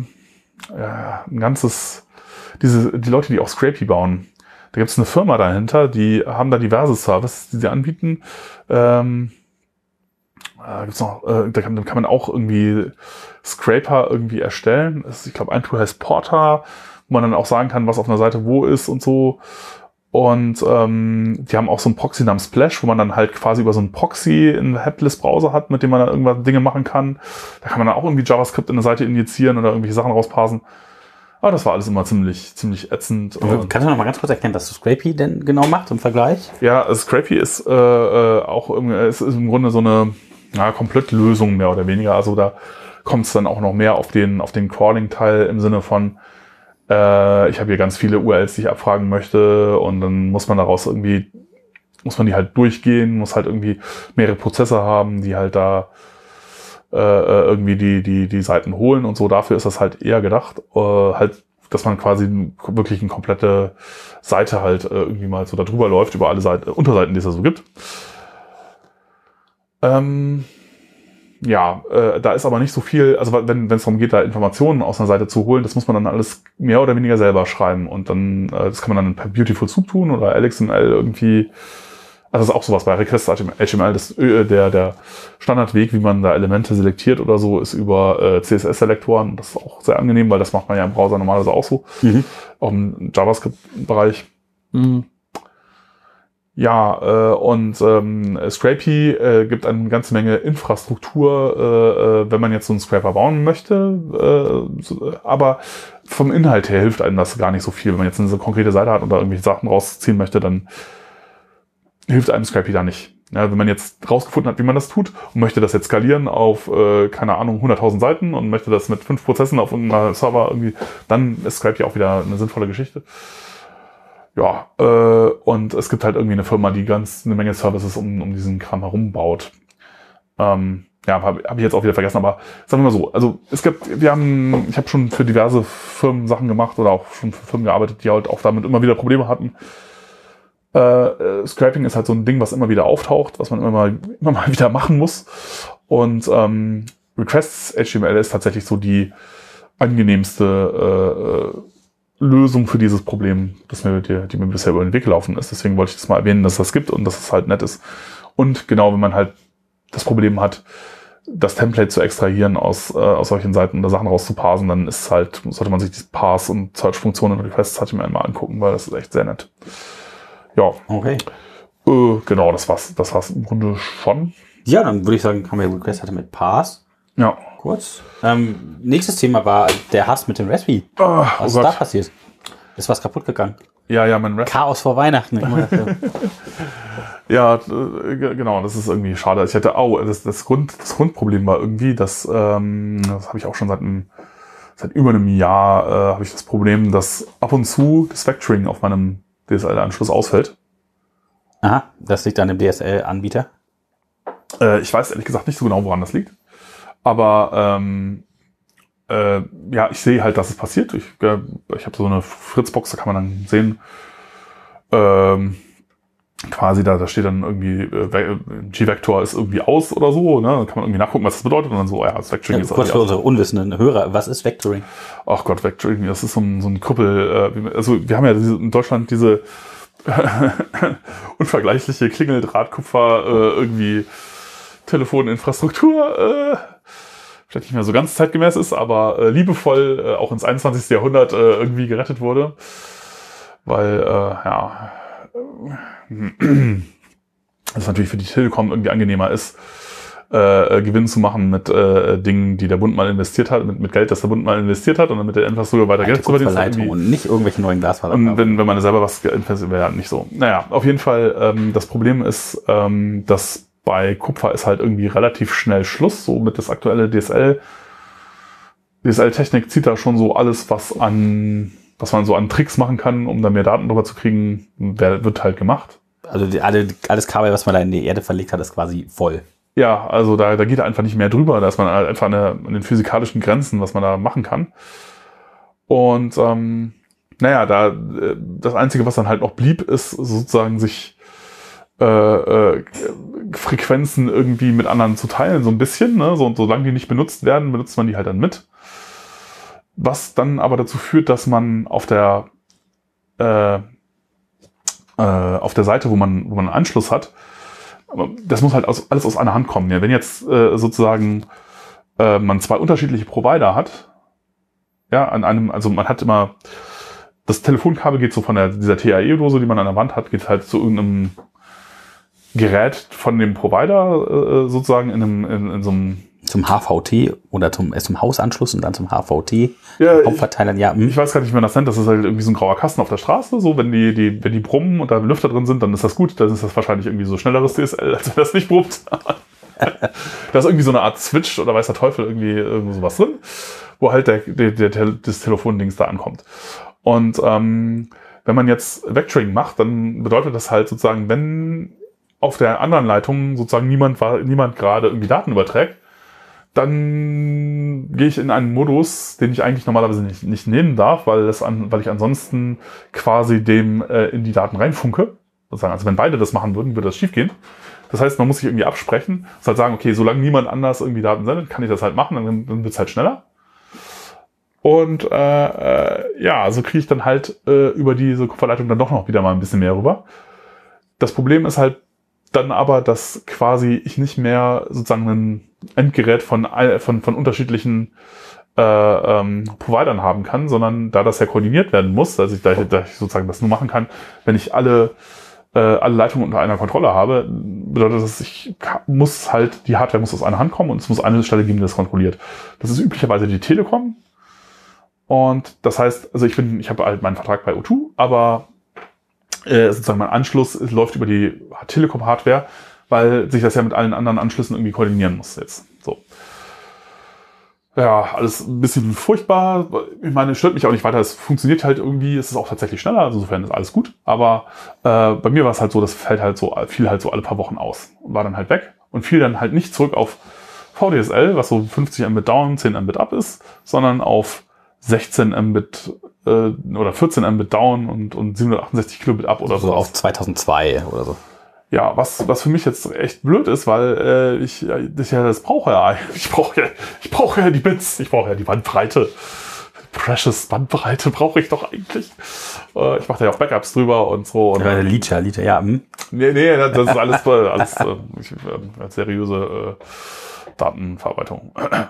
S2: die Leute, die auch Scrapy bauen. Da gibt es eine Firma dahinter, die haben da diverse Services, die sie anbieten. Gibt's noch, da kann man auch irgendwie Scraper irgendwie erstellen. Ich glaube, ein Tool heißt Porter, wo man dann auch sagen kann, was auf einer Seite wo ist und so. Und die haben auch so einen Proxy namens Splash, wo man dann halt quasi über so einen Proxy einen Headless-Browser hat, mit dem man dann irgendwas Dinge machen kann. Da kann man dann auch irgendwie JavaScript in eine Seite injizieren oder irgendwelche Sachen rausparsen. Aber das war alles immer ziemlich ätzend.
S1: Kannst du noch mal ganz kurz erklären, was Scrapy denn genau macht im Vergleich?
S2: Ja, also Scrapy ist auch irgendwie, ist im Grunde so eine Komplettlösung mehr oder weniger. Also da kommt es dann auch noch mehr auf den Crawling-Teil im Sinne von, ich habe hier ganz viele URLs, die ich abfragen möchte und dann muss man die halt durchgehen, muss halt irgendwie mehrere Prozesse haben, die halt da irgendwie die Seiten holen und so. Dafür ist das halt eher gedacht, halt, dass man quasi wirklich eine komplette Seite halt irgendwie mal so da drüber läuft, über alle Unterseiten, die es da so gibt. Da ist aber nicht so viel, also wenn es darum geht, da Informationen aus einer Seite zu holen, das muss man dann alles mehr oder weniger selber schreiben und dann, das kann man dann per Beautiful Soup tun oder LXML irgendwie, also das ist auch sowas bei Request HTML, der Standardweg, wie man da Elemente selektiert oder so, ist über CSS-Selektoren, das ist auch sehr angenehm, weil das macht man ja im Browser normalerweise auch so, auch im JavaScript-Bereich. Ja, Scrapy gibt eine ganze Menge Infrastruktur, wenn man jetzt so einen Scraper bauen möchte, aber vom Inhalt her hilft einem das gar nicht so viel. Wenn man jetzt eine so konkrete Seite hat oder irgendwelche Sachen rausziehen möchte, dann hilft einem Scrapy da nicht. Ja, wenn man jetzt rausgefunden hat, wie man das tut und möchte das jetzt skalieren auf, 100.000 Seiten und möchte das mit 5 Prozessen auf einem Server irgendwie, dann ist Scrapy auch wieder eine sinnvolle Geschichte. Ja, und es gibt halt irgendwie eine Firma, die eine Menge Services um diesen Kram herum baut. Habe ich jetzt auch wieder vergessen, aber sagen wir mal so, also ich habe schon für diverse Firmen Sachen gemacht oder auch schon für Firmen gearbeitet, die halt auch damit immer wieder Probleme hatten. Scraping ist halt so ein Ding, was immer wieder auftaucht, was man immer mal wieder machen muss. Und Requests HTML ist tatsächlich so die angenehmste Lösung für dieses Problem, die mir bisher über den Weg gelaufen ist. Deswegen wollte ich das mal erwähnen, dass es das gibt und dass es halt nett ist. Und genau, wenn man halt das Problem hat, das Template zu extrahieren aus solchen Seiten oder Sachen rauszuparsen, dann ist halt, sollte man sich die Parse- und Search-Funktionen und Requests HTML mal angucken, weil das ist echt sehr nett. Ja.
S1: Okay.
S2: Genau, das war's im Grunde schon.
S1: Ja, dann würde ich sagen, haben wir Request HTML Parse.
S2: Ja.
S1: Kurz. Nächstes Thema war der Hass mit dem Raspberry. Was ist da passiert? Ist was kaputt gegangen?
S2: Ja, mein Raspberry.
S1: Chaos vor Weihnachten.
S2: Ja, genau, das ist irgendwie schade. Ich hätte das Grundproblem war irgendwie, das habe ich auch schon seit über einem Jahr habe ich das Problem, dass ab und zu das Vectoring auf meinem DSL-Anschluss ausfällt.
S1: Aha, das liegt an dem DSL-Anbieter.
S2: Ich weiß ehrlich gesagt nicht so genau, woran das liegt. Aber ja, ich sehe halt, dass es passiert. Ich habe so eine Fritzbox, da kann man dann sehen, quasi da steht dann irgendwie G-Vector ist irgendwie aus oder so, ne? Dann kann man irgendwie nachgucken, was das bedeutet und dann so, ja, das Vectoring ist
S1: kurz für unsere unwissenden Hörer, was ist Vectoring?
S2: Ach Gott, Vectoring, das ist so ein Krüppel, also wir haben ja in Deutschland diese unvergleichliche Klingeldrahtkupfer irgendwie Telefoninfrastruktur, vielleicht nicht mehr so ganz zeitgemäß ist, aber liebevoll auch ins 21. Jahrhundert irgendwie gerettet wurde, weil ja es natürlich für die Telekom irgendwie angenehmer ist, Gewinn zu machen mit Dingen, die der Bund mal investiert hat, mit Geld, das der Bund mal investiert hat und dann mit der Infrastruktur weiter Geld zu verdienen.
S1: Und nicht irgendwelche neuen Glasfasern.
S2: Und wenn man selber was investiert, wäre nicht so. Naja, auf jeden Fall, das Problem ist, dass bei Kupfer ist halt irgendwie relativ schnell Schluss, so mit das aktuelle DSL. DSL-Technik zieht da schon so alles, was man so an Tricks machen kann, um da mehr Daten drüber zu kriegen, wird halt gemacht.
S1: Also alles Kabel, was man da in die Erde verlegt hat, ist quasi voll.
S2: Ja, also da geht einfach nicht mehr drüber. Da ist man halt einfach an den physikalischen Grenzen, was man da machen kann. Und naja, das Einzige, was dann halt noch blieb, ist sozusagen sich Frequenzen irgendwie mit anderen zu teilen, so ein bisschen. Ne? Solange die nicht benutzt werden, benutzt man die halt dann mit. Was dann aber dazu führt, dass man auf der Seite, wo man einen Anschluss hat, das muss halt alles aus einer Hand kommen. Ja, wenn jetzt sozusagen man zwei unterschiedliche Provider hat, ja, also man hat immer, das Telefonkabel geht so von dieser TAE-Dose, die man an der Wand hat, geht halt zu irgendeinem Gerät von dem Provider sozusagen in so einem
S1: zum HVT oder zum Hausanschluss und dann zum HVT Hauptverteilern. Ja,
S2: ich weiß gar nicht, wie man das nennt. Das ist halt irgendwie so ein grauer Kasten auf der Straße. So, wenn die brummen und da Lüfter drin sind, dann ist das gut. Dann ist das wahrscheinlich irgendwie so schnelleres DSL, als wenn das nicht brummt. Da ist irgendwie so eine Art Switch oder weiß der Teufel irgendwie sowas drin, wo halt das Telefondings da ankommt. Und wenn man jetzt Vectoring macht, dann bedeutet das halt sozusagen, wenn auf der anderen Leitung sozusagen niemand gerade irgendwie Daten überträgt, dann gehe ich in einen Modus, den ich eigentlich normalerweise nicht nehmen darf, weil ich ansonsten quasi dem in die Daten reinfunke. Sozusagen. Also wenn beide das machen würden, würde das schief gehen. Das heißt, man muss sich irgendwie absprechen, muss halt sagen, okay, solange niemand anders irgendwie Daten sendet, kann ich das halt machen, dann wird es halt schneller. Und ja, so kriege ich dann halt über diese Kupferleitung dann doch noch wieder mal ein bisschen mehr rüber. Das Problem ist halt dann aber, dass quasi ich nicht mehr sozusagen ein Endgerät von unterschiedlichen Providern haben kann, sondern da das ja koordiniert werden muss, da ich sozusagen das nur machen kann, wenn ich alle Leitungen unter einer Kontrolle habe, bedeutet das, die Hardware muss aus einer Hand kommen und es muss eine Stelle geben, die das kontrolliert. Das ist üblicherweise die Telekom. Und das heißt, also ich habe halt meinen Vertrag bei O2, aber sozusagen mein Anschluss läuft über die Telekom-Hardware, weil sich das ja mit allen anderen Anschlüssen irgendwie koordinieren muss jetzt. So. Ja, alles ein bisschen furchtbar. Ich meine, es stört mich auch nicht weiter. Es funktioniert halt irgendwie, es ist auch tatsächlich schneller, also insofern ist alles gut. Aber bei mir war es halt so, das fiel halt so alle paar Wochen aus und war dann halt weg und fiel dann halt nicht zurück auf VDSL, was so 50 Mbit down, 10 Mbit up ist, sondern auf 16 Mbit oder 14 Mbit down und 768 Kilobit up oder so.
S1: Auf 2002 oder so.
S2: Ja, was für mich jetzt echt blöd ist, weil das brauche ja. Ich brauche ja die Bits, ich brauche ja die Bandbreite. Precious Bandbreite brauche ich doch eigentlich. Ich mache da ja auch Backups drüber und so. Und
S1: Liter, ja.
S2: Nee, das ist alles seriöse Datenverarbeitung.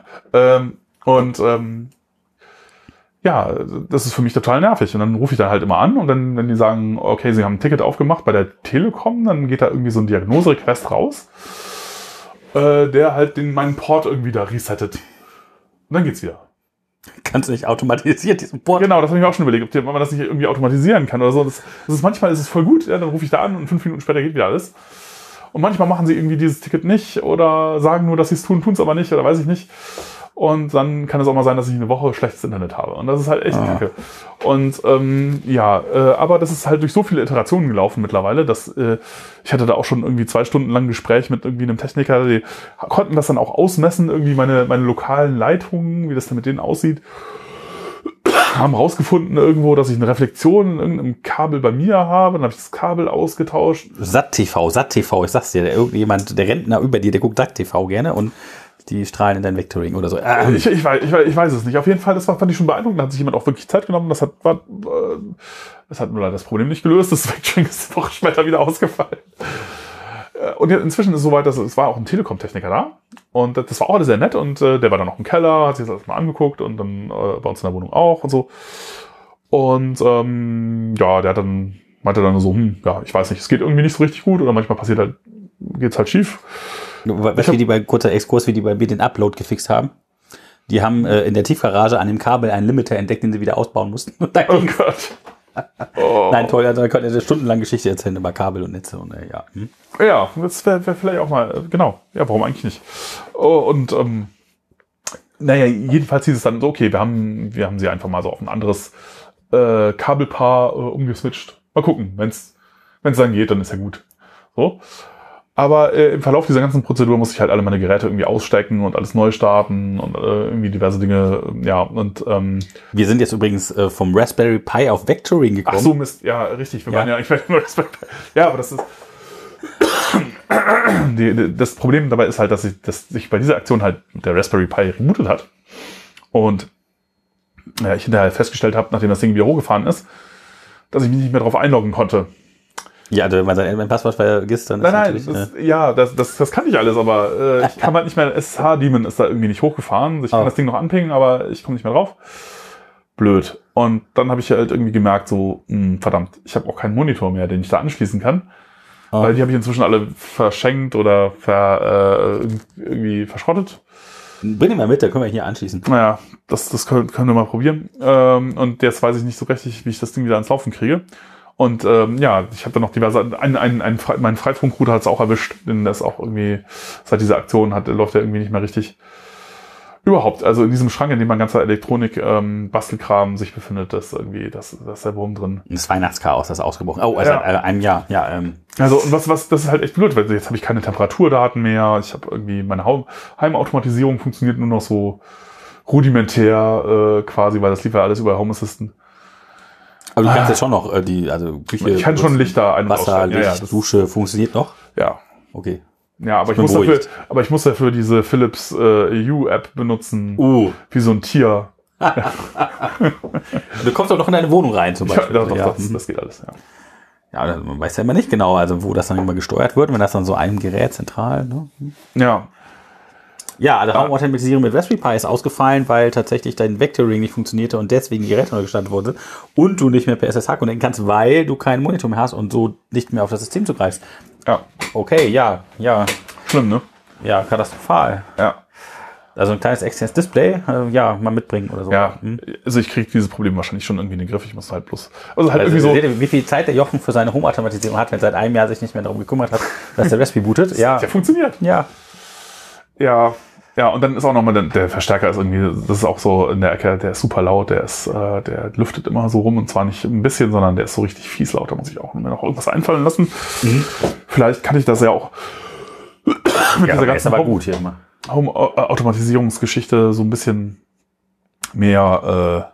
S2: Ja, das ist für mich total nervig. Und dann rufe ich da halt immer an und dann, wenn die sagen, okay, sie haben ein Ticket aufgemacht bei der Telekom, dann geht da irgendwie so ein Diagnose-Request raus, der halt meinen Port irgendwie da resettet. Und dann geht's wieder.
S1: Kannst du nicht automatisiert diesen Port?
S2: Genau, das habe ich mir auch schon überlegt, ob man das nicht irgendwie automatisieren kann oder so. Manchmal ist es voll gut, ja, dann rufe ich da an und 5 Minuten später geht wieder alles. Und manchmal machen sie irgendwie dieses Ticket nicht oder sagen nur, dass sie es tun es aber nicht oder weiß ich nicht. Und dann kann es auch mal sein, dass ich eine Woche schlechtes Internet habe. Und das ist halt echt kacke. Und aber das ist halt durch so viele Iterationen gelaufen mittlerweile, dass ich hatte da auch schon irgendwie 2 Stunden lang Gespräch mit irgendwie einem Techniker, die konnten das dann auch ausmessen, irgendwie meine lokalen Leitungen, wie das denn mit denen aussieht. Haben rausgefunden irgendwo, dass ich eine Reflexion in irgendeinem Kabel bei mir habe. Dann habe ich das Kabel ausgetauscht.
S1: SAT-TV, ich sag's dir, irgendjemand, der Rentner über dir, der guckt SAT-TV gerne und die strahlen in dein Vectoring oder so.
S2: Ich weiß es nicht. Auf jeden Fall, fand ich schon beeindruckend. Da hat sich jemand auch wirklich Zeit genommen. Das hat nur leider das Problem nicht gelöst. Das Vectoring ist eine Woche später wieder ausgefallen. Und inzwischen ist es soweit, dass es war auch ein Telekom-Techniker da. Und das war auch alles sehr nett. Und der war dann noch im Keller, hat sich das alles mal angeguckt und dann bei uns in der Wohnung auch und so. Und der hat dann meinte dann so, ich weiß nicht, es geht irgendwie nicht so richtig gut oder manchmal geht's halt schief.
S1: Kurzer Exkurs, wie die bei mir den Upload gefixt haben. Die haben in der Tiefgarage an dem Kabel einen Limiter entdeckt, den sie wieder ausbauen mussten.
S2: Oh Gott.
S1: Nein, toll, da konnte er stundenlang Geschichte erzählen über Kabel und Netze und
S2: Ja, das wäre vielleicht auch mal, genau. Ja, warum eigentlich nicht? Jedenfalls hieß es dann so, okay, wir haben sie einfach mal so auf ein anderes Kabelpaar umgeswitcht. Mal gucken, wenn's dann geht, dann ist ja gut. So. Aber im Verlauf dieser ganzen Prozedur musste ich halt alle meine Geräte irgendwie ausstecken und alles neu starten und irgendwie diverse Dinge,
S1: wir sind jetzt übrigens vom Raspberry Pi auf Vectoring gekommen.
S2: Ach so, Mist, ja, richtig. Wir waren ja eigentlich bei dem Raspberry Pi. Ja, aber das ist... das Problem dabei ist halt, dass sich bei dieser Aktion halt der Raspberry Pi rebootet hat. Und ich hinterher festgestellt habe, nachdem das Ding wieder hochgefahren ist, dass ich mich nicht mehr drauf einloggen konnte.
S1: Ja, wenn man sein Passwort vergisst, dann ist
S2: das kann ich alles, aber ich kann halt nicht mehr, SSH-Daemon ist da irgendwie nicht hochgefahren. Ich kann das Ding noch anpingen, aber ich komme nicht mehr drauf. Blöd. Und dann habe ich halt irgendwie gemerkt, so, verdammt, ich habe auch keinen Monitor mehr, den ich da anschließen kann. Weil die habe ich inzwischen alle verschenkt oder irgendwie verschrottet.
S1: Bring ihn mal mit, da können wir hier anschließen.
S2: Naja, das können wir mal probieren. Und jetzt weiß ich nicht so richtig, wie ich das Ding wieder ans Laufen kriege. Und ich habe dann noch diverse, mein Freifunkrouter hat es auch erwischt, denn das auch irgendwie, seit dieser Aktion läuft der irgendwie nicht mehr richtig. Überhaupt, also in diesem Schrank, in dem mein ganzer Elektronik, Bastelkram sich befindet, ist der Wurm drin.
S1: Das Weihnachtschaos, das ist ausgebrochen. Seit einem Jahr,
S2: Also, und das ist halt echt blöd, weil jetzt habe ich keine Temperaturdaten mehr, ich habe irgendwie, meine Heimautomatisierung funktioniert nur noch so rudimentär, quasi, weil das lief ja alles über Home Assistant.
S1: Aber du kannst jetzt schon noch Küche...
S2: Ich kann schon Lichter ein- und
S1: Wasser,
S2: ausschalten.
S1: Licht, Dusche funktioniert noch?
S2: Ja.
S1: Okay.
S2: Ja, aber ich muss dafür diese Philips EU-App benutzen. Wie so ein Tier.
S1: Du kommst doch noch in deine Wohnung rein zum Beispiel.
S2: Das geht alles, ja.
S1: Ja, man weiß ja immer nicht genau, also wo das dann immer gesteuert wird, wenn das dann so ein Gerät zentral, ne?
S2: Ja.
S1: Ja, also Raumautomatisierung mit Raspberry Pi ist ausgefallen, weil tatsächlich dein Vectoring nicht funktionierte und deswegen die Geräte neu gestartet wurden und du nicht mehr per SSH connecten kannst, weil du keinen Monitor mehr hast und so nicht mehr auf das System zugreifst.
S2: Ja.
S1: Okay, ja.
S2: Schlimm, ne?
S1: Ja, katastrophal.
S2: Ja.
S1: Also ein kleines externes Display, mal mitbringen oder so.
S2: Ja, also ich kriege dieses Problem wahrscheinlich schon irgendwie in den Griff. Ich muss halt bloß... Also irgendwie so...
S1: Seht ihr, wie viel Zeit der Jochen für seine Home-Automatisierung hat, wenn er seit einem Jahr sich nicht mehr darum gekümmert hat, dass der Raspberry bootet? Ja.
S2: Der funktioniert.
S1: Ja.
S2: Ja, und dann ist auch nochmal der Verstärker ist irgendwie, das ist auch so in der Ecke, der ist super laut, der lüftet immer so rum und zwar nicht ein bisschen, sondern der ist so richtig fies laut, da muss ich auch mir noch irgendwas einfallen lassen. Vielleicht kann ich das ja auch mit dieser ganzen Home-Automatisierungsgeschichte so ein bisschen mehr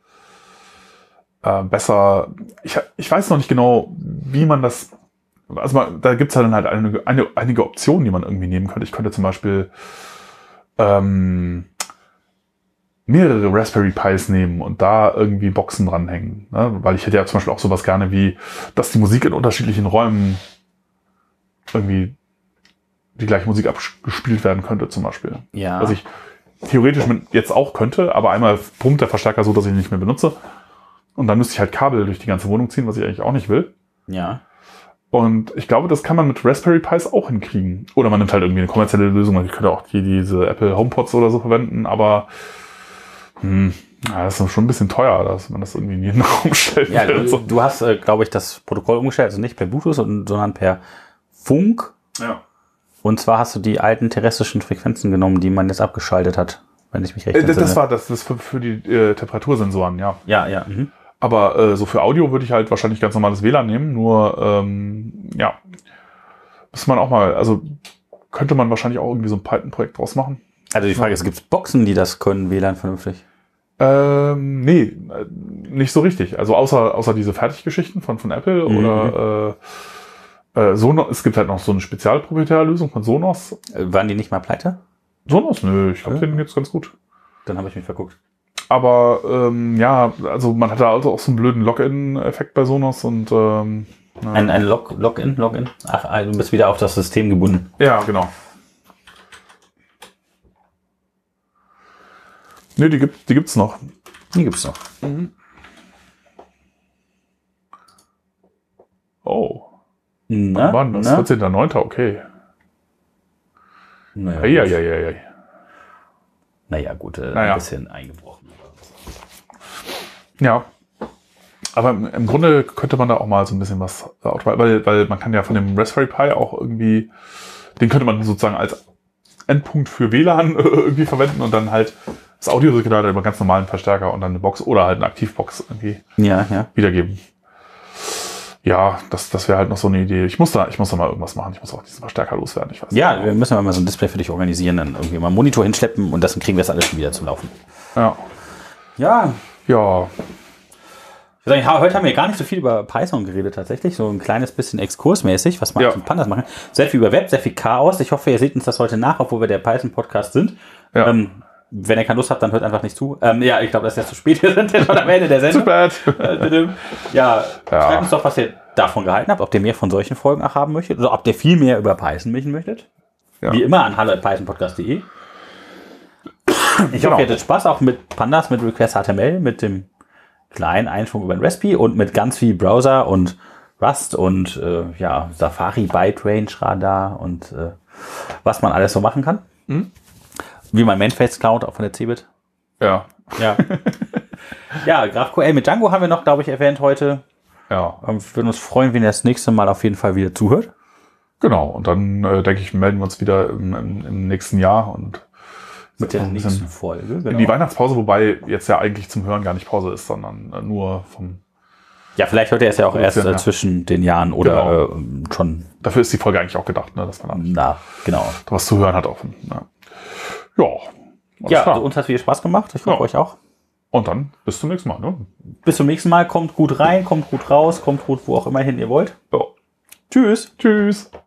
S2: besser, ich weiß noch nicht genau, wie man das, also da gibt es dann halt einige Optionen, die man irgendwie nehmen könnte. Ich könnte zum Beispiel mehrere Raspberry Pis nehmen und da irgendwie Boxen dranhängen. Ne? Weil ich hätte ja zum Beispiel auch sowas gerne wie, dass die Musik in unterschiedlichen Räumen irgendwie die gleiche Musik abgespielt werden könnte zum Beispiel.
S1: Ja.
S2: Was ich theoretisch jetzt auch könnte, aber einmal pumpt der Verstärker so, dass ich ihn nicht mehr benutze. Und dann müsste ich halt Kabel durch die ganze Wohnung ziehen, was ich eigentlich auch nicht will.
S1: Ja.
S2: Und ich glaube, das kann man mit Raspberry Pis auch hinkriegen. Oder man nimmt halt irgendwie eine kommerzielle Lösung. Ich könnte auch diese Apple HomePods oder so verwenden, aber das ist schon ein bisschen teuer, dass man das irgendwie in jeden Raum stellt.
S1: Ja, du hast, glaube ich, das Protokoll umgestellt, also nicht per Bluetooth, sondern per Funk.
S2: Ja.
S1: Und zwar hast du die alten terrestrischen Frequenzen genommen, die man jetzt abgeschaltet hat. wenn ich mich recht entsinne.
S2: Das ist für die Temperatursensoren, ja.
S1: Ja.
S2: Aber so für Audio würde ich halt wahrscheinlich ganz normales WLAN nehmen, nur, ja, muss man auch mal, also könnte man wahrscheinlich auch irgendwie so ein Python-Projekt draus machen.
S1: Also die Frage ist, gibt es Boxen, die das können, WLAN vernünftig?
S2: Nee, nicht so richtig. Also außer diese Fertiggeschichten von Apple oder Sonos. Es gibt halt noch so eine spezialproprietäre Lösung von Sonos.
S1: Waren die nicht mal pleite?
S2: Sonos? Nö, ich glaube, denen geht's ganz gut.
S1: Dann habe ich mich verguckt.
S2: Aber ja, also man hatte also auch so einen blöden Login-Effekt bei Sonos und
S1: ein Login? Ach, du bist wieder auf das System gebunden.
S2: Ja, genau. Nee, die gibt's noch.
S1: Die gibt's noch.
S2: Oh. Wann das? 14.09. Okay.
S1: Naja, gut, ein bisschen eingebrochen.
S2: Ja. Aber im Grunde könnte man da auch mal so ein bisschen was weil man kann ja von dem Raspberry Pi auch irgendwie, den könnte man sozusagen als Endpunkt für WLAN irgendwie verwenden und dann halt das Audiosignal über einen ganz normalen Verstärker und dann eine Box oder halt eine Aktivbox irgendwie wiedergeben. Ja, das wäre halt noch so eine Idee. Ich muss da mal irgendwas machen. Ich muss auch diesen Verstärker loswerden. Ich weiß nicht.
S1: Wir müssen mal so ein Display für dich organisieren, dann irgendwie mal einen Monitor hinschleppen und dann kriegen wir das alles schon wieder zu laufen. Ja. Ich würde sagen, heute haben wir gar nicht so viel über Python geredet tatsächlich. So ein kleines bisschen exkursmäßig, was man mit Pandas machen. Sehr viel über Web, sehr viel Chaos. Ich hoffe, ihr seht uns das heute nach, obwohl wir der Python-Podcast sind. Ja. Wenn ihr keine Lust habt, dann hört einfach nicht zu. Ich glaube, das ist ja zu spät. Wir sind ja schon am Ende der Sendung.
S2: Zu spät.
S1: Schreibt uns doch, was ihr davon gehalten habt. Ob ihr mehr von solchen Folgen auch haben möchtet. Oder ob ihr viel mehr über Python wissen möchtet. Ja. Wie immer an hallo@pythonpodcast.de. Ich hoffe, ihr hattet Spaß auch mit Pandas, mit Request HTML, mit dem kleinen Einschwung über den Raspi und mit ganz viel Browser und Rust und Safari, Byte Range Radar und was man alles so machen kann. Wie mein Manface Cloud, auch von der Cebit.
S2: Ja.
S1: GraphQL mit Django haben wir noch, glaube ich, erwähnt heute.
S2: Ja.
S1: Wir würden uns freuen, wenn ihr das nächste Mal auf jeden Fall wieder zuhört.
S2: Genau, und dann denke ich, melden wir uns wieder im nächsten Jahr und
S1: mit der nächsten Folge. Genau.
S2: In die Weihnachtspause, wobei jetzt ja eigentlich zum Hören gar nicht Pause ist, sondern nur vom...
S1: Ja, vielleicht hört ihr es ja auch erst zwischen den Jahren oder schon...
S2: Dafür ist die Folge eigentlich auch gedacht, ne, dass man was zu hören hat.
S1: Also uns hat viel Spaß gemacht. Ich hoffe euch auch.
S2: Und dann bis zum nächsten Mal. Ne?
S1: Bis zum nächsten Mal. Kommt gut rein, kommt gut raus, kommt gut wo auch immer hin ihr wollt.
S2: Ja.
S1: Tschüss.
S2: Tschüss.